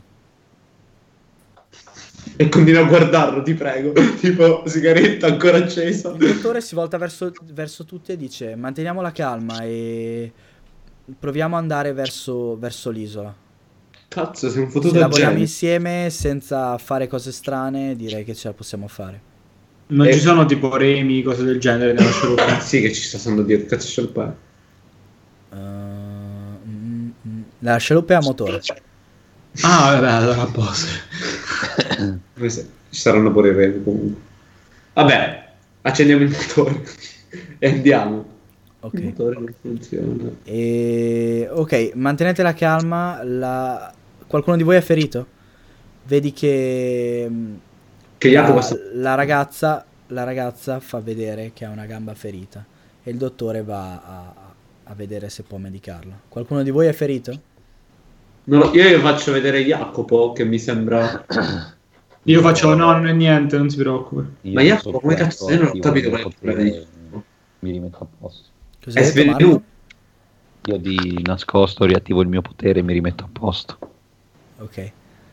E continua a guardarlo, ti prego. Tipo, sigaretta ancora accesa. Il dottore si volta verso, verso tutti e dice: manteniamo la calma e proviamo ad andare verso, verso l'isola. Cazzo, sei un Se fottuto lavoriamo genio. insieme senza fare cose strane, direi che ce la possiamo fare. Non Eh. ci sono tipo remi, cose del genere nella scialuppa. Sì, che ci sta stando dietro. Cazzo, scialuppa. Uh, mm, mm. La scialuppa è a motore. Ah, vabbè, allora a posto. Ci saranno pure i remi comunque. Vabbè, accendiamo il motore e andiamo. Ok. Il motore non funziona. E... ok, mantenete la calma. La... Qualcuno di voi è ferito? Vedi che mm, Che Jacopo la, sta... la ragazza la ragazza fa vedere che ha una gamba ferita e il dottore va a, a vedere se può medicarla. Qualcuno di voi è ferito? Non lo- Io faccio vedere Jacopo che mi sembra... Io faccio no, non è niente, non si preoccupi. Io Ma Jacopo, sotto come cazzo- io non ho attivo capito il mio qual è il problema di potere, mi rimetto a posto. Cosa È hai detto, Marco? svenuto. Io di nascosto riattivo il mio potere e mi rimetto a posto. Ok.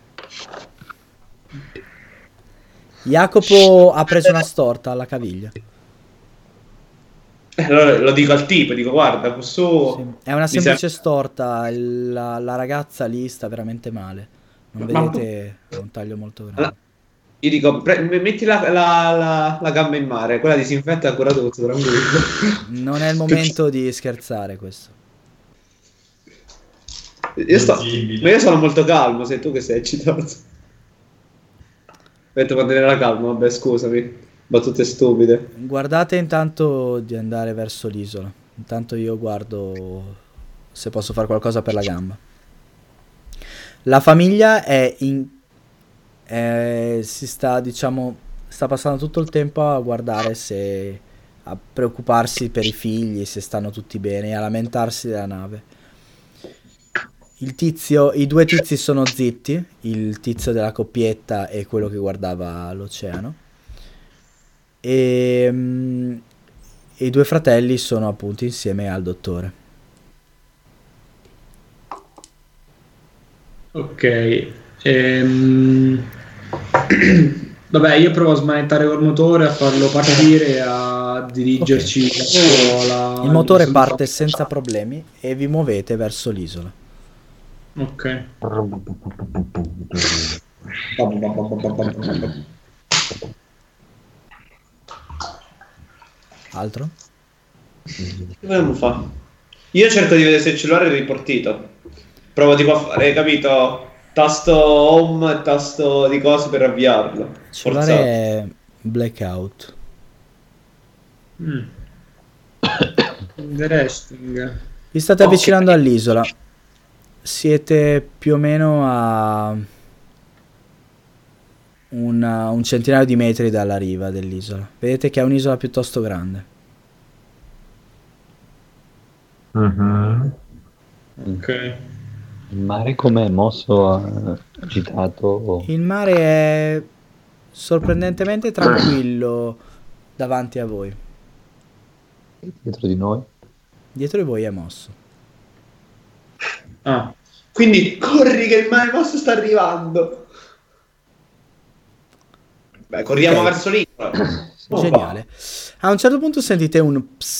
Jacopo ha preso una storta alla caviglia. Eh, Allora lo dico al tipo, dico guarda, posso... Sì, è una Mi semplice serve- storta, il- la, la ragazza lì sta veramente male. Non Ma- vedete, è un taglio molto grande. Allora, io dico, pre- metti la, la, la, la gamba in mare, quella disinfetta ancora tutto, tranquillo. Non è il momento di scherzare questo. Io sto... Ma io sono molto calmo, sei tu che sei eccitato. Ho detto mantenere la calma, vabbè scusami, battute stupide. Guardate intanto di andare verso l'isola. Intanto io guardo se posso fare qualcosa per la gamba. La famiglia è in... eh, si sta, diciamo, sta passando tutto il tempo a guardare se... a preoccuparsi per i figli, se stanno tutti bene, e a lamentarsi della nave. Il tizio, i due tizi sono zitti, il tizio della coppietta e quello che guardava l'oceano. E, mm, e i due fratelli sono appunto insieme al dottore. Ok. Ehm... Vabbè, io provo a smanettare col motore, a farlo partire, a dirigerci Ok. da scuola. Il motore Sono- parte senza problemi e vi muovete verso l'isola. Ok. Altro? Che dobbiamo fare? Io cerco di vedere se il cellulare è riportito. Provo tipo a fare, capito? Tasto home e tasto di cose per avviarlo. Il cellulare Forzato. è blackout. Mm. Interesting. Vi state Ok. avvicinando all'isola. Siete più o meno a un, un centinaio di metri dalla riva dell'isola. Vedete che è un'isola piuttosto grande. Mhm. Ok. Il mare com'è mosso, eh, agitato? Il mare è sorprendentemente tranquillo davanti a voi. Dietro di noi? Dietro di voi è mosso. Ah, Quindi corri che il mare mosso sta arrivando. Beh, corriamo Ok. verso l'isola. Oh, Geniale. A un certo punto sentite un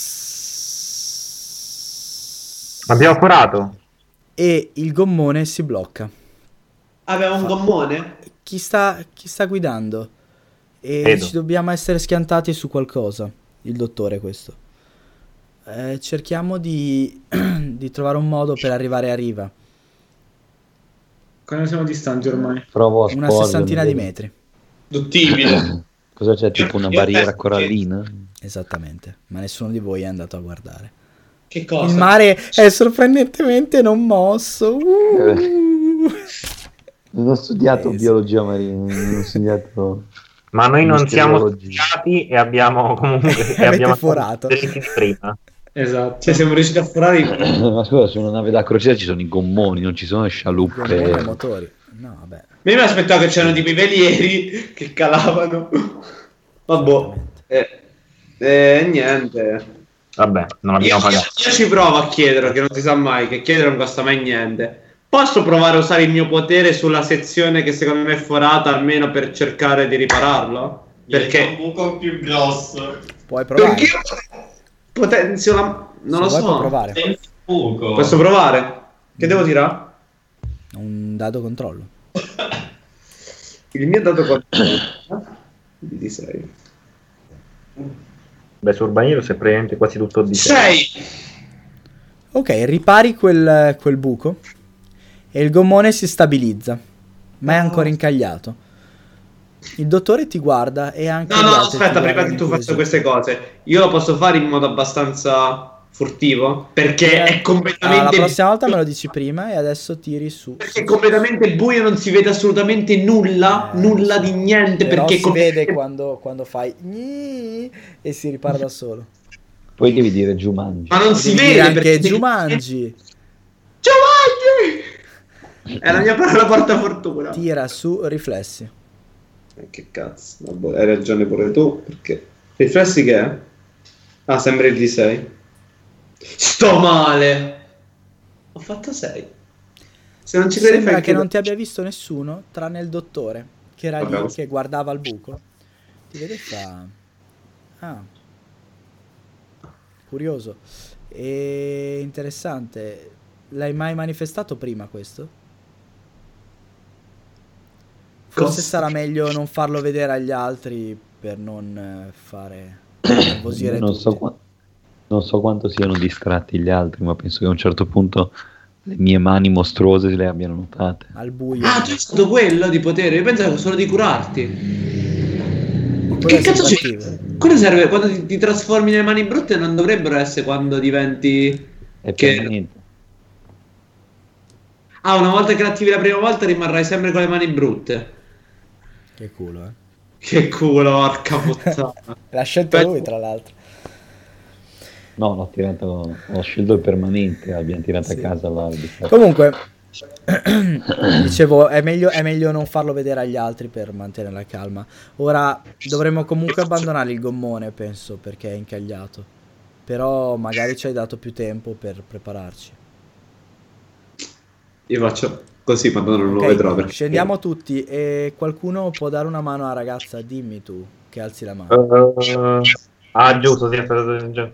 psss Abbiamo forato. e il gommone si blocca. Aveva un gommone? Chi sta, chi sta guidando? E Vedo. ci dobbiamo essere schiantati su qualcosa. Il dottore questo. Eh, cerchiamo di, di trovare un modo per arrivare a riva. quando siamo distanti ormai? Provo a Una sporgermi, sessantina di vedo. metri. Duttibile. Cosa c'è, tipo una Io barriera penso che- corallina? Esattamente. Ma nessuno di voi è andato a guardare. Che cosa? Il mare è sorprendentemente non mosso. Uh. Non ho studiato Eh, sì. biologia marina, non ho studiato... Ma noi non siamo Misteriologia. studiati e abbiamo comunque e Avete abbiamo forato. dritti di prima. Esatto. Cioè, siamo riusciti a forare i... Ma scusa, su una nave da crociera ci sono i gommoni, non ci sono le Gommone e scialuppe. motori. No, vabbè. Mi aspettavo che c'erano tipo i velieri che calavano. Vabbè. Eh, eh, niente. Vabbè, non Io, abbiamo io, pagato. io ci provo a chiedere, che non si sa mai, che chiedere non costa mai niente. Posso provare a usare il mio potere sulla sezione che secondo me è forata, almeno per cercare di ripararlo? Perché... un buco più grosso. Puoi provare. Perché potenzio la... Non lo Se vuoi puoi so. provare. Senza buco. Posso provare? Che devo tirare? Un dado controllo. Il mio dato controllo di sei. Beh, su Urbaniros è praticamente quasi tutto di sé. sei. Ok, ripari quel, quel buco e il gommone si stabilizza, ma è ancora incagliato. Il dottore ti guarda e anche No, gli no, altri aspetta, ti prima guardano che tu incuriositi. faccia queste cose, io lo posso fare in modo abbastanza furtivo? Perché Eh, è ah, completamente... la prossima volta me lo dici prima e adesso tiri su. Perché è completamente buio, non si vede assolutamente nulla, Eh, nulla sì. di niente, Però perché si è completamente- vede quando, quando fai gni e si ripara da solo. Poi devi dire Jumanji. Ma non si Devi vede dire anche perché... Jumanji. Giovanni! È la mia parola portafortuna. Tira su riflessi. Eh, Che cazzo, vabbè, hai ragione pure tu, perché... Riflessi che è? Ah, sembra il D sei. Sto male! Ho fatto sei. Se non ci credi Sembra fai che il non ti abbia visto nessuno tranne il dottore che era Vabbè, lì, lo- che guardava al buco. Ti vede e fa... Ah. Curioso. E interessante. L'hai mai manifestato prima questo? Forse Cosa? sarà meglio non farlo vedere agli altri per non eh, fare nervosire Non tutti. so, qua- non so quanto siano distratti gli altri, ma penso che a un certo punto le mie mani mostruose le abbiano notate. Al buio. Ah, tu hai stato quello di potere? Io pensavo solo di curarti. Quello Che è cazzo ci... sottrattivo. Quello serve quando ti, ti trasformi nelle mani brutte, non dovrebbero essere quando diventi... È Che- permanente. Ah, una volta che l'attivi la prima volta rimarrai sempre con le mani brutte. Che culo, eh. Che culo, porca puttana. L'ha scelto Beh, lui, tra l'altro. No, l'ho tirato, ho scelto il permanente, abbiamo tirato Sì. a casa la Comunque, dicevo, è meglio, è meglio non farlo vedere agli altri per mantenere la calma. Ora dovremmo comunque abbandonare il gommone, penso, perché è incagliato. Però magari ci hai dato più tempo per prepararci. Io faccio così, ma non lo Ok, vedrò. Perché... scendiamo tutti e qualcuno può dare una mano alla ragazza. Dimmi tu, che alzi la mano. Uh, ah, giusto, sì, aspetta, già.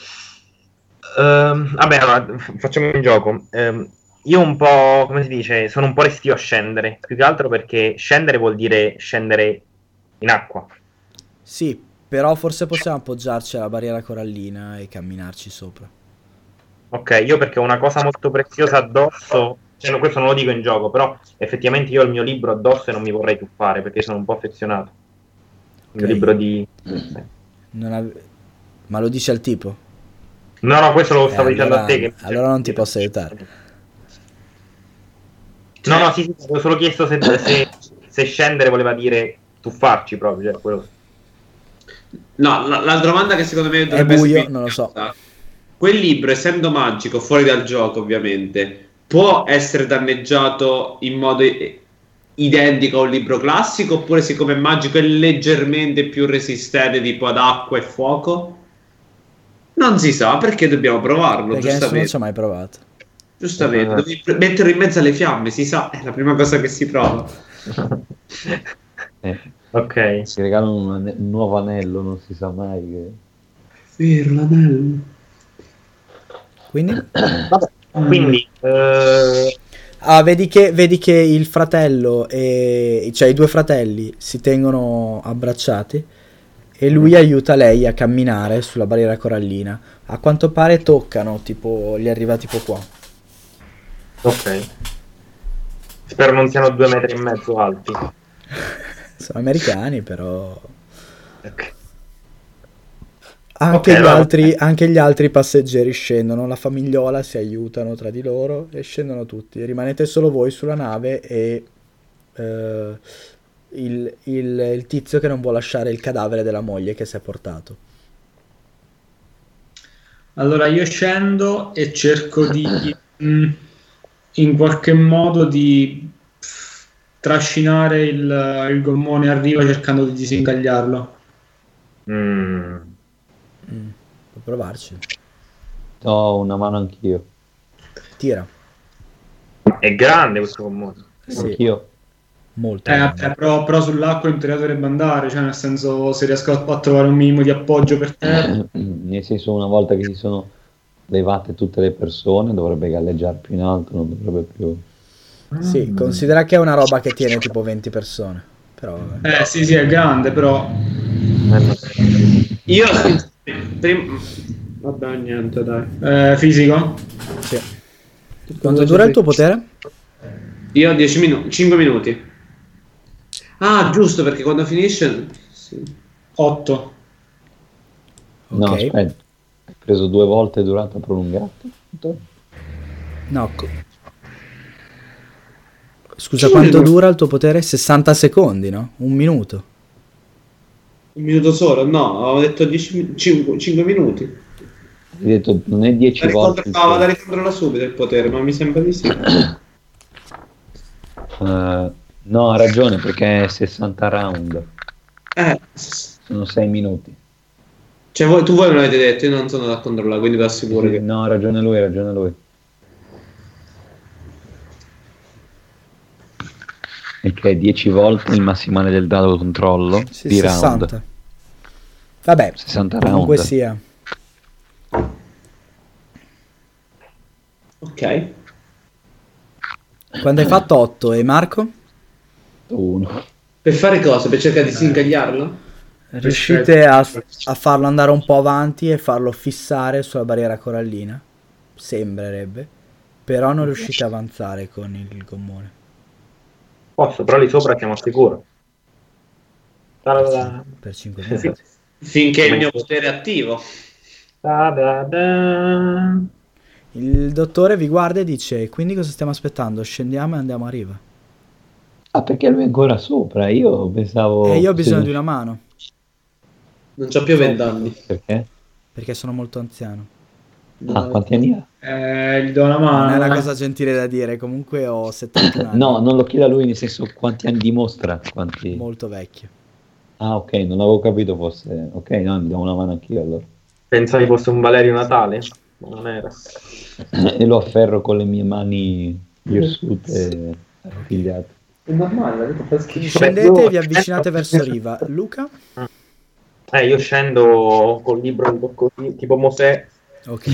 Ehm, vabbè, allora, f- facciamo un gioco. Ehm, io un po', come si dice, sono un po' restio a scendere, più che altro perché scendere vuol dire scendere in acqua. Sì, però forse possiamo appoggiarci alla barriera corallina e camminarci sopra. Ok, io perché ho una cosa molto preziosa addosso, cioè, no, questo non lo dico in gioco, però effettivamente io ho il mio libro addosso e non mi vorrei tuffare perché sono un po' affezionato. Il mio Ok. libro di... Non ave- Ma lo dici al tipo? No, no, questo lo Eh, stavo dicendo allora- a te. Che... allora non ti posso aiutare. No, no, sì, sì, avevo solo chiesto se, se, se scendere voleva dire tuffarci proprio, cioè quello. No, la, la domanda che secondo me È dovrebbe buio, essere... non lo so. Quel libro, essendo magico, fuori dal gioco ovviamente, può essere danneggiato in modo i- identico a un libro classico, oppure siccome è magico è leggermente più resistente tipo ad acqua e fuoco? Non si sa, perché dobbiamo provarlo, Perché nessuno giustamente. ci ha mai provato. Giustamente, Eh. devi pr- metterlo in mezzo alle fiamme, si sa, è la prima cosa che si prova. Eh, Ok. si regalano un, ane- un nuovo anello, non si sa mai che... Vero, l'anello. Quindi? Quindi, eh, Ah, vedi che, vedi che il fratello e cioè i due fratelli si tengono abbracciati e lui aiuta lei a camminare sulla barriera corallina. A quanto pare toccano, tipo, gli arriva tipo qua. ok. Spero non siano due metri e mezzo alti. Sono americani, però Ok. anche, Ok, gli allora- altri, anche gli altri passeggeri scendono, la famigliola si aiutano tra di loro e scendono tutti. Rimanete solo voi sulla nave e eh, il, il- il tizio che non vuole lasciare il cadavere della moglie che si è portato. Allora io scendo e cerco di mh, in qualche modo di pff, trascinare il, il gommone a riva cercando di disincagliarlo. Mm. Mm, puoi provarci. Do una mano anch'io. Tira. È grande questo gommone. Sì, Anch'io. molto. Eh, grande. eh, però, però sull'acqua in teoria dovrebbe andare, cioè nel senso se riesco a, a trovare un minimo di appoggio per terra. Nel senso, una volta che si sono levate tutte le persone, dovrebbe galleggiare più in alto, non dovrebbe più... Sì, considera che è una roba che tiene tipo venti persone. Però vabbè. Eh sì sì è grande però Io prim- vabbè, niente, dai. eh, fisico? Sì. Quanto dura il tuo potere? Io ho dieci minuti, cinque minuti. Ah, giusto, perché quando finisce sì. otto. No, Ok. aspetta. Hai preso due volte durata prolungata? No. co- Scusa, quanto dura il tuo potere? sessanta secondi, no? Un minuto. Un minuto solo? No, avevo detto dieci, cinque minuti. Hai detto non è dieci Da volte il ricontrollare da potere. ricontrollare subito il potere, ma mi sembra di sì. Eh, no, ha ragione, perché è sessanta round. Eh, Sono sei minuti. cioè voi, tu voi me l'avete detto, io non sono da controllare, quindi vi assicuro che... No, ha ragione lui, ha ragione lui. E che è dieci volte il massimale del dado controllo Sì, di sessanta. round. Vabbè, sessanta comunque round. sia. Ok. Quando hai fatto otto e Marco? Uno. Per fare cosa? Per cercare di disincagliarlo? Riuscite a, a farlo andare un po' avanti e farlo fissare sulla barriera corallina? Sembrerebbe. Però non riuscite a avanzare con il gommone. Posso, però lì sopra siamo al sicuro. Ta-da-da. Per cinque minuti. Finché il mio potere è attivo. Ta-da-da. Il dottore vi guarda e dice: quindi cosa stiamo aspettando? Scendiamo e andiamo a riva. Ah, perché lui è ancora sopra? Io pensavo... E io ho bisogno se- di una mano, Non c'ha più vent'anni. Perché? perché sono molto anziano. Ah, quanti anni ha? Eh, gli do una Non mano. è una eh. cosa gentile da dire, comunque ho settantuno anni. No, non lo chiede a lui, nel senso quanti anni dimostra. Quanti... Molto vecchio. Ah, ok, non avevo capito fosse... Ok, no, mi do una mano anch'io allora. Pensavi fosse un Valerio Natale? Ma non era. E lo afferro con le mie mani irsute e artigliate. È normale, la fa schifo. Scendete e vi avvicinate verso riva. Luca? Eh, io scendo col libro un po' così, tipo Mosè. Ok.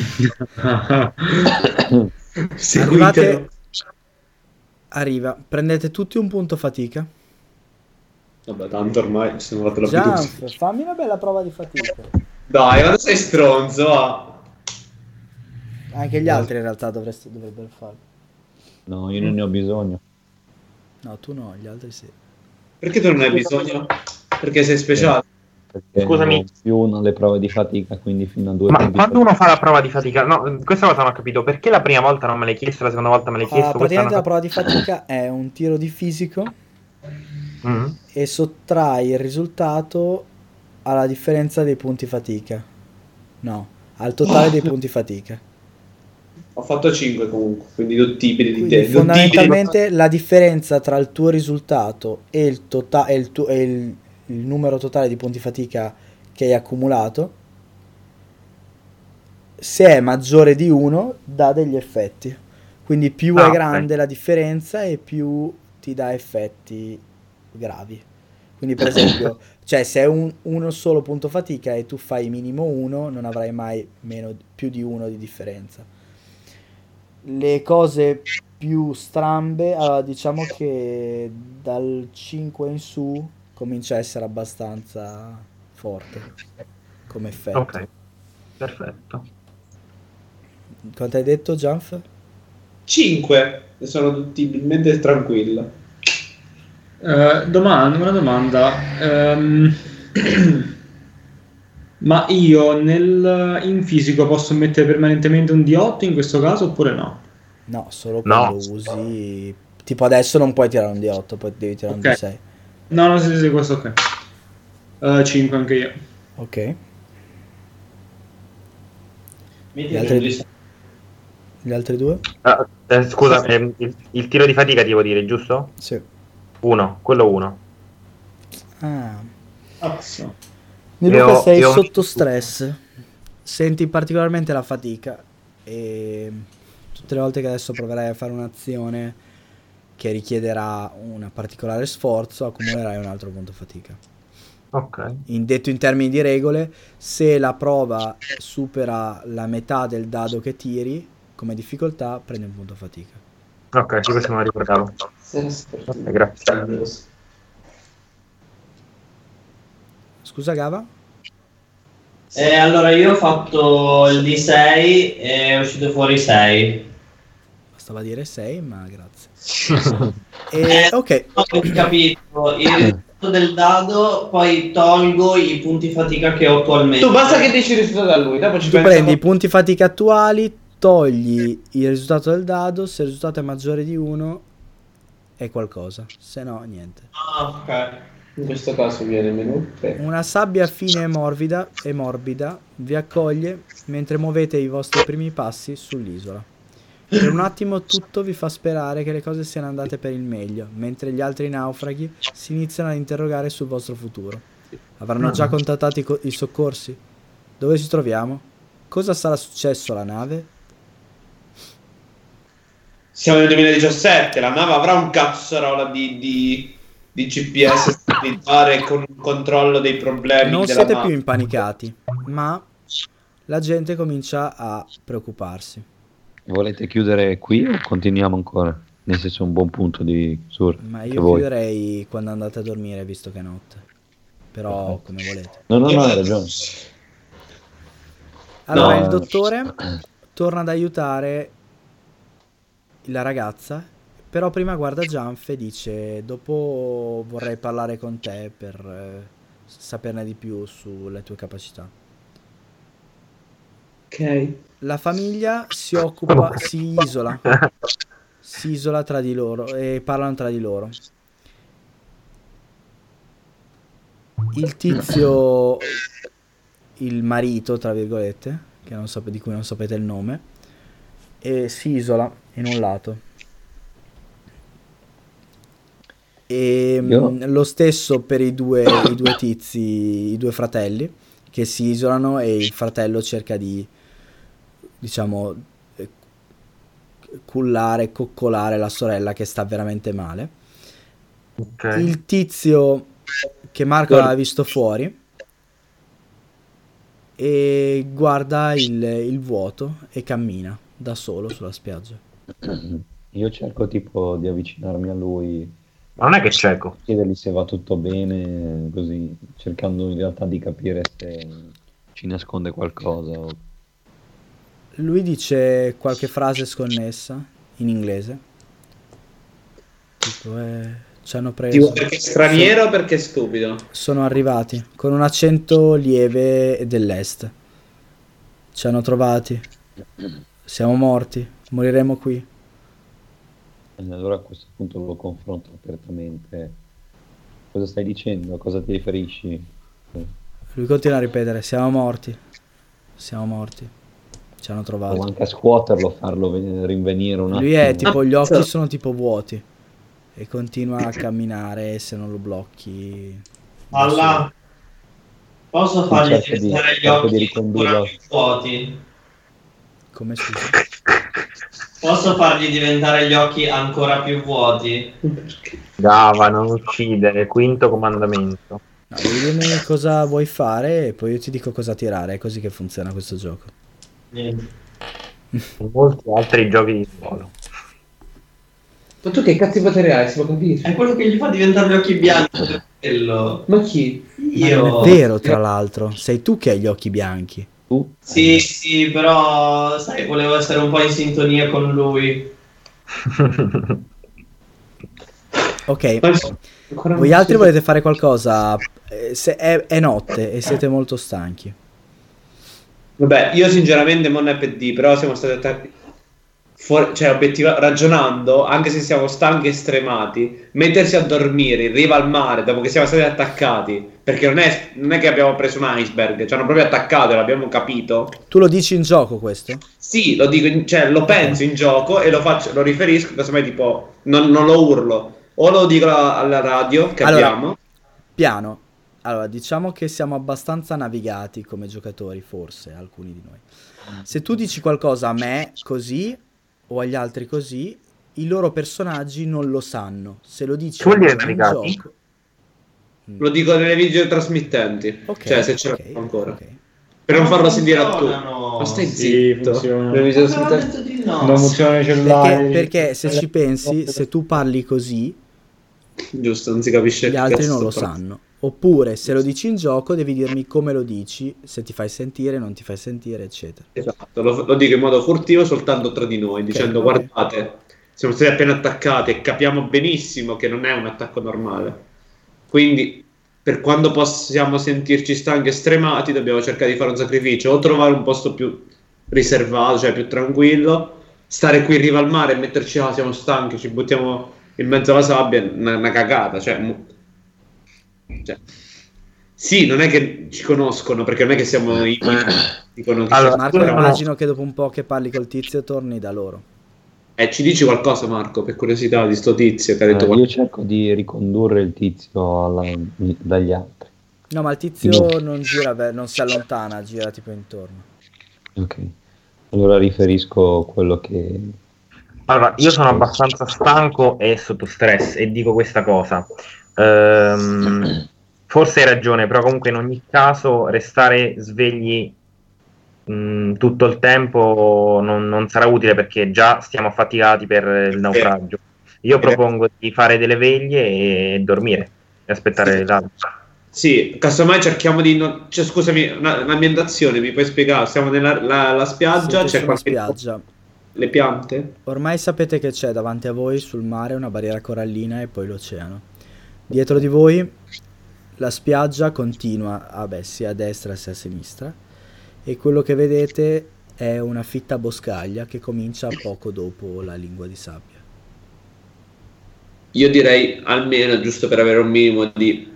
Seguitelo. Arrivate a riva. Prendete tutti un punto fatica. Vabbè, tanto ormai ci siamo fatti la fiducia. Jump, fammi una bella prova di fatica. Dai, quando sei stronzo, va. Anche gli altri in realtà dovresti, dovrebbero farlo. No, io non ne ho bisogno. No, tu no, gli altri sì. Perché tu non hai bisogno? Perché sei speciale. Perché Scusami. non ho più uno alle prove di fatica, quindi fino a due Ma punti quando fatica. uno fa la prova di fatica, no, questa cosa non ho capito, perché la prima volta non me l'hai chiesto, la seconda volta me l'hai Ah, chiesto? Questa è praticamente una la prova di fatica è un tiro di fisico cosa- Mm. e sottrai il risultato alla differenza dei punti fatica. No, al totale dei punti fatica. Ho fatto cinque comunque, quindi due tipi di Quindi te. Due tipi di... fondamentalmente la differenza tra il tuo risultato e il, tota- e il, tu- e il- il numero totale di punti fatica che hai accumulato, se è maggiore di uno, dà degli effetti. Quindi più Ah, è ok. grande la differenza e più ti dà effetti gravi. Quindi per esempio, cioè se è un, uno solo punto fatica e tu fai minimo uno, non avrai mai meno, più di uno di differenza. Le cose più strambe, allora diciamo che dal cinque in su comincia a essere abbastanza forte come effetto. Ok, perfetto. Quanto hai detto, Gianf? cinque. E sono duttibilmente tranquilla. Eh, domanda, una domanda. Ehm, ma io nel, in fisico posso mettere permanentemente un D otto in questo caso oppure no? No, solo No. quando usi... Tipo adesso non puoi tirare un D otto, poi devi tirare Ok. un D sei. No, no, sì, sì, questo ok. Eh, cinque anche io. Ok. Metti Gli che altri- lui sa- Gli altri due? Ah, eh, scusa, ehm, il, il tiro di fatica ti devo dire, giusto? Sì. Uno, quello uno. Ah. Cazzo. Di E Luca ho- sei e ho- sotto stress. Senti particolarmente la fatica e tutte le volte che adesso proverai a fare un'azione che richiederà un particolare sforzo, accumulerai un altro punto fatica. Ok. In detto in termini di regole, se la prova supera la metà del dado che tiri come difficoltà, prendi un punto fatica. Ok, sì, questo me lo ricordavo. Ok, grazie. Scusa Gava? Eh, allora io ho fatto il D sei e è uscito fuori sei. Bastava dire sei, ma grazie. E, ok, Ho capito, il risultato del dado, poi tolgo i punti fatica che ho attualmente. Tu basta che dici il risultato da lui, dopo ci tu pensa prendi i con- punti fatica attuali, togli il risultato del dado, se il risultato è maggiore di uno è qualcosa, se no niente. Ah, ok. In questo caso viene meno tre. Una sabbia fine e morbida, e morbida vi accoglie mentre muovete i vostri primi passi sull'isola. Per un attimo tutto vi fa sperare che le cose siano andate per il meglio, mentre gli altri naufraghi si iniziano ad interrogare sul vostro futuro. Avranno già contattato i, co- i soccorsi? Dove ci troviamo? Cosa sarà successo alla nave? Siamo nel duemiladiciassette, la nave avrà un cazzarola di, di, di G P S stabilizzare con un controllo dei problemi Non della siete nave. più impanicati, ma la gente comincia a preoccuparsi. Volete chiudere qui o continuiamo ancora? Nel senso è un buon punto di chiusura. Ma che io voi. chiuderei quando andate a dormire, visto che è notte. Però come volete. No, no, no, hai ragione. Allora No. il dottore torna ad aiutare la ragazza, però prima guarda Gianf e dice: dopo vorrei parlare con te per eh, saperne di più sulle tue capacità. Ok. La famiglia si occupa, si isola, si isola tra di loro e parlano tra di loro. Il tizio, il marito, tra virgolette, che non sape- di cui non sapete il nome, e si isola in un lato. E Io- mh, lo stesso per i due, i due tizi, i due fratelli, che si isolano e il fratello cerca di, diciamo, eh, cullare, coccolare la sorella che sta veramente male. Ok. Il tizio che Marco Guarda. aveva visto fuori e guarda il, il vuoto e cammina da solo sulla spiaggia. Io cerco tipo di avvicinarmi a lui, Ma non è che è cieco. chiedergli se va tutto bene, così, cercando in realtà di capire se Ci nasconde qualcosa. o- Lui dice qualche frase sconnessa in inglese. Tipo, eh, ci hanno preso. Tipo perché è straniero o perché è stupido? Sono arrivati con un accento lieve dell'est. Ci hanno trovati. Siamo morti. Moriremo qui. E allora a questo punto lo confronto apertamente. Cosa stai dicendo? A cosa ti riferisci? Lui continua a ripetere: siamo morti. Siamo morti. Ci hanno Provo trovati. anche a scuoterlo, farlo ven- rinvenire un attimo. Lui è tipo, gli occhi Ammazza. sono tipo vuoti. E continua a camminare se non lo blocchi. da Alla, posso Sì, fargli cerco di- diventare gli cerco di occhi ricondurlo. ancora più vuoti? solo. Come scusa? Posso fargli diventare gli occhi ancora più vuoti? Gava, non uccidere, quinto comandamento. No, devi dirmi cosa vuoi fare e poi io ti dico cosa tirare. È così che funziona questo gioco. Niente. E molti altri giochi di ruolo. Ma tu che cazzo di potere hai? Si può capire? È quello che gli fa diventare gli occhi bianchi per quello. Ma chi? Ma Io. non è vero, tra l'altro. Sei tu che hai gli occhi bianchi. Tu? Sì, sì, però sai, volevo essere un po' in sintonia con lui. Ok. Ma- ancora Voi non altri so- volete fare qualcosa? Eh, se è, è notte e siete molto stanchi. Vabbè, io sinceramente non è per D, però siamo stati attaccati. Fuori, cioè, obiettiva, ragionando, anche se siamo stanchi e stremati, mettersi a dormire in riva al mare dopo che siamo stati attaccati, perché non è, non è che abbiamo preso un iceberg, ci hanno proprio attaccato e l'abbiamo capito. Tu lo dici in gioco questo? Sì, lo dico, in- cioè, lo penso in gioco e lo faccio, lo riferisco, casomai tipo, non, non lo urlo, o lo dico alla, alla radio che Allora, abbiamo. Piano. Allora, diciamo che siamo abbastanza navigati come giocatori, forse, alcuni di noi. Se tu dici qualcosa a me così o agli altri così, i loro personaggi non lo sanno. Se lo dici Che vuol dire in navigati? gioco... Lo dico nelle videotrasmittenti, Ok, cioè se ce ok, l'abbiamo ancora. ok. Per non farlo sentire a tu. Funzionano. Ma stai Sì, zitto. funziona. Le Ma videotrasmittenti- detto di no. Non funzionano i cellulari. Perché, perché se ci pensi, se tu parli così, Giusto, non si capisce gli che altri cazzo non lo sto parlando. sanno. Oppure, se lo dici in gioco, devi dirmi come lo dici, se ti fai sentire, non ti fai sentire, eccetera. Esatto, lo, lo dico in modo furtivo soltanto tra di noi, dicendo ok. guardate, siamo stati appena attaccati e capiamo benissimo che non è un attacco normale. Quindi, per quando possiamo sentirci stanchi e stremati, dobbiamo cercare di fare un sacrificio o trovare un posto più riservato, cioè più tranquillo, stare qui in riva al mare e metterci, ah, siamo stanchi, ci buttiamo in mezzo alla sabbia, è una, una cagata, cioè, mu- cioè, sì, non è che ci conoscono, perché non è che siamo i dicono che Allora, c'è- Marco, però- immagino che dopo un po' che parli col tizio torni da loro. Eh, ci dici qualcosa, Marco, per curiosità di sto tizio che ha detto Eh, io qualcosa? cerco di ricondurre il tizio alla- dagli altri. No, ma il tizio non gira, ver- non si allontana, gira tipo intorno. Ok. Allora riferisco quello che... Allora, io sono abbastanza stanco e sotto stress e dico questa cosa. Ehm, forse hai ragione, però comunque in ogni caso restare svegli mh, tutto il tempo non, non sarà utile perché già stiamo affaticati per il naufragio. Io propongo di fare delle veglie e dormire e aspettare l'altro. Sì, casomai cerchiamo di... non- cioè, scusami, una- un'ambientazione, mi puoi spiegare? Siamo nella la, la spiaggia, Siete c'è sulla qualche... spiaggia. Le piante? Ormai sapete che c'è davanti a voi sul mare una barriera corallina e poi l'oceano. Dietro di voi la spiaggia continua, ah beh, sia a destra sia a sinistra, e quello che vedete è una fitta boscaglia che comincia poco dopo la lingua di sabbia. Io direi almeno, giusto per avere un minimo di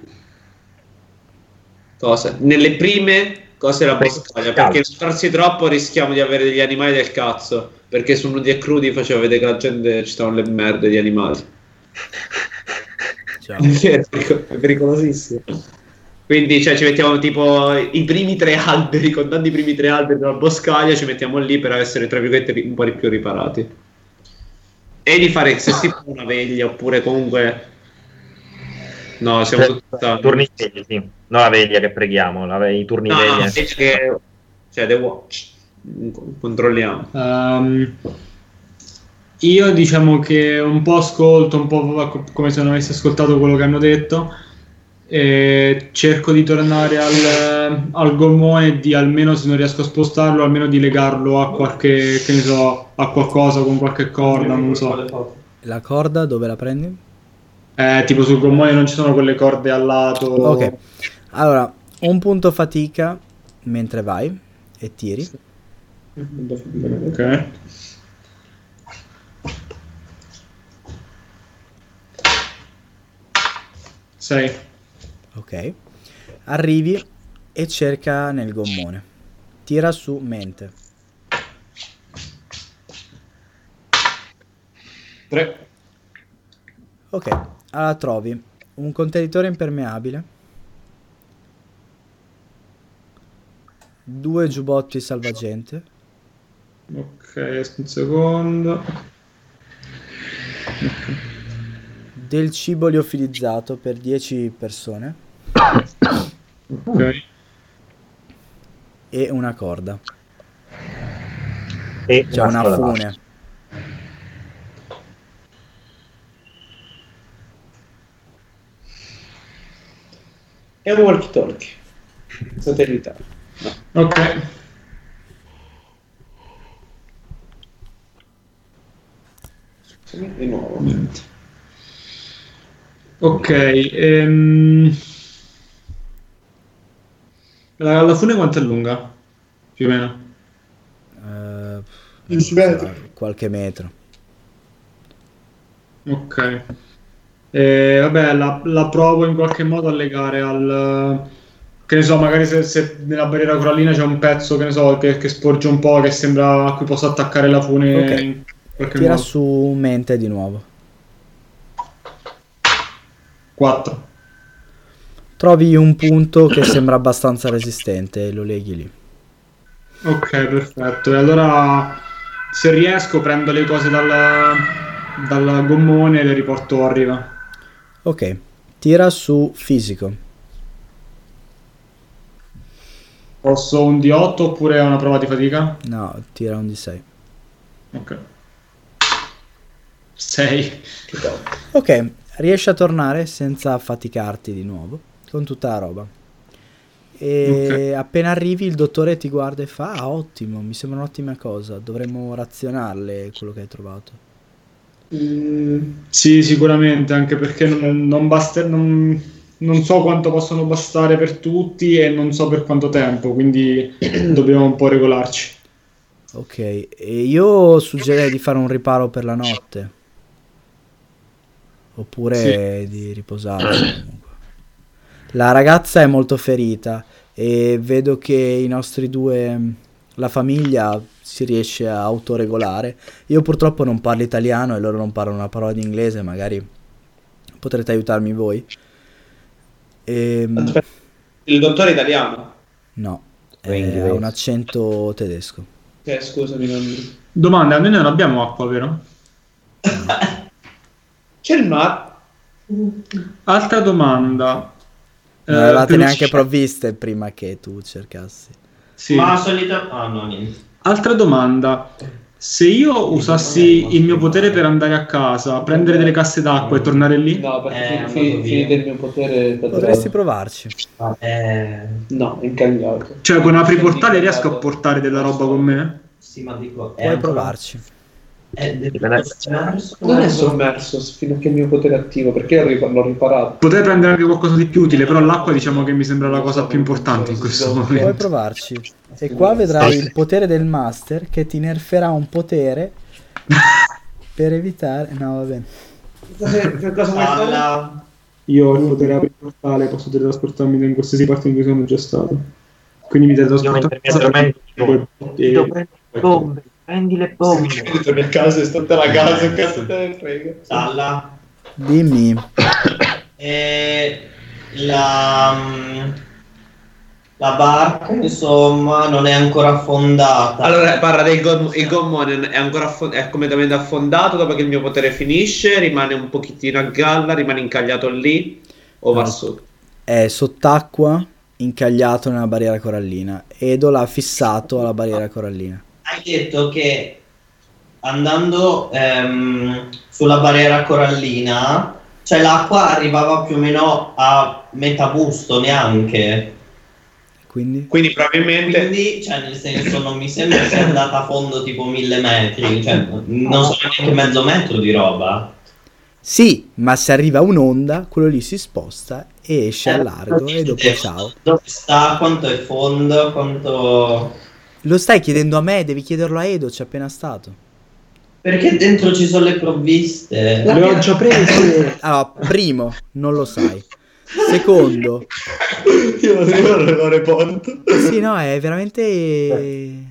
cose, nelle prime cose la boscaglia, perché se farsi troppo rischiamo di avere degli animali del cazzo, perché su Nudi e Crudi faceva vedere che la gente ci stavano le merde di animali. Ciao. È pericolosissimo. Quindi cioè, ci mettiamo tipo i primi tre alberi, contando i primi tre alberi della boscaglia, ci mettiamo lì per essere tra virgolette un po' di più riparati. E di fare se si fa una veglia oppure comunque no, siamo tutti turni veglia, sì. No, la veglia che preghiamo, la, i turni no, veglia. no, che, cioè The Watch. Controlliamo. Um, io diciamo che un po' ascolto, un po' come se non avessi ascoltato quello che hanno detto, e cerco di tornare al, al gommone e di almeno, se non riesco a spostarlo, almeno di legarlo a qualche, che ne so, a qualcosa con qualche corda, non so. La corda dove la prendi? Eh, tipo sul gommone non ci sono quelle corde al lato. Ok, allora un punto fatica mentre vai e tiri. Ok. sei. Ok, arrivi e cerca nel gommone. Tira su mente. tre. Ok, allora trovi un contenitore impermeabile, due giubbotti salvagente, Ok, un secondo. del cibo liofilizzato per dieci persone Ok. e una corda. E C'è una sola fune. base. È un walkie talkie satellitare. No. Ok. Di nuovo. Ok. Ehm... La, la fune quanto è lunga? Più o meno. Eh, dieci metri. qualche metro. Ok. Eh, vabbè, la, la provo in qualche modo a legare al... Che ne so, magari se, se nella barriera corallina c'è un pezzo, che ne so, che, che sporge un po', che sembra a cui posso attaccare la fune Ok. in qualche Tira modo. su mente di nuovo. quattro. Trovi un punto che sembra abbastanza resistente e lo leghi lì. Ok, perfetto. E allora, se riesco, prendo le cose dal, dal gommone e le riporto a riva. Ok, tira su fisico. Posso un D otto oppure è una prova di fatica? No, tira un D sei. Ok. sei. Ok, riesci a tornare senza affaticarti di nuovo con tutta la roba. E Ok. appena arrivi il dottore ti guarda e fa: ah, ottimo, mi sembra un'ottima cosa, dovremmo razionarle quello che hai trovato. Mm, sì, sicuramente, anche perché non, non basta, non, non so quanto possono bastare per tutti e non so per quanto tempo, quindi dobbiamo un po' regolarci. Ok, e io suggerirei di fare un riparo per la notte. Oppure di riposarsi comunque. La ragazza è molto ferita e vedo che i nostri due, la famiglia si riesce a autoregolare. Io purtroppo non parlo italiano e loro non parlano una parola di inglese, magari potrete aiutarmi voi. E, Aspetta, il dottore è italiano? no, È è- inglese. ha un accento tedesco. Eh, scusami, non... Domanda, noi non abbiamo acqua, vero? C'è il mare. Altra domanda. Non Eh, avevate per- neanche provviste prima che tu cercassi. Sì. Ma solita... Ah, no, niente. Altra domanda. Se io usassi il mio potere per andare a casa, prendere delle casse d'acqua e tornare lì? No, perché Eh, fi- andato fi- via. finito il mio potere... Potresti provarci. Eh, No, incagliato. Cioè, con apri portale riesco a portare della roba con me? sì, ma dico... è Puoi ancora- provarci. Eh, deve Deve essere Non è sommerso fino a che il mio potere è attivo, perché io rip- l'ho riparato. Potrei prendere anche qualcosa di più utile, però l'acqua diciamo che mi sembra la cosa più importante in questo Puoi momento. provarci. E qua vedrai il potere del master che ti nerferà un potere per evitare... No, va bene. Che cosa vuoi fare? Alla... Io ho il potere apri il portale, posso teletrasportarmi in qualsiasi parte in cui sono già stato. Quindi mi Io teletrasporto mentre mi addormento dico, e... "Guido, prendi le bombe, prendi le bombe. Torni a casa, è stata la casa, che cazzo te ne frega. Salla. Dimmi. E la, mm, la barca, insomma, non è ancora affondata. Allora, parla del gom- il gommone è ancora affo- è completamente affondato dopo che il mio potere finisce, rimane un pochettino a galla, rimane incagliato lì o va No. su? È sott'acqua, incagliato nella barriera corallina. Edo l'ha fissato alla barriera corallina. Hai detto che andando ehm, sulla barriera corallina, cioè l'acqua arrivava più o meno a metà busto, neanche. Quindi? Quindi probabilmente Quindi, cioè, nel senso, non mi sembra sia andata a fondo tipo mille metri, cioè, non so neanche mezzo metro di roba. Sì, ma se arriva un'onda, quello lì si sposta e esce al largo e dopo ciao. Dove sta? Quanto è fondo? Quanto... Lo stai chiedendo a me, devi chiederlo a Edo, c'è appena stato. Perché dentro ci sono le provviste. Le ho già prese. Allora, primo, non lo sai. Secondo, io non ricordo l'ore ponto. sì, no, è veramente...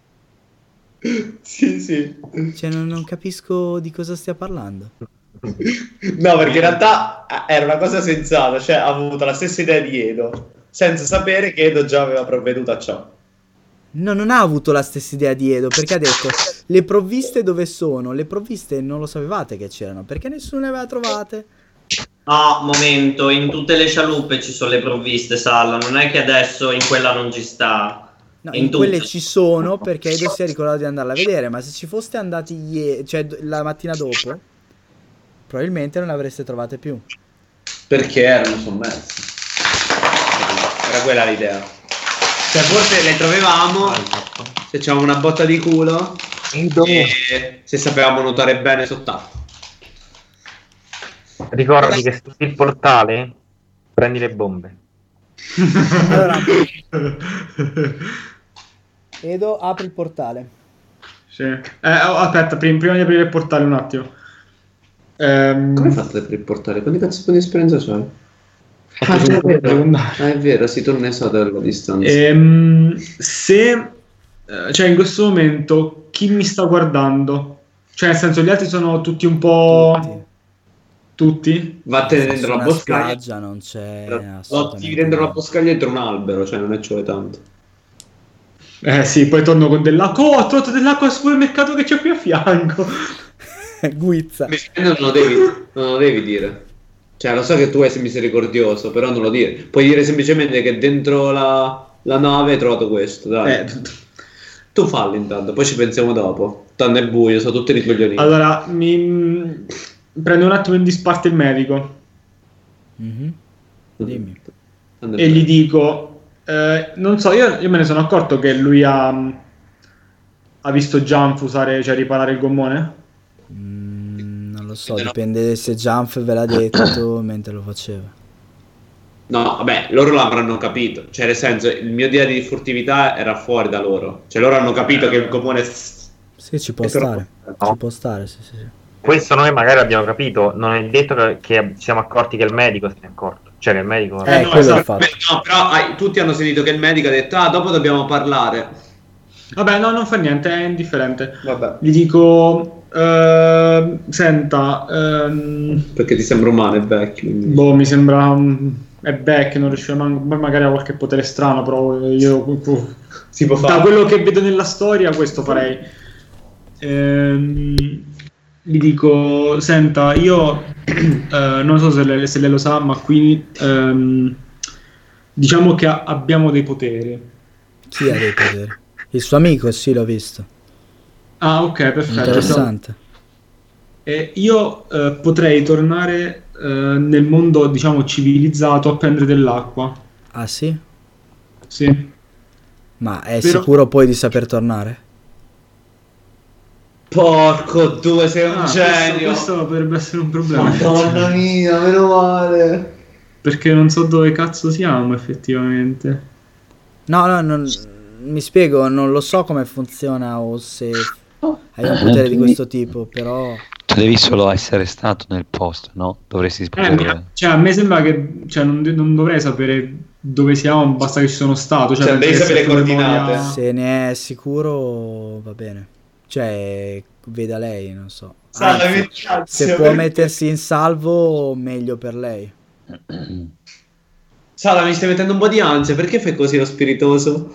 Sì, sì. Cioè, non, non capisco di cosa stia parlando. No, perché in realtà eh, era una cosa sensata, cioè ha avuto la stessa idea di Edo, senza sapere che Edo già aveva provveduto a ciò. No, non ha avuto la stessa idea di Edo, perché ha detto, le provviste dove sono? Le provviste non lo sapevate che c'erano, perché nessuno le aveva trovate. No, momento, in tutte le scialuppe ci sono le provviste, Salla, non è che adesso in quella non ci sta. No, In in quelle tutte. ci sono perché Edo si è ricordato di andarla a vedere, ma se ci foste andati ieri, cioè d- la mattina dopo, probabilmente non le avreste trovate più. Perché erano sommersi. Era quella l'idea. Cioè forse le trovavamo se c'avevamo una botta di culo e se sapevamo nuotare bene sott'acqua. Ricordati che se il portale prendi le bombe. Allora, Edo, apri il portale. Sì. Eh, oh, aspetta, prim- prima di aprire il portale un attimo. Ehm, Come fate per il portale? Quanti cazzo di esperienza c'hai? fatto Ah, solo è vero. devo andare. Ah, è vero, si torna esatto dalla distanza. Ehm, se eh, cioè in questo momento chi mi sta guardando? Cioè nel senso gli altri sono tutti un po' Tutti. tutti? Vattene Su dentro la una boscaglia. spiaggia non c'è Lotti assolutamente dentro la niente. boscaglia dentro un albero, cioè non è ci vuole tanto. Eh sì, poi torno con dell'acqua. Oh, ho trovato dell'acqua al supermercato che c'è qui a fianco. Guizza. Non lo devi, non lo devi dire. Cioè, lo so che tu sei misericordioso, però non lo dire. Puoi dire semplicemente che dentro la, la nave hai trovato questo, dai. Eh, Tu falli intanto, poi ci pensiamo dopo. Tanto è buio, sono tutti ricoglioniti. allora, mi prendo un attimo in disparte il medico Mhm. Dimmi. Tanto è e gli buio. dico, eh, non so, io, io me ne sono accorto che lui ha, ha visto Jump usare, cioè riparare il gommone. Mm, non lo so, No. dipende se Jump ve l'ha detto mentre lo faceva. No, vabbè, loro l'avranno capito. Cioè, nel senso, il mio idea di furtività era fuori da loro. Cioè, loro hanno capito che il gommone... Sì, ci può E però- stare. No. Ci può stare, sì, sì, sì. Questo noi magari abbiamo capito, non è detto che, che ci siamo accorti che il medico se ne è accorto. Cioè che il medico... Eh, no, quello esatto. è il fatto. No, però ah, tutti hanno sentito che il medico ha detto, ah, dopo dobbiamo parlare. Vabbè, no, non fa niente, è indifferente. Vabbè, Gli dico, eh, senta, ehm, perché ti sembra umano, è vecchio. quindi- boh, mi sembra um, è back, non riuscivo a man- magari ha qualche potere strano, però io Si può da fare. quello che vedo nella storia questo farei. Ehm, gli dico, senta, io eh, non so se lei, se lei lo sa, ma qui ehm, diciamo che a- abbiamo dei poteri. Chi ha dei poteri? Il suo amico, sì, l'ho visto. Ah, ok, perfetto. Interessante. E io eh, potrei tornare eh, nel mondo, diciamo, civilizzato a prendere dell'acqua. Ah, sì? Sì. Ma è Però- sicuro poi di saper tornare? Porco due, sei un Ah, genio. questo, questo potrebbe essere un problema. Madonna mia, meno male. Perché non so dove cazzo siamo effettivamente. No, no, non, mi spiego, non lo so come funziona o se hai un potere di questo tipo, però... Tu devi solo essere stato nel posto, no? Dovresti Eh, poter... mi- cioè, a me sembra che cioè, non, non dovrei sapere dove siamo, basta che ci sono stato. Cioè, Cioè, penso devi che sapere sia le più coordinate. memoria- Se ne è sicuro va bene. Cioè, veda lei, non so. Salve, Anzi, grazie, se può perché- mettersi in salvo, meglio per lei. Sala, mi stai mettendo un po' di ansia, perché fai così lo spiritoso?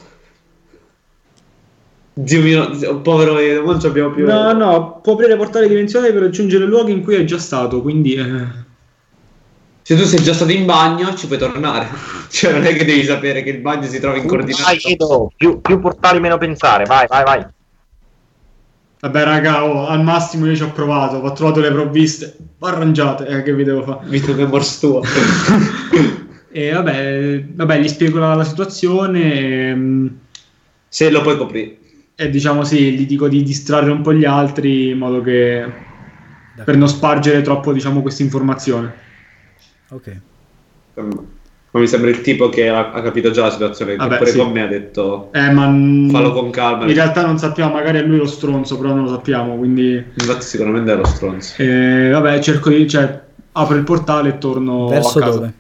Dio mio, povero Edo, non ci abbiamo più. No, no, può aprire portale dimensionali per raggiungere luoghi in cui è già stato, quindi... eh, Se tu sei già stato in bagno, ci puoi tornare. Cioè, non è che devi sapere che il bagno si trova in Vai, coordinate. Edo, più, più portali meno pensare, vai, vai, vai. Vabbè, raga, oh, al massimo io ci ho provato, ho trovato le provviste arrangiate, eh, che vi devo fare? Visto che è morso tua. E vabbè, vabbè, gli spiego la, la situazione e, Se lo puoi coprire. e diciamo sì, gli dico di distrarre un po' gli altri in modo che per non spargere troppo, diciamo, questa informazione. Ok. Ma mi sembra il tipo che ha, ha capito già la situazione. Vabbè, che pure sì. con me ha detto Eh, ma n- fallo con calma. in realtà non sappiamo, magari è lui lo stronzo, però non lo sappiamo, quindi Infatti sicuramente è lo stronzo. eh, vabbè, cerco di, cioè, apro il portale e torno Verso a casa. dove?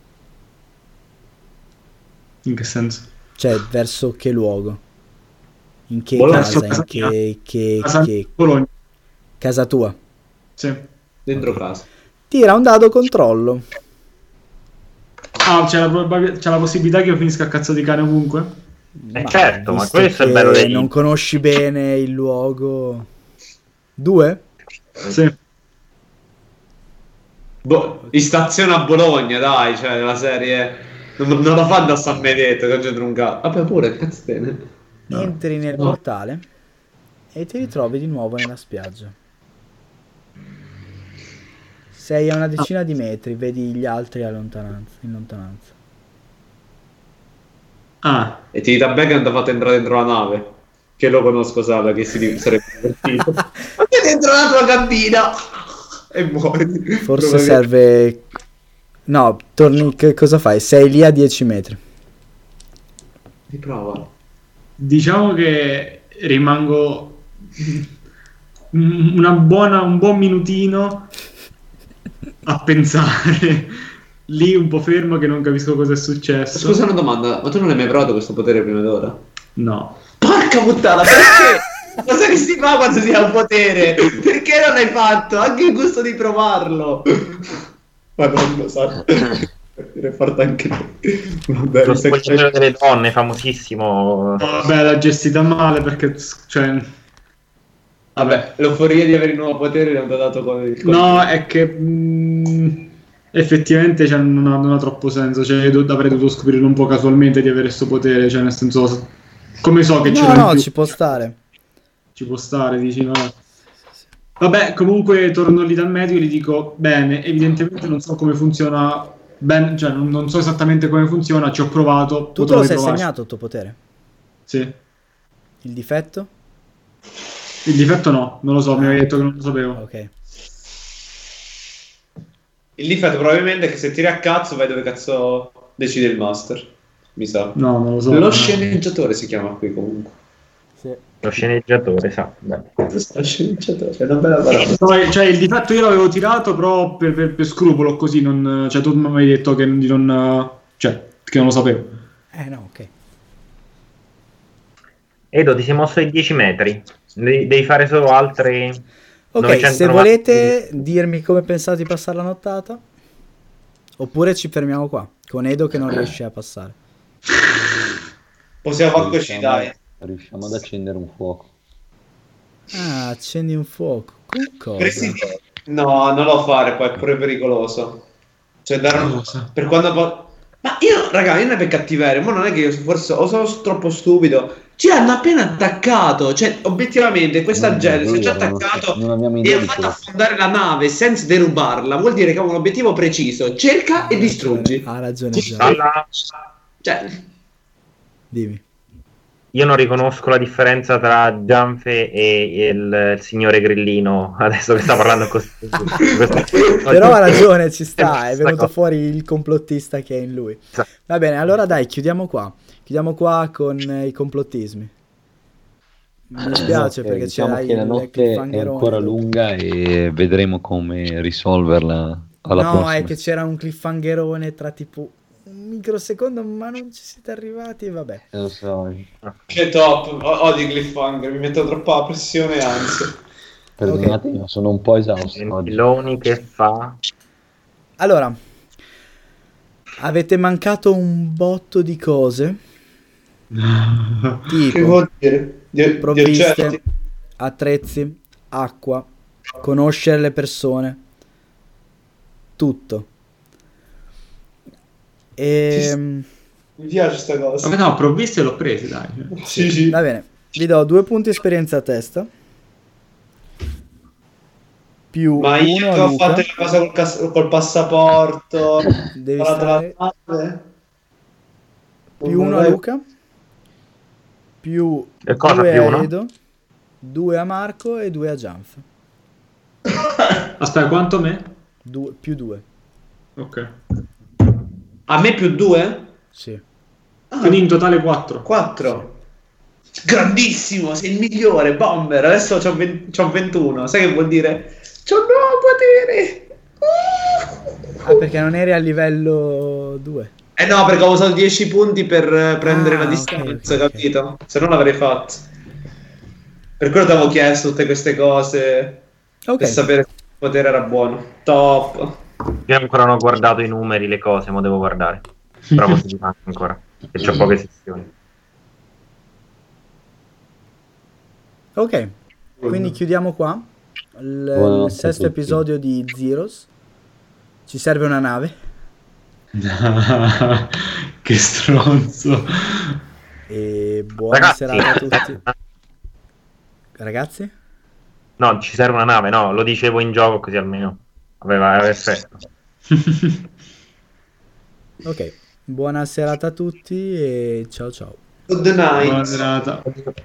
In che senso? Cioè, verso che luogo? In che Bologna, casa? casa In che, che, Casa che... Bologna. casa tua? Sì. Dentro casa. Tira un dado controllo. Ah, c'è la, probab- c'è la possibilità che io finisca a cazzo di cane ovunque? Eh, certo, ma visto questo è che bello dei- non conosci bene il luogo. Due? Sì. Boh, in stazione a Bologna, dai, cioè la serie non, non lo fanno a San Benedetto che c'entra un cazzo. Vabbè, pure, cazzo bene. Entri nel No. portale e ti ritrovi di nuovo nella spiaggia. Sei a una decina di metri, vedi gli altri a lontananza, in lontananza. Ah, E ti dà bene che hanno fatto entrare dentro la nave. Che lo conosco, Sala, che si di- sarebbe divertito. Ma che dentro la tua cabina? E muori. Forse Probabilmente. serve... No, torni... Che cosa fai? Sei lì a dieci metri. Riprova. diciamo che rimango una buona, un buon minutino a pensare lì un po' fermo che non capisco cosa è successo. Scusa una domanda, ma tu non hai mai provato questo potere prima d'ora? No. Porca puttana, perché? Cosa che si fa quando si ha un potere? Perché non l'hai fatto? Anche il gusto di provarlo. Ma non lo so. L'hai fatto anche te. Vabbè, Lo mi sa che- spogliatoio delle donne, famosissimo. No, vabbè, l'ha gestita male perché, cioè... Vabbè, l'euforia di avere il nuovo potere non ti ha dato con il No, è che mh, effettivamente cioè, non, ha, non ha troppo senso. Cioè, io do- avrei dovuto scoprirlo un po' casualmente di avere questo potere. Cioè, nel senso, come so che ce No, l'ho in no, più? ci può stare. Ci può stare, dici no. Vabbè, comunque torno lì dal medico e gli dico: bene, evidentemente non so come funziona. Ben, cioè, non, non so esattamente come funziona. Ci ho provato. Tu te potrò lo sei riprovarci. segnato il tuo potere? Sì. Il difetto? Il difetto no, non lo so, mi avevi detto che non lo sapevo. Ok. Il difetto probabilmente è che se tiri a cazzo vai dove cazzo decide il master. Mi sa. No, non lo so. Lo No. sceneggiatore si chiama qui comunque. Sì. Lo sceneggiatore, sa. Beh. Lo sceneggiatore, è una bella parola. Poi, cioè, il difetto io l'avevo tirato però per, per, per scrupolo, così non, cioè tu mi avevi detto che, di non, cioè, che non lo sapevo. Eh no, ok. Edo, ti sei mosso ai dieci metri. Devi, devi fare solo altri... Ok, se novecentonovanta. volete dirmi come pensate di passare la nottata, oppure ci fermiamo qua, con Edo che non riesce a passare. Possiamo farci Riusciamo, dai. riusciamo ad accendere un fuoco. Ah, accendi un fuoco. Con cosa? Presidente. No, non lo fare, poi è pure pericoloso. Cioè, dare un... Cosa? per quando po- ma io, raga, io non è per cattiveria, ma non è che io forse o sono troppo stupido. Ci hanno appena attaccato, cioè obiettivamente questa Non è gente si è già vero, non- attaccato non abbiamo e idea ha di fatto questo. affondare la nave senza derubarla. Vuol dire che ha un obiettivo preciso, cerca e distruggi. Ha ragione, Gianni. Alla... Cioè, Dimmi. io non riconosco la differenza tra Gianfe e il, il signore Grillino, adesso che sta parlando così. Però ha ragione, ci sta, è venuto fuori il complottista che è in lui. Va bene, allora dai, chiudiamo qua. Chiudiamo qua con eh, i complottismi. Mi dispiace Ok, perché diciamo c'era che la il notte è cliffhangerone ancora dopo. lunga e vedremo come risolverla alla No, prossima. è che c'era un cliffhangerone tra tipo un microsecondo, ma non ci siete arrivati, vabbè. Eh, Lo so, Che top, o- odio i cliffhanger, mi metto troppa pressione e ansia. perdonatemi, ma sono un po' esausto oggi. Gentiloni che fa. Allora, avete mancato un botto di cose, Che tipo vuol dire? Di, di provviste, oggetti? attrezzi, acqua, conoscere le persone, tutto. E Mi piace sta cosa. Vabbè, no, provviste l'ho prese, dai. Sì, sì. va bene, vi do due punti esperienza a testa, più Ma io uno che a ho Luca. fatto la cosa col, cas- col passaporto, Devi ho parlato stare la nave. più uno a Luca, più E cosa, due più a uno? Edo, due a Marco e due a Gianf. Aspetta, quanto me? Due, più due, Ok. A me più due? sì. Quindi in totale quattro. quattro. Grandissimo, sei il migliore, Bomber. Adesso c'ho, ven- c'ho ventuno. Sai che vuol dire? C'ho un nuovo potere. Ah, perché non eri a livello due. Eh no, perché ho usato dieci punti per eh, prendere Ah, la ok, distanza, ok, ok. capito? Se no l'avrei fatto. Per quello ti avevo chiesto tutte queste cose. Ok. Per sapere se il potere era buono. Top. Io ancora non ho guardato i numeri, le cose, ma devo guardare. Però così ti manca ancora, e c'ho poche sessioni. Ok, quindi chiudiamo qua il, il Buonanotte a sesto tutti. episodio di Zeros. Ci serve una nave Che stronzo. e buona Ragazzi, serata a tutti. Ragazzi? no, ci serve una nave, no, lo dicevo in gioco così almeno aveva effetto. Ok, buona serata a tutti e ciao ciao. Good night. Buona serata.